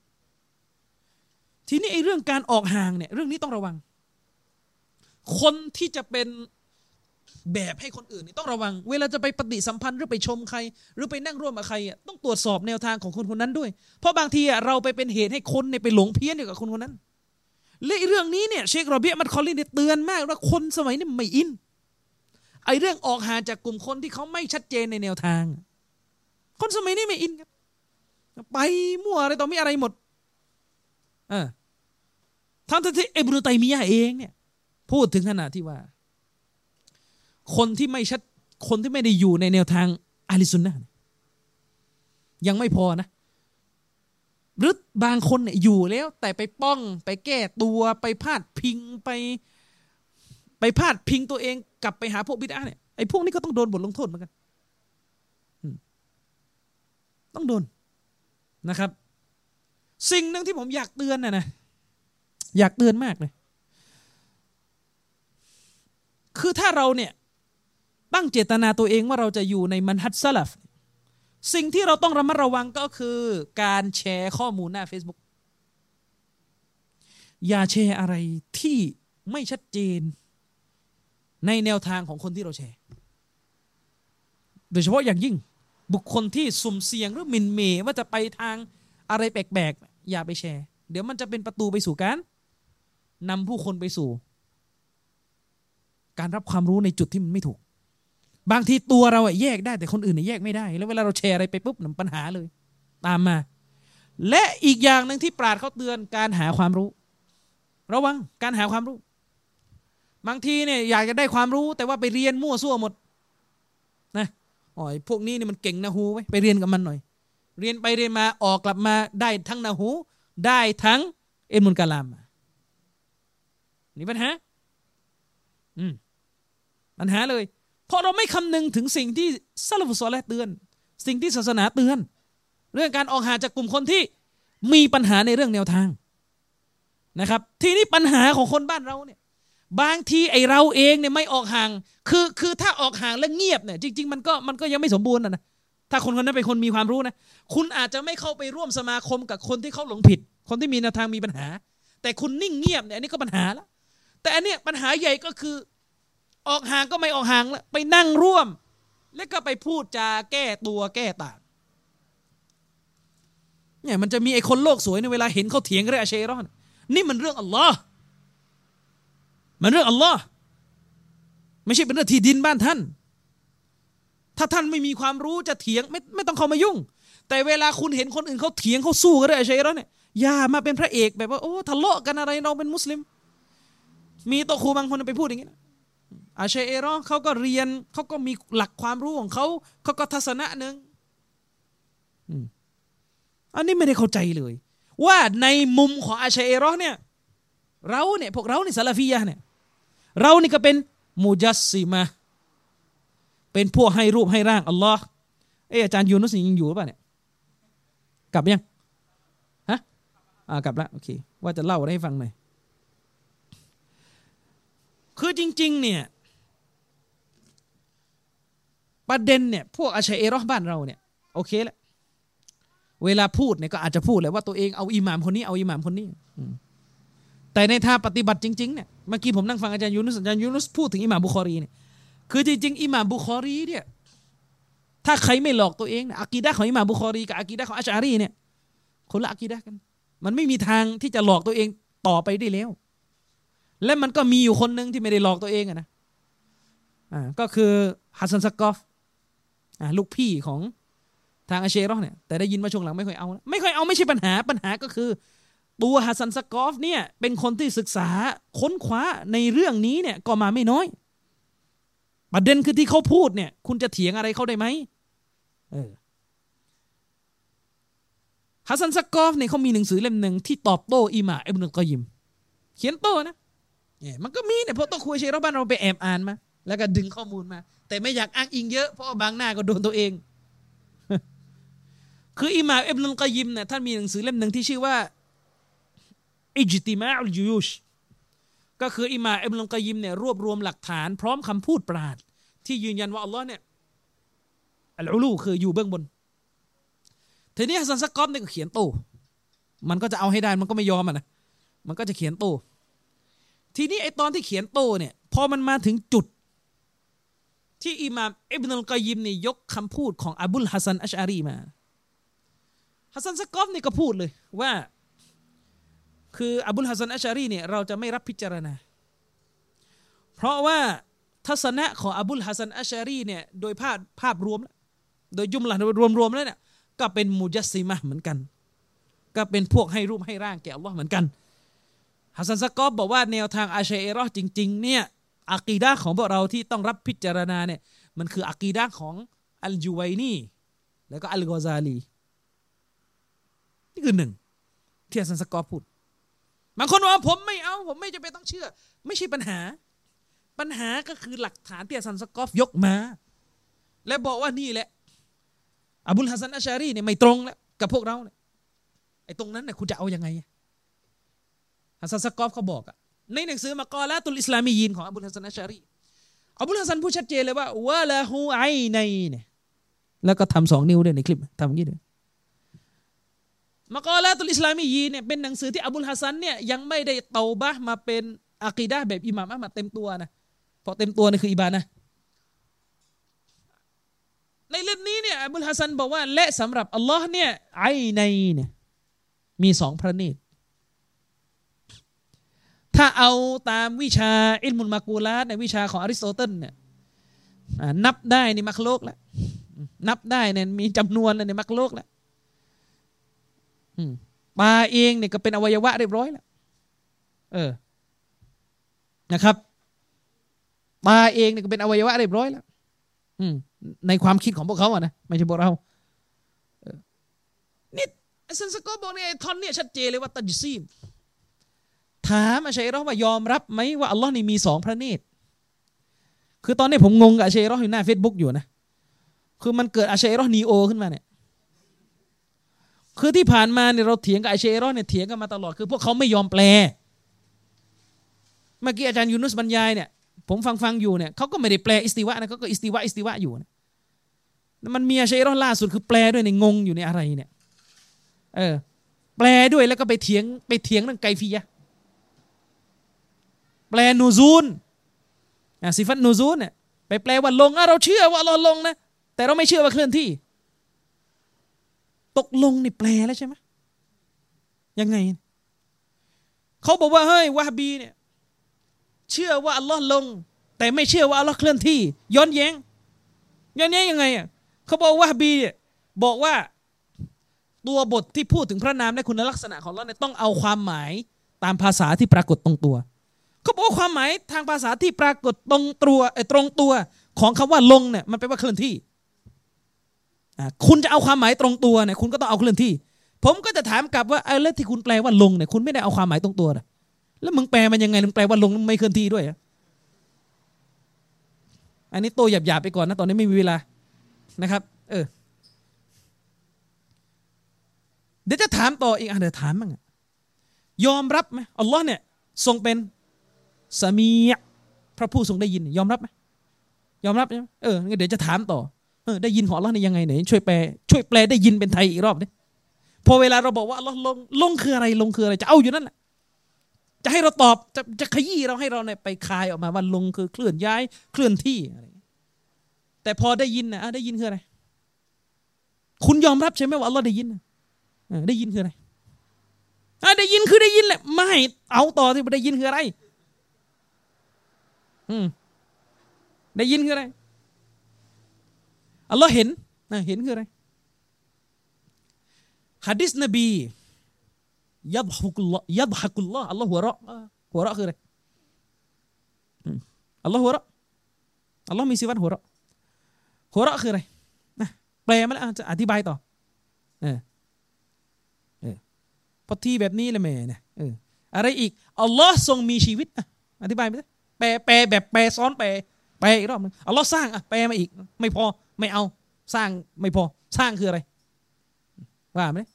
ทีนี้ไอ้เรื่องการออกห่างเนี่ยเรื่องนี้ต้องระวังคนที่จะเป็นแบบให้คนอื่นนี่ต้องระวังเวลาจะไปปฏิสัมพันธ์หรือไปชมใครหรือไปนั่งร่วมกับใครอ่ะต้องตรวจสอบแนวทางของคนคนนั้นด้วยเพราะบางทีอ่ะเราไปเป็นเหตุให้คนเนี่ยไปหลงเพี้ยนอยู่กับคนคนนั้นและเรื่องนี้เนี่ยเชคโรเบียมัดคอลลินเนี่ยเตือนมากว่าคนสมัยนี้ไม่อินไอ้เรื่องออกห่างจากกลุ่มคนที่เขาไม่ชัดเจนในแนวทางคนสมัยนี้ไม่อินครับไปมั่วอะไรต่อมีอะไรหมดอ่าทั้งที่อิบนุตัยมียะห์เองเนี่ยพูดถึงขนาดที่ว่าคนที่ไม่ชัดคนที่ไม่ได้อยู่ในแนวทางอะห์ลิสซุนนะห์ยังไม่พอนะหรือบางคนเนี่ยอยู่แล้วแต่ไปป้องไปแก้ตัวไปพาดพิงไปไปพาดพิงตัวเองกลับไปหาพวกบิดอะห์เนี่ยไอ้พวกนี้ก็ต้องโดนบทลงโทษเหมือนกันต้องโดนนะครับสิ่งหนึ่งที่ผมอยากเตือนนะนะอยากเตือนมากเลยคือถ้าเราเนี่ยตั้งเจตนาตัวเองว่าเราจะอยู่ในมันฮัจญ์ซะลัฟสิ่งที่เราต้องระมัดระวังก็คือการแชร์ข้อมูลหน้า Facebook อย่าแชร์อะไรที่ไม่ชัดเจนในแนวทางของคนที่เราแชร์โดยเฉพาะอย่างยิ่งบุคคลที่สุ่มเสี่ยงหรือหมิ่นเหม่ว่าจะไปทางอะไรแปลกๆอย่าไปแชร์เดี๋ยวมันจะเป็นประตูไปสู่การนำผู้คนไปสู่การรับความรู้ในจุดที่มันไม่ถูกบางทีตัวเราแยกได้แต่คนอื่นแยกไม่ได้แล้วเวลาเราแชร์อะไรไปปุ๊บปัญหาเลยตามมาและอีกอย่างนึงที่ปราชญ์เขาเตือนการหาความรู้ระวังการหาความรู้บางทีเนี่ยอยากจะได้ความรู้แต่ว่าไปเรียนมั่วซั่วหมดนะอ๋อพวกนี้นี่มันเก่งนะฮูไว้ไปเรียนกับมันหน่อยเรียนไปเรียนมาออกกลับมาได้ทั้งนะฮูได้ทั้งอิลมุลกะลามนี่ปัญหาอืมปัญหาเลยเพราะเราไม่คำนึงถึงสิ่งที่ซะละฟุศอลิฮ์เตือนสิ่งที่ศาสนาเตือนเรื่องการออกห่างจากกลุ่มคนที่มีปัญหาในเรื่องแนวทางนะครับทีนี้ปัญหาของคนบ้านเราเนี่ยบางทีไอเราเองเนี่ยไม่ออกห่างคือคือถ้าออกห่างแล้วเงียบเนี่ยจริงๆมันก็มันก็ยังไม่สมบูรณ์นะถ้าคนคนนั้นเป็นคนมีความรู้นะคุณอาจจะไม่เข้าไปร่วมสมาคมกับคนที่เขาหลงผิดคนที่มีแนวทางมีปัญหาแต่คุณนิ่งเงียบเนี่ยอันนี้ก็ปัญหาแล้วแต่อันเนี้ยปัญหาใหญ่ก็คือออกห่างก็ไม่ออกห่างแล้วไปนั่งร่วมแล้วก็ไปพูดจาแก้ตัวแก้ต่างเนี่ยมันจะมีไอ้คนโลกสวยในเวลาเห็นเขาเถียงเรื่องอัชอะรีย์นี่มันเรื่องอัลลอฮ์มันเรื่องอัลลอฮ์ไม่ใช่เป็นเรื่องที่ดินบ้านท่านถ้าท่านไม่มีความรู้จะเถียงไม่ไม่ต้องเข้ามายุ่งแต่เวลาคุณเห็นคนอื่นเขาเถียงเขาสู้กันเรื่องอัชอะรีย์เนี่ยอย่ามาเป็นพระเอกแบบว่าโอ้ทะเลาะกันอะไรเราเป็นมุสลิมมีโตครูบางคนไปพูดอย่างนี้นะอัชอะรีย์เขาก็เรียนเขาก็มีหลักความรู้ของเขาเขาก็ทัศนะหนึ่งอันนี้ไม่ได้เข้าใจเลยว่าในมุมของอัชอะรีย์เนี่ยเราเนี่ยพวกเราเนี่ยซะลาฟียะห์เนี่ยเรานี่ก็เป็นมุจัสซิมะห์เป็นพวกให้รูปให้ร่างอัลลอฮ์เอออาจารย์ยูนุสยังอยู่หรือเปล่าเนี่ยกลับยังฮะอ่ากลับแล้วโอเคว่าจะเล่าอะไรให้ฟังหน่อยคือจริงๆเนี่ยประเด็นเนี่ยพวกอัชอะรีย์บ้านเราเนี่ยโอเคแล้วเวลาพูดเนี่ยก็อาจจะพูดเลยว่าตัวเองเอาอิหม่ามคนนี้เอาอิหม่ามคนนี้แต่ในทางปฏิบัติจริงๆเนี่ยเมื่อกี้ผมนั่งฟังอาจารย์ยูนุสอาจารย์ยูนุสพูดถึงอิหม่ามบุคอรีเนี่ยคือจริงๆอิหม่ามบุคอรีเนี่ยถ้าใครไม่หลอกตัวเองเนี่ยอะกีดะห์ของอิหม่ามบุคอรีกับอะกีดะห์ของอัชอะรีย์เนี่ยคนละอะกีดะห์กันมันไม่มีทางที่จะหลอกตัวเองต่อไปได้แล้วและมันก็มีอยู่คนนึงที่ไม่ได้หลอกตัวเองอะนะอ่าก็คือฮัสซันซักกอฟอ่าลูกพี่ของทางอัชอะรีย์เนี่ยแต่ได้ยินว่าช่วงหลังไม่ค่อยเอาไม่ค่อยเอาไม่ใช่ปัญหาปัญหาก็คือตัวฮัสซันซักกอฟเนี่ยเป็นคนที่ศึกษาค้นคว้าในเรื่องนี้เนี่ยก็มาไม่น้อยประเด็นคือที่เขาพูดเนี่ยคุณจะเถียงอะไรเขาได้ไหมเออฮัสซันซักกอฟเนี่ยเขามีหนังสือเล่มหนึ่งที่ตอบโต้อิหม่ามอิบนุลกอยยิมเขียนโต้นะเนี่ยมันก็มีเนี่ยพอต้องคุยเชร์บ้านเราไปแอบอ่านมาแล้วก็ดึงข้อมูลมาแต่ไม่อยากอ้างอิงเยอะเพราะบางหน้าก็โดนตัวเองคืออิหม่ามอิบนุลกอยยิมเนี่ยท่านมีหนังสือเล่มหนึ่งที่ชื่อว่าอิจติมาอุลจุยูชก็คืออิหม่ามอิบนุลกอยยิมเนี่ยรวบรวมหลักฐานพร้อมคำพูดปราชญ์ที่ยืนยันว่าอัลลอฮ์เนี่ยอัลอูลูคืออยู่เบื้องบนทีนี้ฮัสซันซักกอฟเนี่ยก็เขียนโต้มันก็จะเอาให้ได้มันก็ไม่ยอมอ่ะนะมันก็จะเขียนโต้ทีนี้ไอตอนที่เขียนโต้เนี่ยพอมันมาถึงจุดที่อิหม่ามอิบนุลกอยยิมเนี่ยยกคำพูดของอบุลฮัสซันอัชอารีมาฮัสซันซักกอฟเนี่ยก็พูดเลยว่าคืออบุลฮัสซันอัชอารีเนี่ยเราจะไม่รับพิจารณาเพราะว่าทัศนะของอบุลฮัสซันอัชอารีเนี่ยโดยภาพภาพรวมโดยจุมละรวมๆแล้วเนี่ยก็เป็นมุจัสซิมะห์เหมือนกันก็เป็นพวกให้รูปให้ร่างแก่อัลเลาะห์เหมือนกันฮัสซันซักกอฟบอกว่าแนวทางอัชอะรีย์จริงๆเนี่ยอะกีดะห์ของพวกเราที่ต้องรับพิจารณาเนี่ยมันคืออะกีดะห์ของอัลจุวัยนีแล้วก็อัลกอซาลีนี่คือหนึ่งที่ฮัสซันซักกอฟพูดบางคนว่าผมไม่เอาผมไม่จำเป็นต้องเชื่อไม่ใช่ปัญหาปัญหาก็คือหลักฐานที่ฮัสซันซักกอฟยกมาและบอกว่านี่แหละอบุลฮัสซันอัชชารีเนี่ยไม่ตรงแล้วกับพวกเราเนี่ยไอ้ตรงนั้นเนี่ยคุณจะเอายังไงฮัสซันซักกอฟเขาบอกอะในหนังสือมะกอลาตุลอิสลามียีนของอบุลฮัสซันอัชชารีอบุลฮัสซันพูดชัดเจนเลยว่าวะละฮูไอไนเนี่ยแล้วก็ทำสองนิ้วด้วยในคลิปทำอย่างนี้ด้วยมะกอลาตุลอิสลามียีนเนี่ยเป็นหนังสือที่อบุลฮัสซันเนี่ยยังไม่ได้เตาบะห์มาเป็นอะกีดะห์แบบอิหม่ามอะห์มัดเต็มตัวนะเพราะเต็มตัวนี่คืออิบานะห์ในเล่มนี้เนี่ยอบุลฮัสซันบอกว่าและสำหรับอัลลอฮ์เนี่ยไอไนเนี่ยมีสองพระเนตรถ้าเอาตามวิชาอิลมุลมากูลาตในวิชาของอริสโตเติลเนี่ยนับได้ในมักโลกแล้วนับได้เนี่ยมีจำนวนในมักโลกแล้วตาเองเนี่ยก็เป็นอวัยวะเรียบร้อยแล้วเออนะครับตาเองเนี่ยก็เป็นอวัยวะเรียบร้อยแล้วในความคิดของพวกเขาอะนะไม่ใช่พวกเรานี่อัสซันซักกอฟบอกเนี่ยท่อนเนี่ยชัดเจนเลยว่าตัจซีมถามอัชชัยรอห์ว่ายอมรับไหมว่าอัลลอฮ์นี่มีสองพระเนตรคือตอนนี้ผมงงกับอัชชัยรอห์อยู่หน้า Facebook อยู่นะคือมันเกิดอัชชัยรอห์นีโอขึ้นมาเนี่ยคือที่ผ่านมาเนี่ยเราเถียงกับอัชชัยรอห์เนี่ยเถียงกันมาตลอดคือพวกเขาไม่ยอมแปลเมื่อกี้อาจารย์ยูนุสบรรยายเนี่ยผมฟังฟังอยู่เนี่ยเขาก็ไม่ได้แปลอิสติวะนะเขาก็อิสติวะอิสติวะอยู่นะมันมีอัชชัยรอห์ล่าสุดคือแปลด้วยในงงอยู่ในอะไรเนี่ยเออแปลด้วยแล้วก็ไปเถียงไปเถียงเรื่องไกฟียะห์แปลนูซูลอ่ะซิฟัตนูซูลเนี่ยไปแปลว่าลงอ่ะเราเชื่อว่าเราลงนะแต่เราไม่เชื่อว่าเคลื่อนที่ตกลงนี่แปลแล้วใช่ไหมยังไงเขาบอกว่าเฮ้ยวะฮบีเนี่ยเชื่อว่าอัลลอฮ์ลงแต่ไม่เชื่อว่าอัลลอฮ์เคลื่อนที่ย้อนแย้งย้อนแย้งยังไงอ่ะเขาบอกวะฮบีเนี่ยบอกว่าตัวบทที่พูดถึงพระนามและคุณลักษณะของอัลลอฮ์เนี่ยต้องเอาความหมายตามภาษาที่ปรากฏตรงตัวเขาบอกว่าความหมายทางภาษาที่ปรากฏตรงตัวตรงตัวของคำว่าลงเนี่ยมันแปลว่าเคลื่อนที่คุณจะเอาความหมายตรงตัวเนี่ยคุณก็ต้องเอาเคลื่อนที่ผมก็จะถามกลับว่าไอ้เรื่องที่คุณแปลว่าลงเนี่ยคุณไม่ได้เอาความหมายตรงตัวนะแล้วมึงแปลมันยังไงมึงแปลว่าลงไม่เคลื่อนที่ด้วยอันนี้โตหยาบๆไปก่อนนะตอนนี้ไม่มีเวลานะครับเออเดี๋ยวจะถามต่ออีกอ่ะเดี๋ยวถามบ้างยอมรับไหมอัลลอฮ์เนี่ยทรงเป็นสมีอะห์พระผู้ทรงได้ยินยอมรับไหมยอมรับใช่ไหมเออเดี๋ยวจะถามต่อเออได้ยินของอัลลอฮ์นี่ยังไงไหนช่วยแปลช่วยแปลได้ยินเป็นไทยอีกรอบดิพอเวลาเราบอกว่าอัลลอฮ์ลงลงคืออะไรลงคืออะไรจะเอาอยู่นั่นแหละจะให้เราตอบจะจะขยี้เราให้เราเนี่ยไปคายออกมาว่าลงคือเคลื่อนย้ายเคลื่อนที่อะไรแต่พอได้ยินนะได้ยินคืออะไรคุณยอมรับใช่ไหมว่าอัลลอฮ์ได้ยินได้ยินคืออะไรได้ยินคือได้ยินแหละไม่เอาต่อที่ได้ยินคืออะไรอืมได้ยินคืออะไรอัลลอฮ์เห็นนะเห็นคืออะไรหะดีษนบียัดฮุกุลลอฮ์ยัดฮะกุลลอฮ์อัลลอฮ์หัวเราะหัวเราะคืออะไรอัลลอฮ์หัวเราะอัลลอฮ์มีสิฟัตหัวเราะหัวเราะคืออะไรนะแปลมาแล้วจะอธิบายต่อเออเออพอที่แบบนี้เลยแม่เนี่ยเอออะไรอีกอัลลอฮ์ทรงมีชีวิตอ่ะอธิบายไปสิแปลแปลแบบแปลซ้อนแปลแปลอีกรอบนึงอัลลอฮ์สร้างอ่ะแปลมาอีกไม่พอไม่เอาสร้างไม่พอสร้างคืออะไรว่าไหม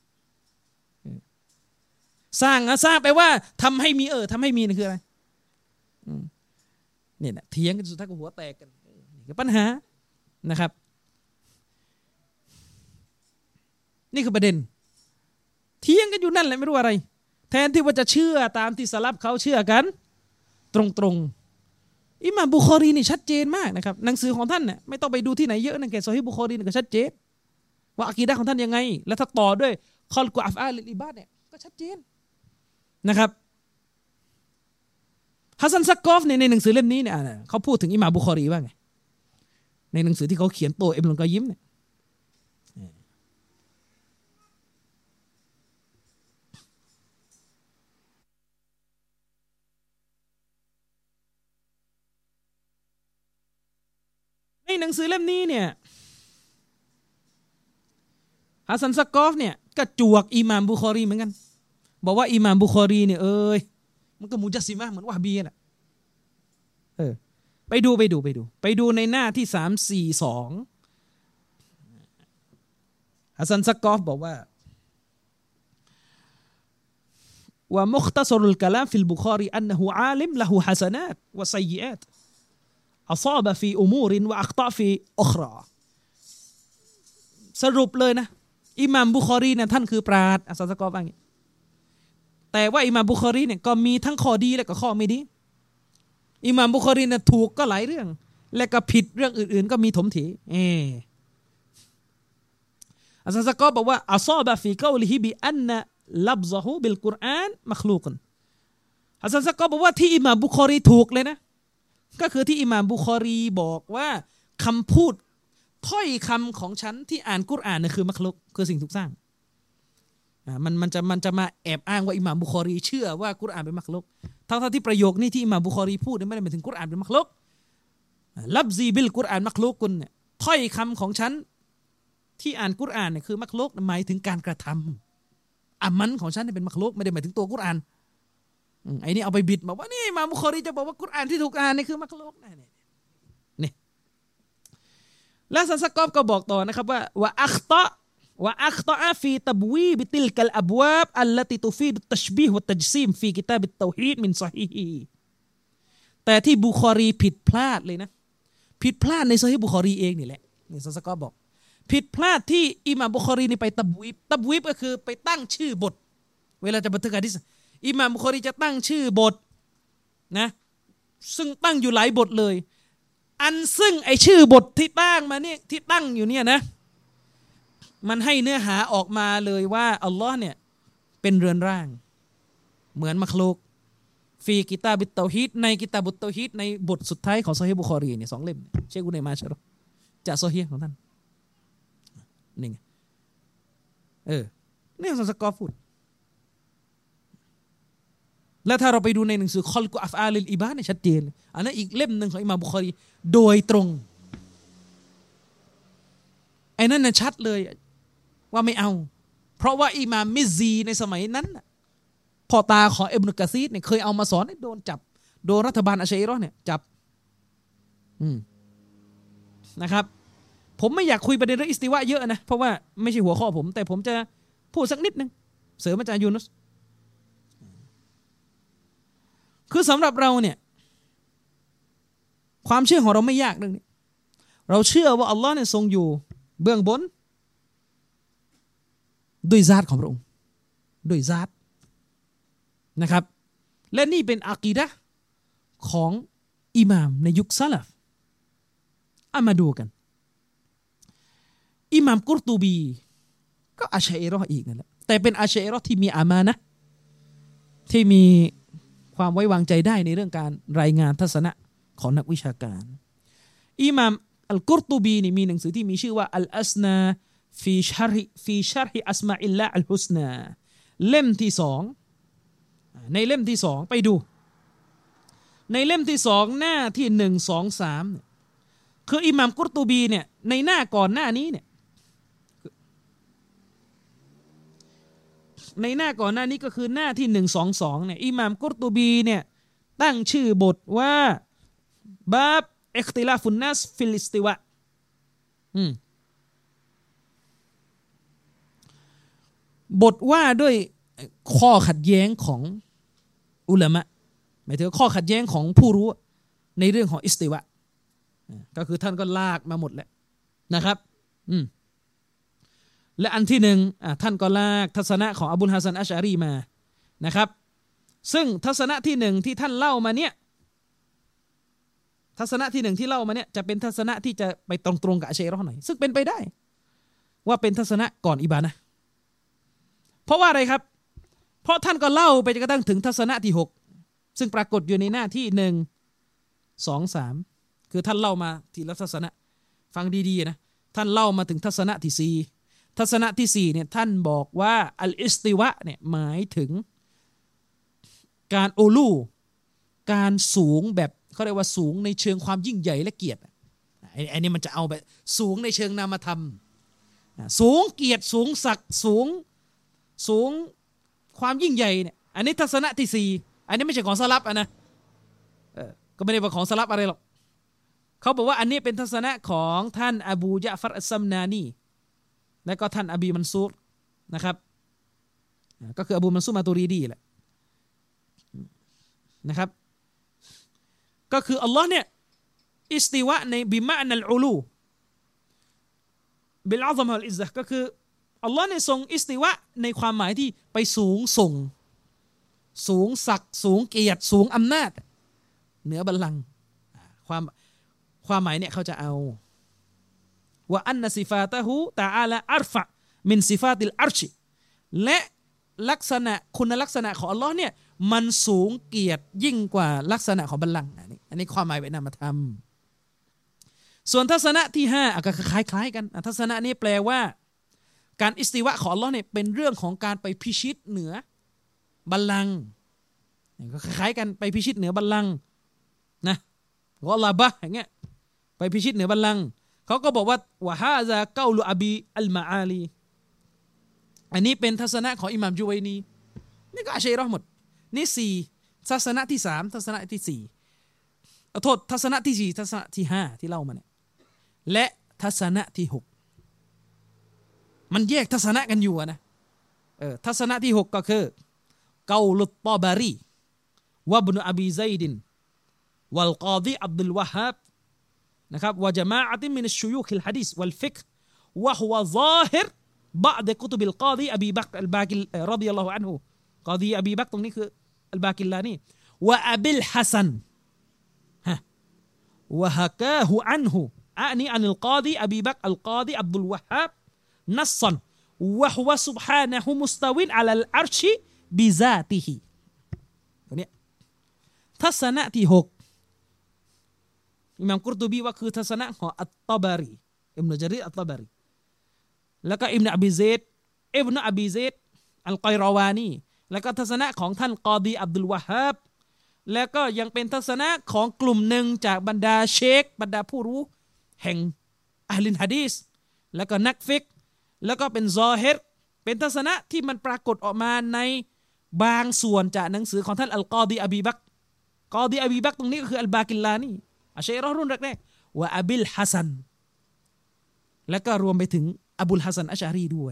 สร้างอ่ะสร้างแปลว่าทำให้มีเออทำให้มีนี่คืออะไรเนี่ยนะเถียงกันสุดท้ายก็หัวแตกกันนี่คือปัญหานะครับนี่คือประเด็นเถียงกันอยู่นั่นแหละไม่รู้อะไรแทนที่ว่าจะเชื่อตามที่สลับเขาเชื่อกันตรงๆอิหม่ามบุคอรีนี่ชัดเจนมากนะครับหนังสือของท่านเนี่ยไม่ต้องไปดูที่ไหนเยอะนะแค่ซอฮีฮ์บุคอรีนี่ก็ชัดเจนว่าอะกีดะห์ของท่านยังไงแล้วถ้าต่อด้วยคอลกุอัฟอาลิลอิบาดเนี่ยก็ชัดเจนนะครับฮัสซันซักกอฟในในหนังสือเล่มนี้เนี่ยเขาพูดถึงอิหม่ามบุคอรีว่าไงในหนังสือที่เขาเขียนโตอิบนุลกอยยิมเนี่ยในหนังสือเล่มนี้เนี่ยฮัสซันซักกอฟเนี่ยก็จวกอิหม่ามบุคอรีเหมือนกันบอกว่าอิหม่ามบุคอรีเนี่ยเอ้ยมันก็มุจัสซิมะห์เหมือนวะฮ์บีแหละเออไปดูไปดูไปดูไปดูในหน้าที่สามร้อยสี่สิบสองฮัสซันซักกอฟบอกว่าว่ามุคตัศรุลกะลามฟิลบุคอรีอันนะฮูอาลิมละฮูฮะซะนาตวะซัยยิอาตอัศอบะฟีอุมูรินวะอัคตอฟีอุคราสรุปเลยนะอิหม่ามบุคอรีเนี่ยท่านคือปราชญ์อัสซันซักกอฟว่าอย่างนี้แต่ว่าอิหม่ามบุคอรีเนี่ยก็มีทั้งข้อดีและก็ข้อไม่ดีอิหม่ามบุคอรีเนี่ยถูกก็หลายเรื่องและก็ผิดเรื่องอื่นๆก็มีถมถีเอออัสซันซักกอฟบอกว่าอัศอบะฟีกอลิฮิบิอันนะลับซะฮูบิลกุรอานมัคลูกอัสซันซักกอฟบอกว่าที่อิหม่ามบุคอรีถูกเลยนะก็คือที่อิหม่ามบุคอรีบอกว่าคำพูดถ้อยคำของฉันที่อ่านกุรอานเนี่ยคือมัคลุกคือสิ่งถูกสร้างอ่ามันมันจะมันจะมาแอบอ้างว่าอิหม่ามบุคอรีเชื่อว่ากุรอานเป็นมัคลุกทั้งๆที่ประโยคนี้ที่อิหม่ามบุคอรีพูดไม่ได้หมายถึงกุรอานเป็นมัคลุกลับซีบิลกุรอานมัคลุกกุนเนี่ยถ้อยคำของฉันที่อ่านกุรอานเนี่ยคือมัคลุกหมายถึงการกระทำอามันของฉันเนี่ยเป็นมัคลุกไม่ได้หมายถึงตัวกุรอานไอ้นี่เอาไปบิดบอกว่านี่อิหม่ามบุคอรีจะบอกว่ากุรอานที่ถูกอ่านนี่คือมัคลุกนี่นี่และซันซักกอฟก็บอกต่อนะครับว่าวะอัคตะวะอัคตะฟีตับวีบิติลกัลอับวาบอัลลติตุฟีดุตัชบีฮ์วะตัจซีมฟีกิตาบิตเตาฮีดมินซอฮีฮีแต่ที่บุคอรีผิดพลาดเลยนะผิดพลาดในซอฮีฮ์บุคอรีเองนี่แหละนี่ซันซักกอฟบอกผิดพลาดที่อิหม่ามบุคอรีนี่ไปตับวีบตับวีบก็คือไปตั้งชื่อบทเวลาจะบันทึกหะดีษอิหม่ามบุคอรีจะตั้งชื่อบทนะซึ่งตั้งอยู่หลายบทเลยอันซึ่งไอชื่อบทที่ตั้งมาเนี่ยที่ตั้งอยู่เนี่ยนะมันให้เนื้อหาออกมาเลยว่าอัลลอฮ์เนี่ยเป็นเรือนร่างเหมือนมัคลุกฟีกิตาบิตเตาฮีดในกิตาบุตเตาฮีดในบทสุดท้ายของซอฮีฮ์บุคอรีเนี่ยสองเล่มเชคอุนัยมาชะรอจากซอฮีฮ์ของท่านนี่ไงเออนี่ซันซักกอฟพูดแล้วถ้าเราไปดูในหนังสือคอลกุอัฟอาลิลอิบาดเนี่ยชัดเจนอันนั้นอีกเล่มหนึ่งของอิหม่ามบุคอรีโดยตรงไอ้นั่นน่ะชัดเลยว่าไม่เอาเพราะว่าอิหม่ามมิซีในสมัยนั้นพ่อตาของอิบนุกะซีรเนี่ยเคยเอามาสอนให้โดนจับโดนรัฐบาลอัชอะอีเราะห์เนี่ยจับอืมนะครับผมไม่อยากคุยประเด็นเรื่องอิสติวะเยอะนะเพราะว่าไม่ใช่หัวข้อผมแต่ผมจะพูดสักนิดนึงเสริมอาจารย์ยูนุสคือสำหรับเราเนี่ยความเชื่อของเราไม่ยากเรื่องนี้เราเชื่อว่าอัลลอฮ์เนี่ยทรงอยู่เบื้องบนด้วยญาติของพระองค์ด้วยญาตินะครับและนี่เป็นอะกีดะห์ของอิหม่ามในยุคซะลัฟเอามาดูกันอิหม่ามกุรตูบีก็อัชอะอีเราะห์อีกนั่นแหละแต่เป็นอัชอะอีเราะห์ที่มีอามานะห์ที่มีความไว้วางใจได้ในเรื่องการรายงานทัศนะของนักวิชาการอิหม่ามอัลกุรตูบีนี่มีหนังสือที่มีชื่อว่าอัลอัสนาฟีชัรฮิฟีชัรฮิอัสมาอิลลาอัลฮุสนาเล่มที่สองในเล่มที่สองไปดูในเล่มที่สองหน้าที่หนึ่งสองสามคืออิหม่ามกุรตูบีเนี่ยในหน้าก่อนหน้านี้เนี่ยในหน้าก่อนหน้านี้ก็คือหน้าที่หนึ่งสองสองเนี่ยอิหม่ามกุรตูบีเนี่ยตั้งชื่อบทว่าบาบอิคติลาฟุนนัสฟิลอิสติวะอืมบทว่าด้วยข้อขัดแย้งของอุลามะหมายถึงข้อขัดแย้งของผู้รู้ในเรื่องของอิสติวะก็คือท่านก็ลากมาหมดแล้วนะครับอืมและอันที่หนึ่งท่านก็ลากทัศนะของอบุลฮัสซันอัชอะรีมานะครับซึ่งทัศนะที่หนึ่งที่ท่านเล่ามาเนี่ยทัศนะที่หนึ่งที่เล่ามาเนี่ยจะเป็นทัศนะที่จะไปตรงๆกับอัชอะอีเราะห์หน่อยซึ่งเป็นไปได้ว่าเป็นทัศนะก่อนอิบานะห์เพราะว่าอะไรครับเพราะท่านก็เล่าไปจนกระทั่งถึงทัศนะที่หกซึ่งปรากฏอยู่ในหน้าที่หนึ่งสองสามคือท่านเล่ามาทีละทัศนะฟังดีๆนะท่านเล่ามาถึงทัศนะที่สี่ทัศนะที่สี่เนี่ยท่านบอกว่าอัลอิสติวะเนี่ยหมายถึงการโอลูการสูงแบบเขาเรียกว่าสูงในเชิงความยิ่งใหญ่และเกียรติไอ้นี่มันจะเอาแบบสูงในเชิงนามธรรมสูงเกียรติสูงศักดิ์สูงสูงความยิ่งใหญ่เนี่ยอันนี้ทัศนะที่สี่อันนี้ไม่ใช่ของสลับอ่ะนะเออก็ไม่ได้เป็นของสลับอะไรหรอกเขาบอกว่าอันนี้เป็นทัศนะของท่านอบูญะฟัรอัสซัมนานีและก็ท่านอบีมันซูรนะครับก็คืออบูมันซูรมาตูรีดีแหละนะครับก็คืออัลลอฮ์เนี่ยอิสติวะในบิมะนัลอูลูบิลอาซามะวัลอิซซะห์ก็คืออัลลอฮ์เนี่ยทรงอิสติวะในความหมายที่ไปสูงส่งสูงศักดิ์สูงเกียรติสูงอำนาจเหนือบัลลังก์ความความหมายเนี่ยเขาจะเอาว่าอันนะซิฟาตะฮูตะอาลาอัรฟะมินซิฟาติลอัรชและลักษณะคุณลักษณะของอัลลอฮ์เนี่ยมันสูงเกียรติยิ่งกว่าลักษณะของบัลลังก์อันนี้อันนี้ความหมายเป็นนามธรรมส่วนทัศนะที่ห้าก็คล้ายๆกันทัศนะนี้แปลว่าการอิสติวะของอัลลอฮ์เนี่ยเป็นเรื่องของการไปพิชิตเหนือบัลลังก์ก็คล้ายๆกันไปพิชิตเหนือบัลลังก์นะวะลาบะอย่างเงี้ยไปพิชิตเหนือบัลลังก์เขาก็บอกว่าวะฮาซาเกาลุอบีอัลมาอาลีอันนี้เป็นทัศนะของอิหม่ามจุวัยนีนี่ก็อัชชัยเราะห์หมดนี่สี่ทัศนะที่สามทัศนะที่สี่เอาโทษทัศนะที่สี่ทัศนะที่ห้าที่เล่ามาเนี่ยและทัศนะที่หกมันแยกทัศนะกันอยู่นะเออทัศนะที่หกก็คือเกาลุตตอบารีวะบนุอบีซัยดินวัลกอฎีอับดุลวะฮับนะครับวะญะมาอะติมินัชชุยูคิลหะดีษวัลฟิกฮ์วะฮุวะซอฮิรบะอ์ดกุตุบิลกอฎีอบีบักรอัลบากิลรอฎิยัลลอฮุอันฮุกอฎีอบีบักรตรงนี้คืออัลบากิลลานีวะอบิลฮัสันฮะวะฮะกาฮุอันฮุอันนี้อันอัลกอฎีอบีบักรอัลกอฎีอับดุลวะฮับนัสซันวะฮุวะซุบฮานะฮูมุสตาวินอะลัลอัรชิบิซาติฮิตัวเนี้ยทัศนะที่หกอิหม่ามกุรตุบีว่าคือทัศนะของอัตตอบารีอิบนุญะรีรอัตตอบารีแล้วก็อิบนุอบีซัยดอิบนุอบีซัยดอัลกอยรอวานีแล้วก็ทัศนะของท่านกอฎีอับดุลวะฮับแล้วก็ยังเป็นทัศนะของกลุ่มหนึ่งจากบรรดาเชคบรรดาผู้รู้แห่งอะห์ลิลหะดีษแล้วก็นักฟิกห์แล้วก็เป็นซอฮิรเป็นทัศนะที่มันปรากฏออกมาในบางส่วนจากหนังสือของท่านอัลกอฎีอบีบักรกอฎีอบีบักรตรงนี้ก็คืออัลบากิลลานีอัชชัยเราะห์รุ่นแรกๆวะอบิลฮัสันแล้วก็รวมไปถึงอบุลฮัสันอัชอะรีด้วย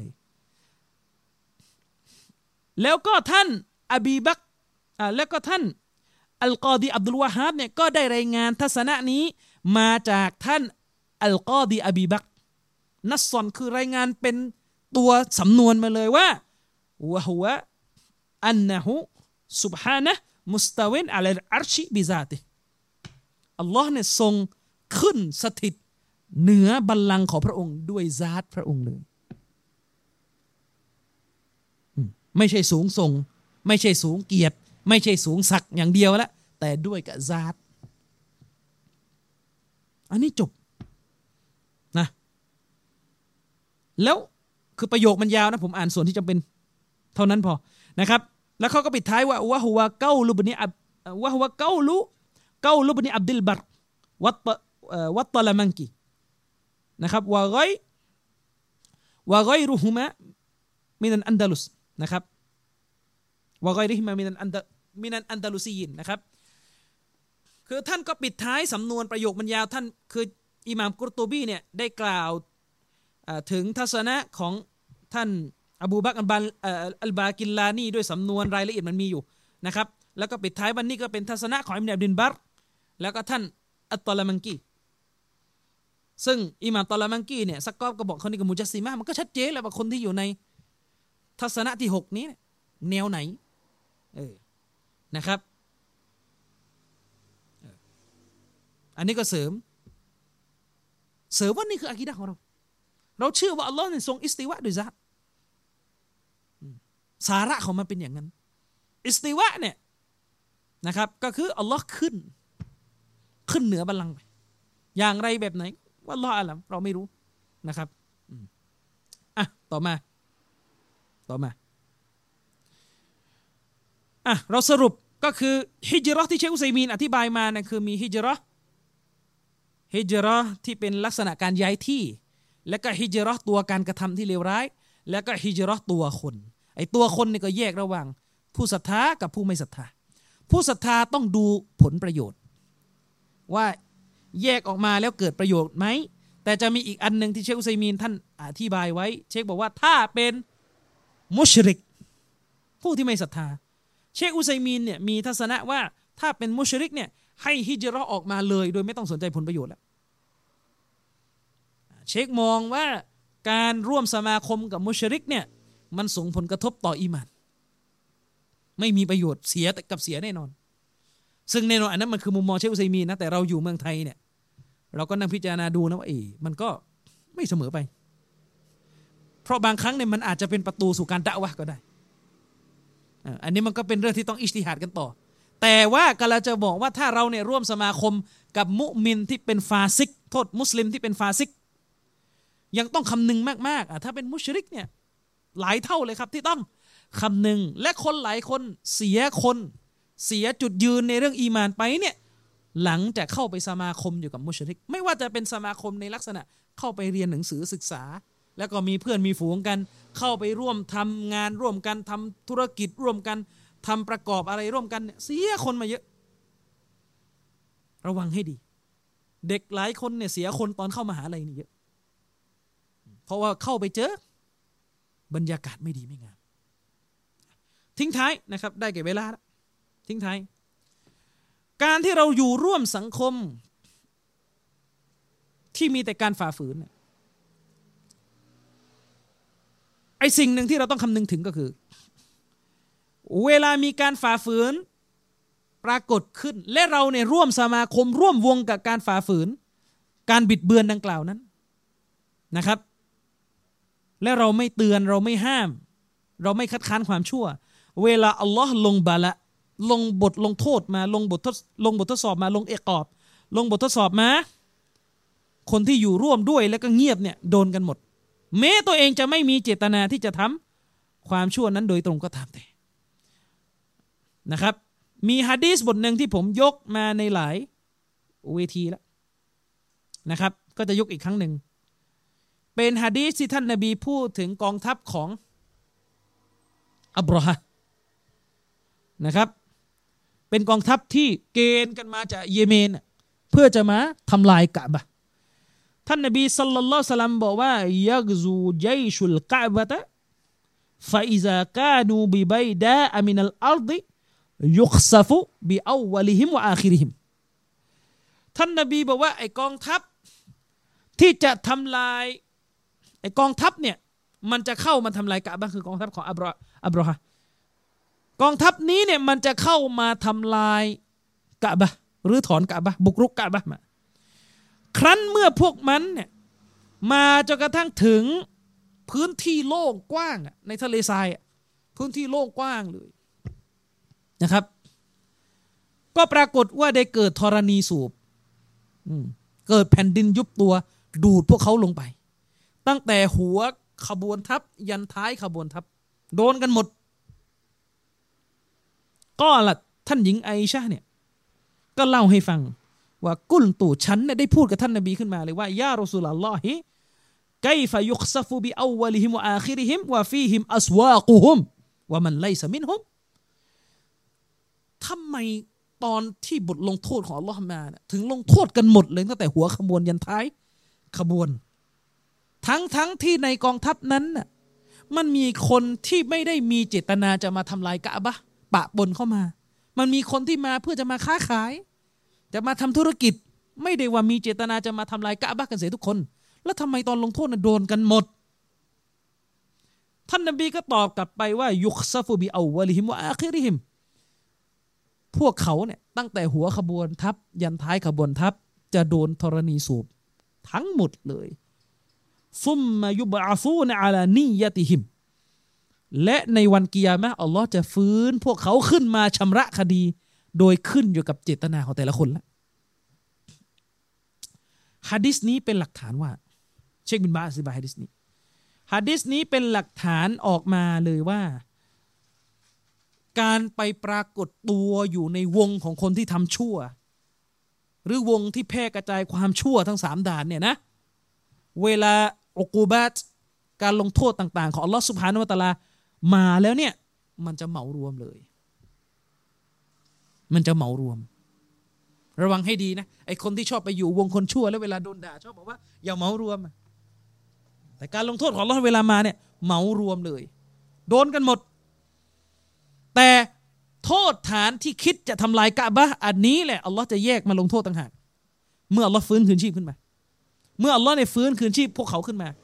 แล้วก็ท่านอบีบักรอ่าแล้วก็ท่านอัลกอฎีอับดุลวะฮับเนี่ยก็ได้รายงานทัศนะนี้มาจากท่านอัลกอฎีอบีบักรนัสซอนคือรายงานเป็นตัวสำนวนมาเลยว่าวะฮุวะอันนะฮูซุบฮานะห์มุสตาวินอะลัลอัรชิบิซาติฮิอัลลอฮ์เนี่ยทรงขึ้นสถิตเหนือบัลลังก์ของพระองค์ด้วยซาตพระองค์เลยไม่ใช่สูงส่งไม่ใช่สูงเกียรติไม่ใช่สูงศักดิ์อย่างเดียวละแต่ด้วยกับซาตอันนี้จบนะแล้วคือประโยคมันยาวนะผมอ่านส่วนที่จำเป็นเท่านั้นพอนะครับแล้วเขาก็ปิดท้ายว่าวะฮุวะเกาลุบนิอับวะฮุวะเกาลุเกาลุบนิอับดุลบัรวัตวัตตะละมันกีนะครับวะกอยวะกอยรุฮุมะมินันอันดาลุสนะครับวะกอยริฮิมะมินันอันดามินันอันดาลุซียินนะครับคือท่านก็ปิดท้ายสำนวนประโยคมันยาวท่านคืออิหม่ามกุรตุบีเนี่ยได้กล่าวถึงทัศนะของท่านอบูบักรอัลบากิลลานีด้วยสำนวนรายละเอียดมันมีอยู่นะครับแล้วก็ปิดท้ายวันนี้ก็เป็นทัศนะของอิบนุอับดุลบัรแล้วก็ท่านอัตตอลามังกีซึ่งอิหม่ามตอลามังกีเนี่ยซักกอบก็บอกคนนี้กับมุจัสซิมะห์มันก็ชัดเจนแล้วว่าคนที่อยู่ในทัศนะที่หกนี้แนวไหนเออนะครับอันนี้ก็เสริมเสริมว่านี่คืออะกีดะห์ของเราเราเชื่อว่าอัลลอฮ์เนี่ยทรงอิสติวะโดยซาตสาระของมันเป็นอย่างนั้นอิสติวะเนี่ยนะครับก็คืออัลลอฮ์ขึ้นขึ้นเหนือบัลลังก์อย่างไรแบบไหนว่าอัลลอฮ์อาลัมเราไม่รู้นะครับอ่ะต่อมาต่อมาอ่ะเราสรุปก็คือฮิจเราะห์ที่เชคอุซัยมีนอธิบายมานะคือมีฮิจเราะห์ฮิจเราะห์ที่เป็นลักษณะการย้ายที่และก็ฮิจเราะห์ตัวการกระทำที่เลวร้ายและก็ฮิจเราะห์ตัวคนไอ้ตัวคนนี่ก็แยกระหว่างผู้ศรัทธากับผู้ไม่ศรัทธาผู้ศรัทธาต้องดูผลประโยชน์ว่าแยกออกมาแล้วเกิดประโยชน์ไหมแต่จะมีอีกอันนึงที่เชคอุซัยมีนท่านอธิบายไว้เชคบอกว่าถ้าเป็นมุชริกผู้ที่ไม่ศรัทธาเชคอุซัยมีนเนี่ยมีทัศนะว่าถ้าเป็นมุชริกเนี่ยให้ฮิจเราะห์ออกมาเลยโดยไม่ต้องสนใจผลประโยชน์แล้วเชคมองว่าการร่วมสมาคมกับมุชริกเนี่ยมันส่งผลกระทบต่ออีหม่านไม่มีประโยชน์เสียกับเสียแน่นอนซึ่งแน่นอนอันนั้นมันคือมุมมองเชคอุซัยมีนนะแต่เราอยู่เมืองไทยเนี่ยเราก็นั่งพิจารณาดูนะว่าเออมันก็ไม่เสมอไปเพราะบางครั้งเนี่ยมันอาจจะเป็นประตูสู่การดะอ์วะห์ก็ได้อันนี้มันก็เป็นเรื่องที่ต้องอิจติฮาดกันต่อแต่ว่ากำลังจะบอกว่าถ้าเราเนี่ยร่วมสมาคมกับมุมินที่เป็นฟาซิกโทษมุสลิมที่เป็นฟาซิกยังต้องคำนึงมากๆถ้าเป็นมุชริกเนี่ยหลายเท่าเลยครับที่ต้องคำนึงและคนหลายคนเสียคนเสียจุดยืนในเรื่องอีมานไปเนี่ยหลังจากเข้าไปสมาคมอยู่กับมุชริกไม่ว่าจะเป็นสมาคมในลักษณะเข้าไปเรียนหนังสือศึกษาแล้วก็มีเพื่อนมีฝูงกันเข้าไปร่วมทำงานร่วมกันทำธุรกิจร่วมกันทำประกอบอะไรร่วมกันเนี่ยเสียคนมาเยอะระวังให้ดีเด็กหลายคนเนี่ยเสียคนตอนเข้ามหาลัยนี่เยอะเพราะว่าเข้าไปเจอบรรยากาศไม่ดีไม่งามทิ้งท้ายนะครับได้เก็บเวลาแล้วทิ้งท้ายการที่เราอยู่ร่วมสังคมที่มีแต่การฝ่าฝืนไอ้สิ่งหนึ่งที่เราต้องคำนึงถึงก็คือเวลามีการฝ่าฝืนปรากฏขึ้นและเราเนี่ยร่วมสมาคมร่วมวงกับการฝ่าฝืนการบิดเบือนดังกล่าวนั้นนะครับและเราไม่เตือนเราไม่ห้ามเราไม่คัดค้านความชั่วเวลาอัลลอฮ์ลงบาละลงบทลงโทษมาลงบททดลงบททดสอบมาลงเอกอบลงบททดสอบมาคนที่อยู่ร่วมด้วยแล้วก็เงียบเนี่ยโดนกันหมดแม้ตัวเองจะไม่มีเจตนาที่จะทำความชั่วนั้นโดยตรงก็ตามแต่นะครับมีหะดีษบทหนึ่งที่ผมยกมาในหลายเวทีแล้วนะครับก็จะยกอีกครั้งหนึ่งเป็นหะดีษที่ท่านนบีพูดถึงกองทัพของอับรอฮะนะครับเป็นกองทัพที่เกณฑ์กันมาจากเยเมนเพื่อจะมาทำลายกะบะห์ท่านนบีศ็อลลัลลอฮุอะลัยฮิวะซัลลัมบอกว่ายักซูญัยชุลกะบะตะฟะอิซากานูบิบัยดามินัลอัรฎิยุคซะฟุบิอวัลิฮิมวะอาคิริฮิมท่านนบีบอกว่าไอ้กองทัพที่จะทำลายไอ้กองทัพเนี่ยมันจะเข้ามาทำลายกะบะห์คือกองทัพของอับรออับรอฮะกองทัพนี้เนี่ยมันจะเข้ามาทำลายกะบะห์หรือถอนกะบะห์บุกรุกกะบะห์มาครั้นเมื่อพวกมันเนี่ยมาจนกระทั่งถึงพื้นที่โล่งกว้างในทะเลทรายพื้นที่โล่งกว้างเลยนะครับก็ปรากฏว่าได้เกิดธรณีสูบเกิดแผ่นดินยุบตัวดูดพวกเขาลงไปตั้งแต่หัวขบวนทัพยันท้ายขบวนทัพโดนกันหมดก็ล่ะท่านหญิงไอชะห์เนี่ยก็เล่าให้ฟังว่ากุลตู่ฉันเนี่ยได้พูดกับท่านนบีขึ้นมาเลยว่ายารอซูลุลลอฮิไกฟะยุคซะฟุบิอวัลิฮิมวะอาคิริฮิมวะฟีฮิมอัสวากุฮุมวะมันไลซะมินฮุมทำไมตอนที่บทลงโทษของอัลลอฮ์มาถึงลงโทษกันหมดเลยตั้งแต่หัวขบวนยันท้ายขบวนทั้งทั้งที่ในกองทัพนั้นน่ะมันมีคนที่ไม่ได้มีเจตนาจะมาทำลายกะบะห์ปะปนเข้ามามันมีคนที่มาเพื่อจะมาค้าขายจะมาทำธุรกิจไม่ได้ว่ามีเจตนาจะมาทำลายกะบะห์กันเสียทุกคนแล้วทำไมตอนลงโทษน่ะโดนกันหมดท่านนบีก็ตอบกลับไปว่ายุคซะฟุบิอวัลิฮิมวะอาคิริฮิมพวกเขาเนี่ยตั้งแต่หัวขบวนทัพยันท้ายขบวนทัพจะโดนธรณีสูบทั้งหมดเลยซุมมายุบะอาซูนอะลานียะติฮิมและในวันกิยามะห์อัลลอฮ์จะฟื้นพวกเขาขึ้นมาชำระคดีโดยขึ้นอยู่กับเจตนาของแต่ละคนละหะดีษนี้เป็นหลักฐานว่าเชคบินบาซอธิบายหะดีษนี้หะดีษนี้เป็นหลักฐานออกมาเลยว่าการไปปรากฏตัวอยู่ในวงของคนที่ทำชั่วหรือวงที่แพร่กระจายความชั่วทั้งสามด่านเนี่ยนะเวลาอุกูบาตการลงโทษต่างๆของอัลลอฮฺซุบฮานะฮูวะตะอาลามาแล้วเนี่ยมันจะเหมารวมเลยมันจะเหมารวมระวังให้ดีนะไอคนที่ชอบไปอยู่วงคนชั่วแล้วเวลาโดนด่าชอบบอกว่าอย่าเหมารวมแต่การลงโทษของอัลเลาะห์เวลามาเนี่ยเหมารวมเลยโดนกันหมดแต่โทษฐานที่คิดจะทำลายกะบะห์อันนี้แหละอัลเลาะห์จะแยกมาลงโทษต่างหากเมื่ออัลเลาะห์ฟื้นคืนชีพขึ้นมาเมื่ออัลเลาะห์เนี่ยฟื้นคืนชีพพวกเขาขึ้นมา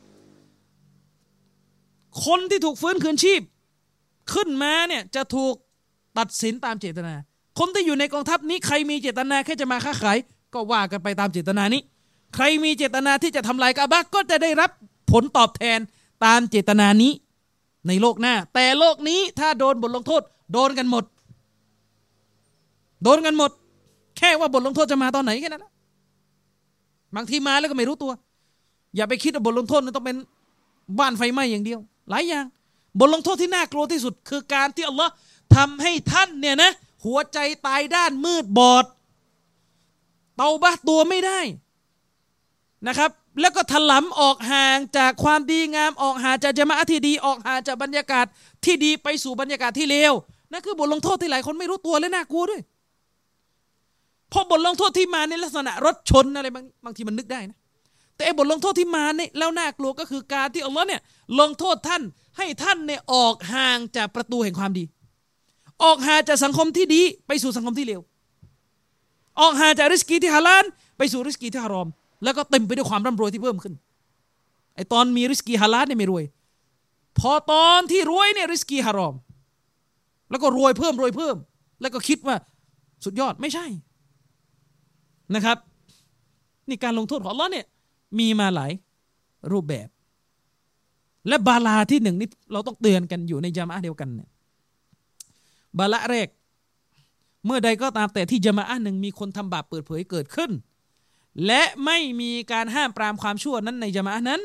คนที่ถูกฟื้นคืนชีพขึ้นมาเนี่ยจะถูกตัดสินตามเจตนาคนที่อยู่ในกองทัพนี้ใครมีเจตนาแค่จะมาค้าขายก็ว่ากันไปตามเจตนานี้ใครมีเจตนาที่จะทำลายกะบะห์ก็จะได้รับผลตอบแทนตามเจตนานี้ในโลกหน้าแต่โลกนี้ถ้าโดนบทลงโทษโดนกันหมดโดนกันหมดแค่ว่าบทลงโทษจะมาตอนไหนแค่นั้นบางทีมาแล้วก็ไม่รู้ตัวอย่าไปคิดว่าบทลงโทษนั้นต้องเป็นบ้านไฟไหม้อย่างเดียวหลายอย่างบทลงโทษที่น่ากลัวที่สุดคือการที่อัลลอฮ์ทำให้ท่านเนี่ยนะหัวใจตายด้านมืดบอดเตาบะตัวไม่ได้นะครับแล้วก็ถลำออกห่างจากความดีงามออกห่างจากญะมาอะห์ที่ดีออกห่างจากบรรยากาศที่ดีไปสู่บรรยากาศที่เลวนั่นคือบทลงโทษที่หลายคนไม่รู้ตัวและน่ากลัวด้วยเพราะบทลงโทษที่มาในลักษณะรถชนอะไรบางบางทีมันนึกได้นะแต่บทลงโทษที่มาเนี่ยแล้วน่ากลัวก็คือการที่อัลลอฮ์เนี่ยลงโทษท่านให้ท่านเนี่ยออกห่างจากประตูแห่งความดีออกห่างจากสังคมที่ดีไปสู่สังคมที่เลวออกห่างจากริสกีที่ฮาลาลไปสู่ริสกีที่ฮารอมแล้วก็เต็มไปด้วยความร่ำรวยที่เพิ่มขึ้นไอตอนมีริสกีฮาลาลเนี่ยไม่รวยพอตอนที่รวยเนี่ยริสกีฮารอมแล้วก็รวยเพิ่มรวยเพิ่มแล้วก็คิดว่าสุดยอดไม่ใช่นะครับนี่การลงโทษของอัลเลาะห์เนี่ยมีมาหลายรูปแบบและบาลาที่หนึ่งนี่เราต้องเตือนกันอยู่ในญะมาอะห์เดียวกันเนี่ยบาละแรกเมื่อใดก็ตามแต่ที่ญะมาอะห์หนึ่งมีคนทำบาปเปิดเผยเกิดขึ้นและไม่มีการห้ามปรามความชั่วนั้นในญะมาอะห์นั้น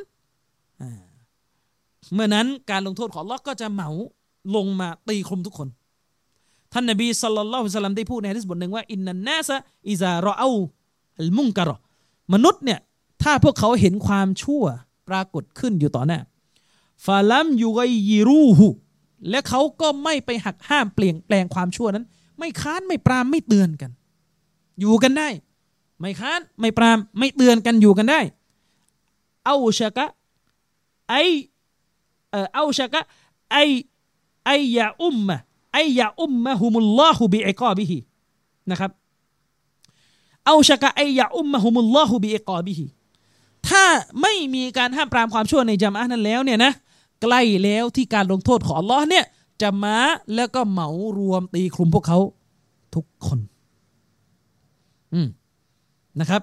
เมื่อนั้นการลงโทษของอัลเลาะห์ก็จะเหมาลงมาตีคลุมทุกคนท่านนบีศ็อลลัลลอฮุอะลัยฮิวะซัลลัมได้พูดในหะดีษบทหนึ่งว่าอินนันนาสอิซารอเอาอัลมุนกะรอมนุษย์เนี่ยถ้าพวกเขาเห็นความชั่วปรากฏขึ้นอยู่ต่อหน้าฟาลัมยุกัยยิรูฮุและเขาก็ไม่ไปหักห้ามเปลี่ยนแปลงความชั่วนั้นไม่ค้านไม่ปรามไม่เตือนกันอยู่กันได้ไม่ค้านไม่ปรามไม่เตือนกันอยู่กันได้เอาชะกะไอเอ่อเอาชะกะไอไอยะอุมมะไอยะอุมมะฮุมุลลอฮุบิอิกอบิฮินะครับเอาชะกะไอยะอุมมะฮุมุลลอฮุบิอิกอบิฮิถ้าไม่มีการห้ามปรามความชั่วในญะมาอะห์นั้นแล้วเนี่ยนะใกล้แล้วที่การลงโทษของอัลเลาะห์เนี่ยจะมาแล้วก็เหมารวมตีคลุมพวกเขาทุกคนอืมนะครับ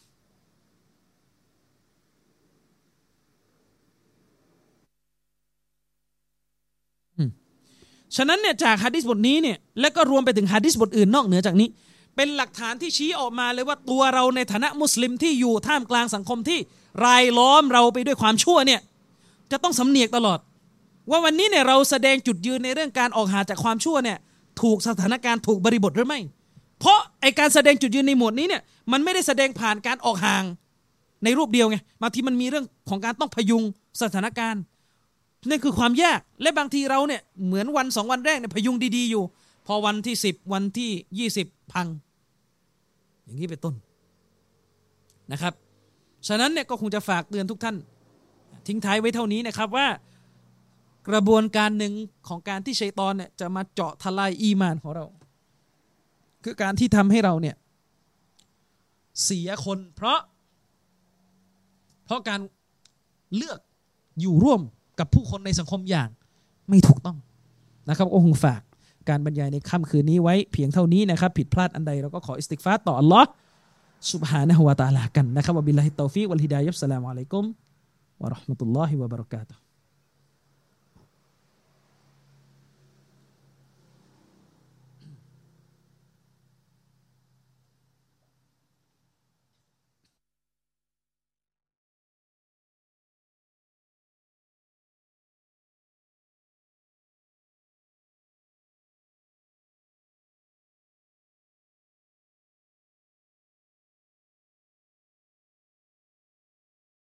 อืมฉะนั้นเนี่ยจากหะดีษบทนี้เนี่ยและก็รวมไปถึงหะดีษบทอื่นนอกเหนือจากนี้เป็นหลักฐานที่ชี้ออกมาเลยว่าตัวเราในฐานะมุสลิมที่อยู่ท่ามกลางสังคมที่รายล้อมเราไปด้วยความชั่วเนี่ยจะต้องสำเนียกตลอดว่าวันนี้เนี่ยเราแสดงจุดยืนในเรื่องการออกห่างจากความชั่วเนี่ยถูกสถานการณ์ถูกบริบทหรือไม่เพราะไอการแสดงจุดยืนในหมวดนี้เนี่ยมันไม่ได้แสดงผ่านการออกห่างในรูปเดียวไงบางทีมันมีเรื่องของการต้องพยุงสถานการณ์นั่นคือความยากและบางทีเราเนี่ยเหมือนวันสองวันแรกเนี่ยพยุงดีๆอยู่พอวันที่สิบวันที่ยี่สิบพังอย่างนี้เป็นต้นนะครับฉะนั้นเนี่ยก็คงจะฝากเตือนทุกท่านทิ้งท้ายไว้เท่านี้นะครับว่ากระบวนการหนึ่งของการที่ชัยฏอนเนี่ยจะมาเจาะทลายอีมานของเราคือการที่ทำให้เราเนี่ยเสียคนเพราะเพราะการเลือกอยู่ร่วมกับผู้คนในสังคมอย่างไม่ถูกต้องนะครับก็คงฝากการบรรยายในค่ำคืนนี้ไว้เพียงเท่านี้นะครับผิดพลาดอันใดเราก็ขออิสติฆฟารต่ออัลลอฮ์ซุบฮานะฮูวะตะอาลากันนะครับวะบิลลาฮิตตอฟิกวัลฮิดายะฮ์อัสสลามุอะลัยกุมวะเราะห์มะตุลลอฮิวะบะเราะกาตุฮ์